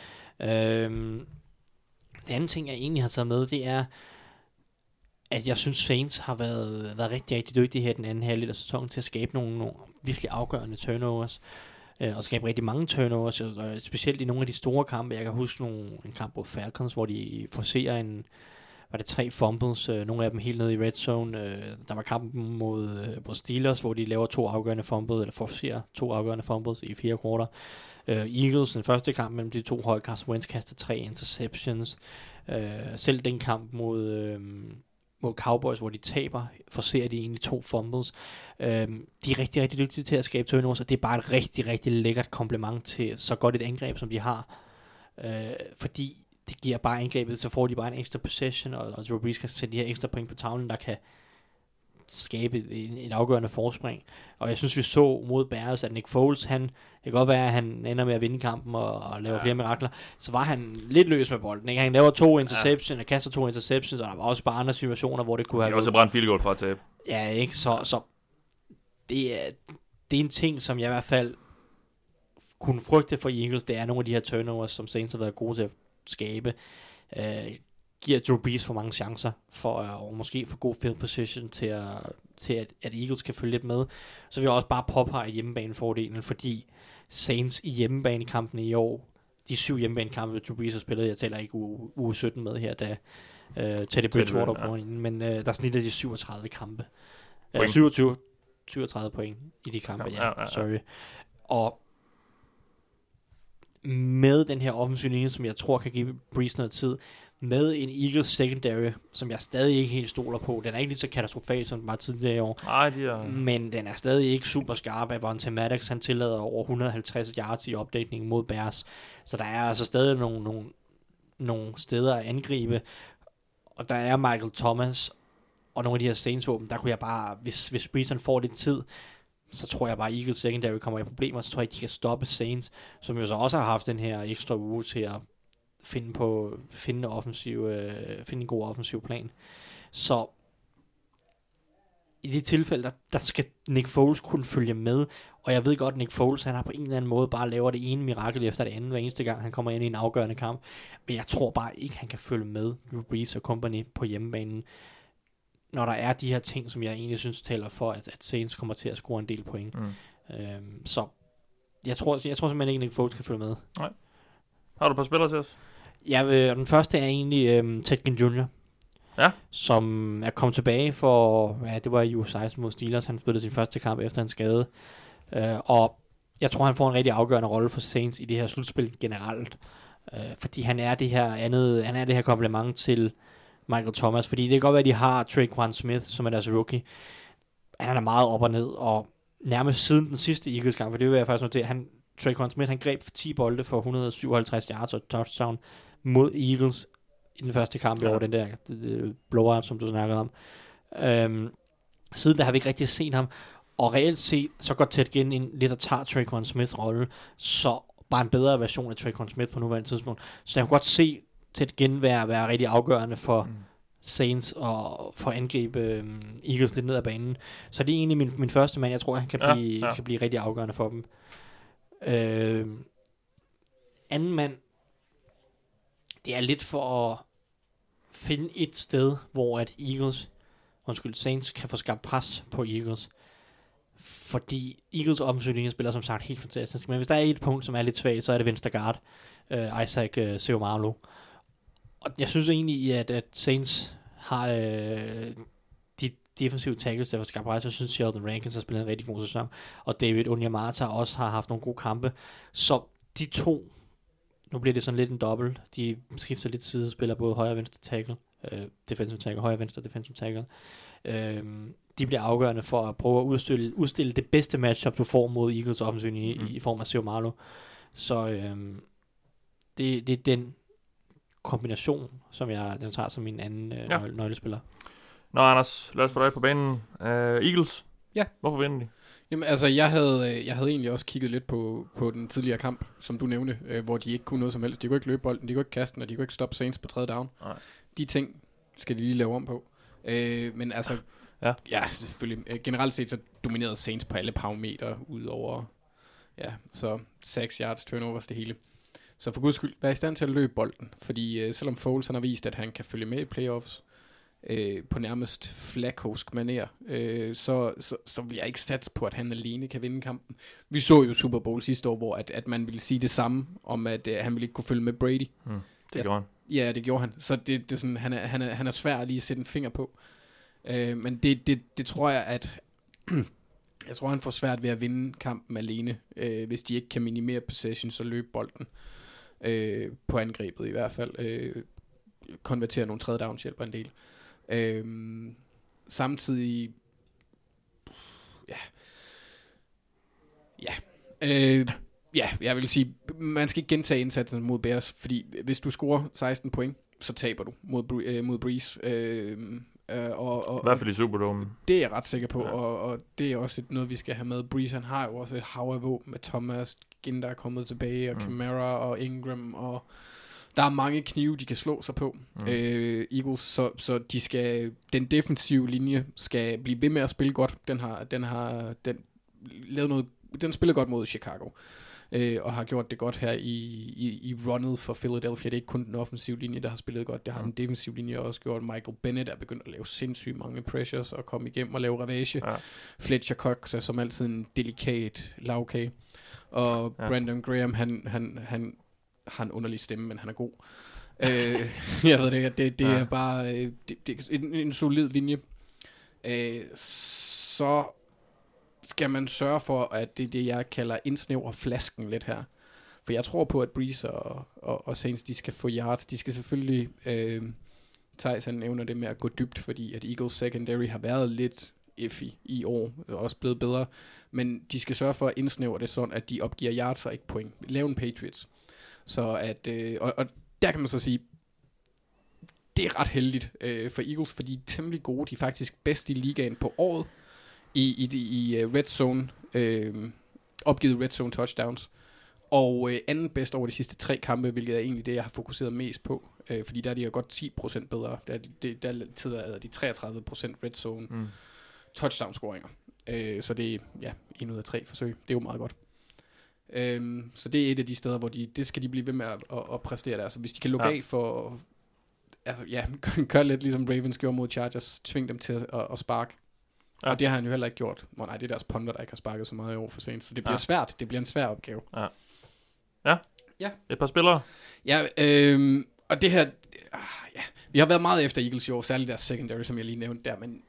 [SPEAKER 6] Det andet ting, jeg egentlig har taget med, det er, at jeg synes, Saints har været rigtig, rigtig dygtige her den anden halvdel af sæsonen til at skabe nogle virkelig afgørende turnovers. Og skabe rigtig mange turnovers, specielt i nogle af de store kampe. Jeg kan huske en kamp mod Falcons, hvor de forcerer 3 fumbles, nogle af dem helt nede i red zone. Der var kampen mod Steelers, hvor de laver 2 afgørende fumbles, eller forcerer 2 afgørende fumbles i 4 kvarter. Eagles, den første kamp mellem de 2 hold, Carson Wentz kaster 3 interceptions. Selv den kamp mod Cowboys, hvor de taber, forcerer de egentlig 2 fumbles. De er rigtig, rigtig dygtige til at skabe turnovers, og det er bare et rigtig, rigtig lækkert kompliment til så godt et angreb, som de har. Fordi det giver bare angrebet, så får de bare en ekstra possession, og Drew Brees kan sætte de her ekstra point på tavlen, der kan skabe en afgørende forspring. Og jeg synes, vi så mod Bears, at Nick Foles, det kan godt være, at han ender med at vinde kampen og lave flere mirakler, så var han lidt løs med bolden. Ikke? Han laver 2 interceptions, og kaster 2 interceptions, og der var også bare andre situationer, hvor det kunne have...
[SPEAKER 5] Det er også brændt field goal for at tabe.
[SPEAKER 6] Ja, ikke? Så det er en ting, som jeg i hvert fald kunne frygte for Eagles. Det er nogle af de her turnovers, som Saints har været gode til at skabe. Giver Drew Brees for mange chancer for at måske få god field position til at Eagles kan følge lidt med. Så vil jeg også bare påpege hjemmebanefordelen, fordi Saints i hjemmebanekampene i år, de 7 hjemmebanekampe, Drew Brees har spillet, jeg tæller ikke uge 17 med her, da Teddy Bridgewater går ind, men der snitter de 37 kampe. 37 point i de kampe, sorry. Og med den her offensive linje, som jeg tror kan give Brees noget tid, med en Eagles secondary, som jeg stadig ikke helt stoler på. Den er ikke lige så katastrofal, som den var tidligere i år. Men den er stadig ikke super skarp. Avonte Maddox, han tillader over 150 yards i opdækningen mod Bears. Så der er altså stadig nogle steder at angribe. Og der er Michael Thomas og nogle af de her Saints-våben. Der kunne jeg bare, hvis Brees får lidt tid, så tror jeg bare, at Eagles secondary kommer i problemer. Så tror jeg, at de kan stoppe Saints, som jo så også har haft den her ekstra uge til at finde en god offensiv plan. Så i de tilfælde, der skal Nick Foles kunne følge med, og jeg ved godt, at Nick Foles, han har på en eller anden måde bare laver det ene mirakel efter det andet, hver eneste gang han kommer ind i en afgørende kamp, men jeg tror bare ikke, han kan følge med Drew Brees og company på hjemmebanen, når der er de her ting, som jeg egentlig synes taler for, at Saints kommer til at score en del point. Så jeg tror simpelthen ikke, Nick Foles kan følge med.
[SPEAKER 5] Nej. Har du et par spillere til os?
[SPEAKER 6] Ja, den første er egentlig Ted Ginn Jr., som er kommet tilbage for, det var i uge 16 mod Steelers. Han spillede sin første kamp efter en skade. Og jeg tror, han får en rigtig afgørende rolle for Saints i det her slutspil generelt. Fordi han er det her komplement til Michael Thomas. Fordi det kan godt være, at de har Traquan Smith, som er deres rookie. Han er meget op og ned, og nærmest siden den sidste Eagles kamp, for det vil jeg faktisk notere, Traquan Smith, han greb 10 bolde for 157 yards og touchdown mod Eagles i den første kamp i år, den der blowout, som du snakkede om. Siden der har vi ikke rigtig set ham, og reelt set, så går Ted Ginn ind lidt og tager Traquan Smiths rolle, så bare en bedre version af Traquan Smith på nuværende tidspunkt. Så jeg kan godt se Ted Ginn være rigtig afgørende for Saints og for at angribe Eagles lidt ned ad banen. Så det er egentlig min første mand. Jeg tror, han kan blive rigtig afgørende for dem. Anden mand, det er lidt for at finde et sted, hvor at Saints kan få skabt pres på Eagles. Fordi Eagles offensive linje spiller som sagt helt fantastisk. Men hvis der er et punkt, som er lidt svagt, så er det venstre guard, Isaac Seumalo. Og jeg synes egentlig, at Saints har de defensive tackles, der får skabt pres. Jeg synes, Sheldon Rankins har spillet en rigtig god sæson. Og David Onyemata også har haft nogle gode kampe. Så de to, nu bliver det sådan lidt en dobbelt. De skifter lidt side, spiller både højre og venstre tackle. Defensive tackle, højre og venstre defensive tackle. De bliver afgørende for at prøve at udstille det bedste matchup, du får mod Eagles offensive i form af Seumalo. Så det er den kombination, som den tager som min anden nøglespiller.
[SPEAKER 5] Nå, Anders, lad os få dig på banen. Eagles?
[SPEAKER 7] Ja.
[SPEAKER 5] Hvorfor vinder de?
[SPEAKER 7] Jamen, altså, jeg havde egentlig også kigget lidt på den tidligere kamp, som du nævnte, hvor de ikke kunne noget som helst. De kunne ikke løbe bolden, de kunne ikke kaste den, og de kunne ikke stoppe Saints på tredje down.
[SPEAKER 5] Nej.
[SPEAKER 7] De ting skal de lige lave om på. Men altså, ja selvfølgelig. Generelt set så dominerede Saints på alle parametre, udover, så 6 yards, turnovers, det hele. Så for guds skyld, vær i stand til at løbe bolden, fordi selvom Foles han har vist, at han kan følge med i playoffs, på nærmest flaccosk manér, så vil jeg ikke satse på, at han alene kan vinde kampen. Vi så jo Super Bowl sidste år, hvor at man ville sige det samme, om at han ville ikke kunne følge med Brady.
[SPEAKER 5] Det gjorde han.
[SPEAKER 7] Ja, det gjorde han. Så det er sådan, han er svær at lige sætte en finger på. Men det tror jeg, at jeg tror, han får svært ved at vinde kampen alene, hvis de ikke kan minimere possessions og løbe bolden på angrebet i hvert fald. Konvertere nogle tredje downs hjælper en del. Samtidig jeg vil sige, man skal ikke gentage indsatsen mod Bears, fordi hvis du scorer 16 point, så taber du mod Breeze.
[SPEAKER 5] I hvert fald i Superdome.
[SPEAKER 7] Det er jeg ret sikker på, og det er også noget, vi skal have med. Breeze, han har jo også et hav af våben med Thomas, der er kommet tilbage, og Kamara og Ingram, og der er mange knive, de kan slå sig på. Eagles, så de skal, den defensive linje skal blive ved med at spille godt. Den spiller godt mod Chicago, og har gjort det godt her i runnet for Philadelphia. Det er ikke kun den offensive linje, der har spillet godt. Det har den defensive linje også gjort. Michael Bennett er begyndt at lave sindssygt mange pressures og komme igennem og lave ravage. Ja. Fletcher Cox er som altid en delikat lavkage. Og Brandon Graham, han har en underlig stemme, men han er god. Jeg ved det, det er bare det en solid linje. Så skal man sørge for, at det er det, jeg kalder indsnævre flasken lidt her. For jeg tror på, at Breeze og Saints, de skal få yards. De skal selvfølgelig, Thijs han nævner det med at gå dybt, fordi at Eagles secondary har været lidt iffy i år, og også blevet bedre. Men de skal sørge for at indsnævre det sådan, at de opgiver yards og ikke point. Lave en Patriots. Så at, og der kan man så sige, det er ret heldigt for Eagles, for de er temmelig gode. De er faktisk bedst i ligaen på året i red zone, opgivet red zone touchdowns. Og anden bedst over de sidste 3 kampe, hvilket er egentlig det, jeg har fokuseret mest på. Fordi der er de jo godt 10% bedre. Der tider de 33% red zone touchdown-scoringer. Så det er 1 ud af 3 forsøg. Det er jo meget godt. Så det er et af de steder, hvor det skal de blive ved med at præstere der. Så hvis de kan lukke af for, gør lidt ligesom Ravens gjorde mod Chargers, tving dem til at sparke. Ja. Og det har han jo heller ikke gjort. Nej, det er deres punter, der ikke har sparket så meget i år for sent. Så det bliver svært. Det bliver en svær opgave.
[SPEAKER 5] Ja. Et par spillere.
[SPEAKER 7] Ja, og det her, vi har været meget efter Eagles i år, særligt deres secondary, som jeg lige nævnte der, men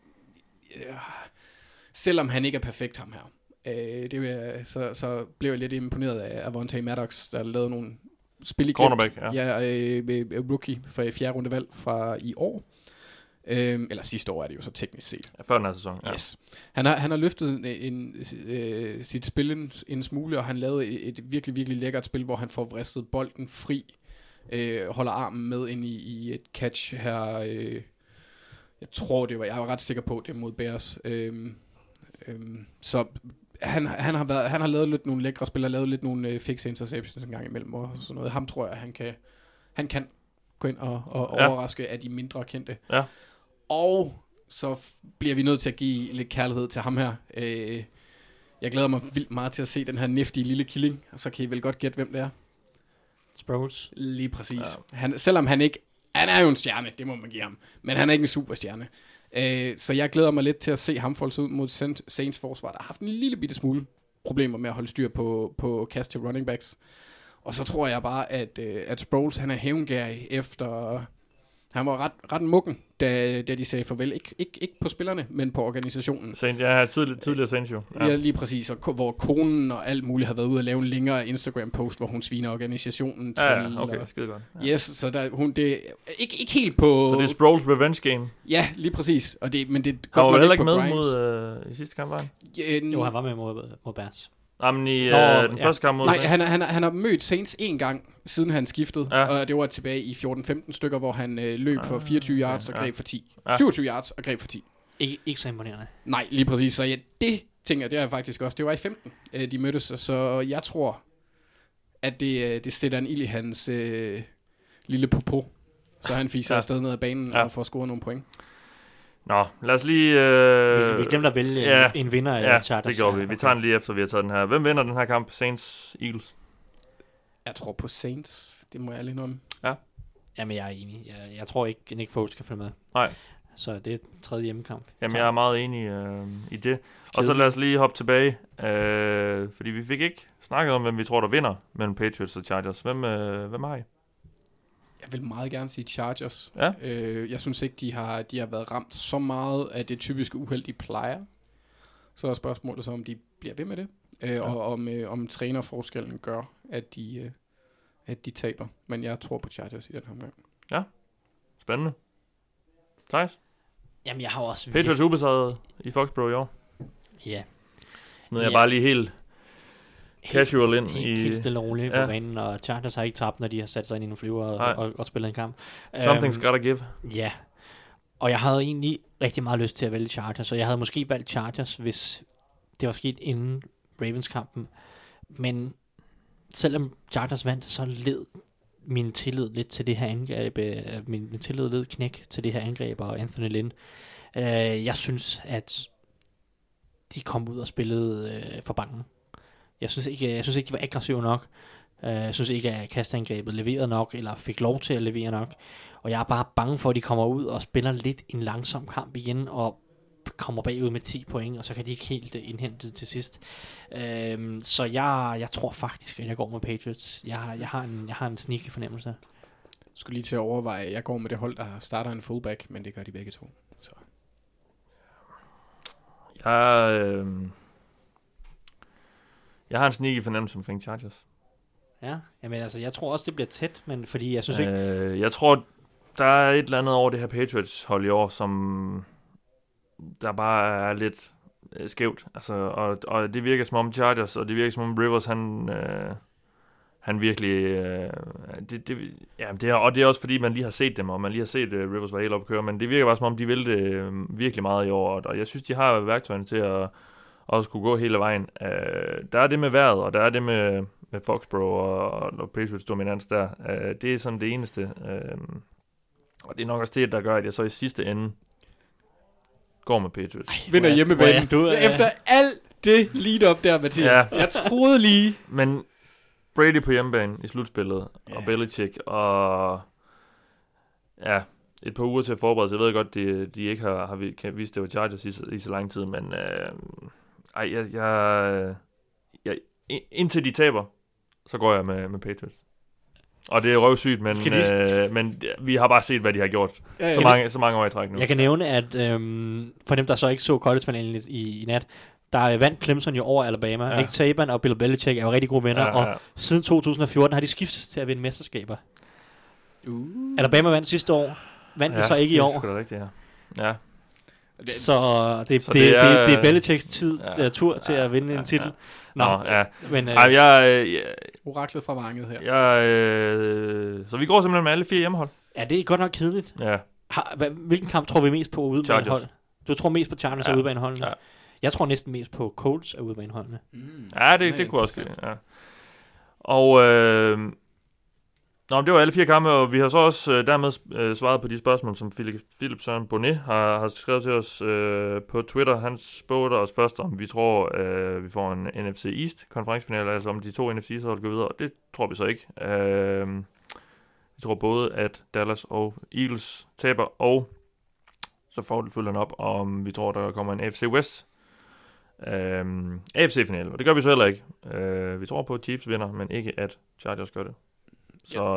[SPEAKER 7] selvom han ikke er perfekt, ham her, så blev jeg lidt imponeret af Avonte Maddox, der lavede nogle spil i
[SPEAKER 5] cornerback,
[SPEAKER 7] rookie fra 4. rundevalg fra i år. Eller sidste år er det jo så teknisk set.
[SPEAKER 5] Før den her sæson,
[SPEAKER 7] Yes. Han har løftet sit spil en smule, og han lavede et virkelig, virkelig lækkert spil, hvor han får vristet bolden fri, holder armen med ind i et catch her. Jeg tror det var, jeg var ret sikker på det mod Bears. Så han har lavet lidt nogle lækre spil, lavet lidt nogle fix interceptions en gang imellem og sådan noget. Ham tror jeg, han kan gå ind og overraske af de mindre kendte. Ja. Og så bliver vi nødt til at give lidt kærlighed til ham her. Jeg glæder mig vildt meget til at se den her niftige lille killing, og så kan I vel godt gætte, hvem det er.
[SPEAKER 6] Sproles.
[SPEAKER 7] Lige præcis. Ja. Selvom han er jo en stjerne, det må man give ham, men han er ikke en superstjerne. Så jeg glæder mig lidt til at se ham folde sig ud mod Saints forsvar, der har haft en lille bitte smule problemer med at holde styr på kast til running backs. Og så tror jeg bare, at Sproles, han er hævngærig efter. Han var ret muggen, da de sagde farvel. Ikke på spillerne, men på organisationen.
[SPEAKER 5] Tidligere Saints jo.
[SPEAKER 7] Ja, lige præcis. Og hvor konen og alt muligt har været ude og lave en længere Instagram-post, hvor hun sviner organisationen til.
[SPEAKER 5] Ja, okay, skide godt.
[SPEAKER 7] Ja. Yes, så det ikke helt på.
[SPEAKER 5] Så det er Sproles revenge game.
[SPEAKER 7] Ja, lige præcis. Og men det
[SPEAKER 5] han var heller ikke med mod i sidste kamp, var han?
[SPEAKER 6] Jo, han var med mod Bears.
[SPEAKER 5] Jamen i den første kamp mod...
[SPEAKER 7] Nej, han har mødt Saints 1 gang, siden han skiftede. Ja. Og det var tilbage i 14-15 stykker, hvor han løb for 24 yards og greb for 10. 27 yards og greb for 10.
[SPEAKER 6] Ikke så imponerende.
[SPEAKER 7] Nej, lige præcis. Så det tænker jeg, det er faktisk også. Det var i 15, de mødtes. Så jeg tror, at det sætter en ild i hans lille popo. Så han fiser afsted ned ad banen og får scoret nogle point.
[SPEAKER 5] Nå, lad os lige...
[SPEAKER 6] Vi glemte at vælge en vinder af Chargers.
[SPEAKER 5] Ja, det gjorde vi. Vi tager den lige efter, vi har taget den her. Hvem vinder den her kamp? Saints, Eagles?
[SPEAKER 7] Jeg tror på Saints. Det må jeg lige om.
[SPEAKER 5] Ja.
[SPEAKER 6] Jamen, jeg er enig. Jeg tror ikke, Nick Foles kan følge med.
[SPEAKER 5] Nej.
[SPEAKER 6] Så det er tredje hjemmekamp.
[SPEAKER 5] Jamen, jeg er meget enig i det. Og så lad os lige hoppe tilbage. Fordi vi fik ikke snakket om, hvem vi tror, der vinder mellem Patriots og Chargers. Hvem har I?
[SPEAKER 7] Jeg vil meget gerne sige Chargers.
[SPEAKER 5] Ja.
[SPEAKER 7] Jeg synes ikke, de har været ramt så meget af det typiske uheld, de plejer. Så er spørgsmålet så, om de bliver ved med det. Og om trænerforskellen gør, at de taber. Men jeg tror på Chargers i den her omgang.
[SPEAKER 5] Ja, spændende. Thijs?
[SPEAKER 6] Jamen, jeg har også...
[SPEAKER 5] Patriots ubesejret i Foxborough i år.
[SPEAKER 6] Ja.
[SPEAKER 5] Nu er jeg bare lige helt casual ind
[SPEAKER 6] helt stille og roligt på banen, og Chargers har ikke tabt, når de har sat sig ind i nogle flyver og spillet en kamp.
[SPEAKER 5] Something's gotta give.
[SPEAKER 6] Ja. Og jeg havde egentlig rigtig meget lyst til at vælge Chargers, og jeg havde måske valgt Chargers, hvis det var sket inden Ravens-kampen. Men selvom Chargers vandt, så led min tillid lidt til det her angreb. Min tillid led knæk til det her angreb og Anthony Lynn. Jeg synes, at de kom ud og spillede for banken. Jeg synes ikke, de var aggressive nok. Jeg synes ikke, at kastangrebet leverede nok, eller fik lov til at levere nok. Og jeg er bare bange for, at de kommer ud og spiller lidt en langsom kamp igen, og kommer bagud med 10 point, og så kan de ikke helt indhente det til sidst. Så jeg tror faktisk, at jeg går med Patriots. Jeg har en sneaky fornemmelse.
[SPEAKER 7] Jeg skulle lige til at overveje, jeg går med det hold, der starter en fullback, men det gør de begge to. Så.
[SPEAKER 5] Jeg har en sneaky fornemmelse omkring Chargers.
[SPEAKER 6] Ja, jamen altså, jeg tror også, det bliver tæt, men fordi jeg synes ikke...
[SPEAKER 5] Jeg tror, der er et eller andet over det her Patriots-hold i år, som der bare er lidt skævt. Altså, og det virker som om Chargers, og det virker som om Rivers, han virkelig... og det er også fordi, man lige har set dem, og man lige har set Rivers var helt oppe at køre, men det virker bare som om, de vil det virkelig meget i år, og jeg synes, de har værktøjerne til at også kunne gå hele vejen. Der er det med vejret, og der er det med Foxborough og Patriots dominans der. Det er sådan det eneste. Og det er nok også det, der gør, at jeg så i sidste ende går med Patriots.
[SPEAKER 7] Vinder hjemmebanen. Efter alt det lead-up der, Mathias. Ja. Jeg troede lige.
[SPEAKER 5] Men Brady på hjemmebane i slutspillet, og Belichick, og et par uger til at forberede sig. Jeg ved godt, de ikke har vist, det var Chargers i så lang tid, men indtil de taber, så går jeg med Patriots. Og det er røvsygt, men vi har bare set, hvad de har gjort så mange år i træk nu.
[SPEAKER 6] Jeg kan nævne, at for dem, der så ikke så college-finalen i nat, der vandt Clemson jo over Alabama. Ja. Nick Saban og Bill Belichick er jo rigtig gode venner, og siden 2014 har de skiftet til at vinde mesterskaber. Alabama vandt sidste år, vandt de så ikke i år.
[SPEAKER 5] Det er sgu da rigtigt, ja.
[SPEAKER 6] Så det er Belichicks tur til at vinde en titel. Men
[SPEAKER 7] oraklet fra vanget her.
[SPEAKER 5] Så vi går simpelthen med alle 4 hjemmehold.
[SPEAKER 6] Ja, det er godt nok kedeligt.
[SPEAKER 5] Ja.
[SPEAKER 6] Hvilken kamp tror vi mest på udebanehold? Du tror mest på Chargers og udebaneholdene? Ja. Jeg tror næsten mest på Colts af udebaneholdene.
[SPEAKER 5] Ja, det kunne også ske. Ja. Og det var alle 4 kampe, og vi har så også dermed svaret på de spørgsmål, som Philip Søren Bonnet har skrevet til os på Twitter. Han spurgte os først, om vi tror, vi får en NFC East konferencefinale, altså om de 2 NFC East hold går videre. Det tror vi så ikke. Vi tror både, at Dallas og Eagles taber, og så får det følgende op, om vi tror, der kommer en AFC West AFC-finale, og det gør vi så heller ikke. Vi tror på, at Chiefs vinder, men ikke at Chargers gør det. Så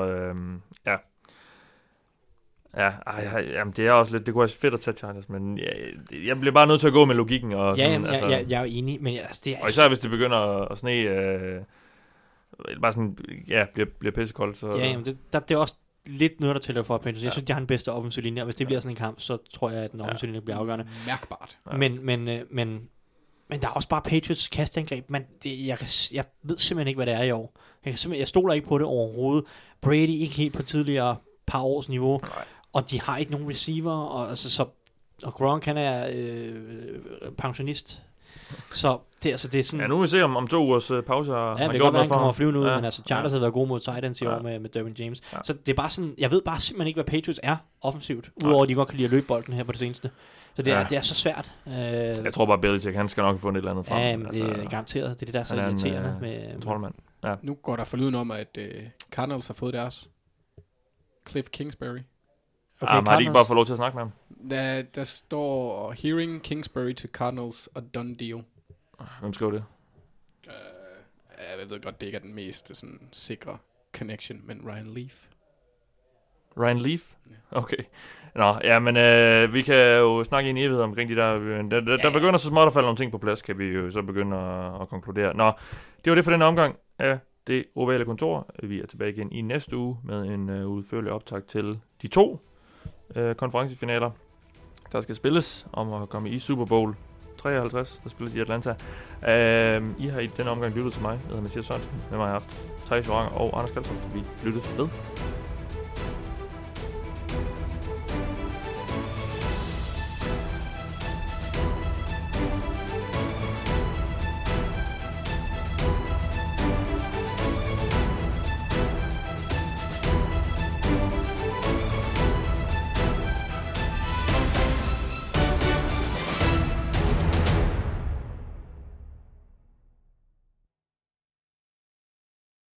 [SPEAKER 5] jamen, det er også lidt, det kunne være fedt at tage Chargers, men jeg bliver bare nødt til at gå med logikken. Og sådan,
[SPEAKER 6] jeg er jo enig, men det er...
[SPEAKER 5] Og især hvis det begynder at sne, bare sådan, bliver pissekoldt. Så...
[SPEAKER 6] Ja, jamen, det er også lidt noget, der tæller for Patriots. Jeg synes, de har den bedste offensiv linje, og hvis det bliver sådan en kamp, så tror jeg, at den offensiv linje bliver afgørende.
[SPEAKER 7] Mærkbart.
[SPEAKER 6] Ja. Men Men der er også bare Patriots kastangreb. Jeg ved simpelthen ikke, hvad det er i år. Jeg stoler ikke på det overhovedet. Brady ikke helt på tidligere par års niveau.
[SPEAKER 5] Nej.
[SPEAKER 6] Og de har ikke nogen receiver. Og Gronk, han er pensionist. Så det er sådan...
[SPEAKER 5] Ja, nu vil vi se om 2 ugers pause har
[SPEAKER 6] det kan
[SPEAKER 5] gjort
[SPEAKER 6] godt være,
[SPEAKER 5] noget
[SPEAKER 6] han
[SPEAKER 5] for
[SPEAKER 6] kommer
[SPEAKER 5] ham.
[SPEAKER 6] flyvende ud, men altså Chargers har været gode mod Titans i år med Derwin James. Ja. Så det er bare sådan, jeg ved bare simpelthen ikke, hvad Patriots er offensivt, udover at de godt kan lide at løbe bolden her på det seneste. Så det er så svært.
[SPEAKER 5] Jeg tror bare, Belichick, han skal nok have fundet et eller andet frem.
[SPEAKER 6] Ja, men det er garanteret. Det er det, der er så irriterende med...
[SPEAKER 5] Troldmand. Ja.
[SPEAKER 7] Nu går der forlyden om, at Cardinals har fået deres Cliff Kingsbury.
[SPEAKER 6] Okay,
[SPEAKER 5] har de ikke bare fået lov til at snakke med ham?
[SPEAKER 7] Der står hearing Kingsbury to Cardinals a done deal.
[SPEAKER 5] Hvem skriver det?
[SPEAKER 7] Jeg ved godt, det ikke er den mest sådan, sikre connection, men Ryan Leaf.
[SPEAKER 5] Ryan Leaf? Okay. Nå, ja, men vi kan jo snakke i en evighed omkring de der... Der begynder så småt at falde nogle ting på plads, kan vi jo så begynde at konkludere. Nå, det var det for den omgang af det ovale kontor. Vi er tilbage igen i næste uge med en udførlig optakt til de 2 konferencefinaler, der skal spilles om at komme i Super Bowl 53, der spilles i Atlanta. I har i denne omgang lyttet til mig. Jeg hedder Mathias Sørensen. Med mig har jeg haft Thijs Joranger og Anders Kaltoft. Vi lyttes ved.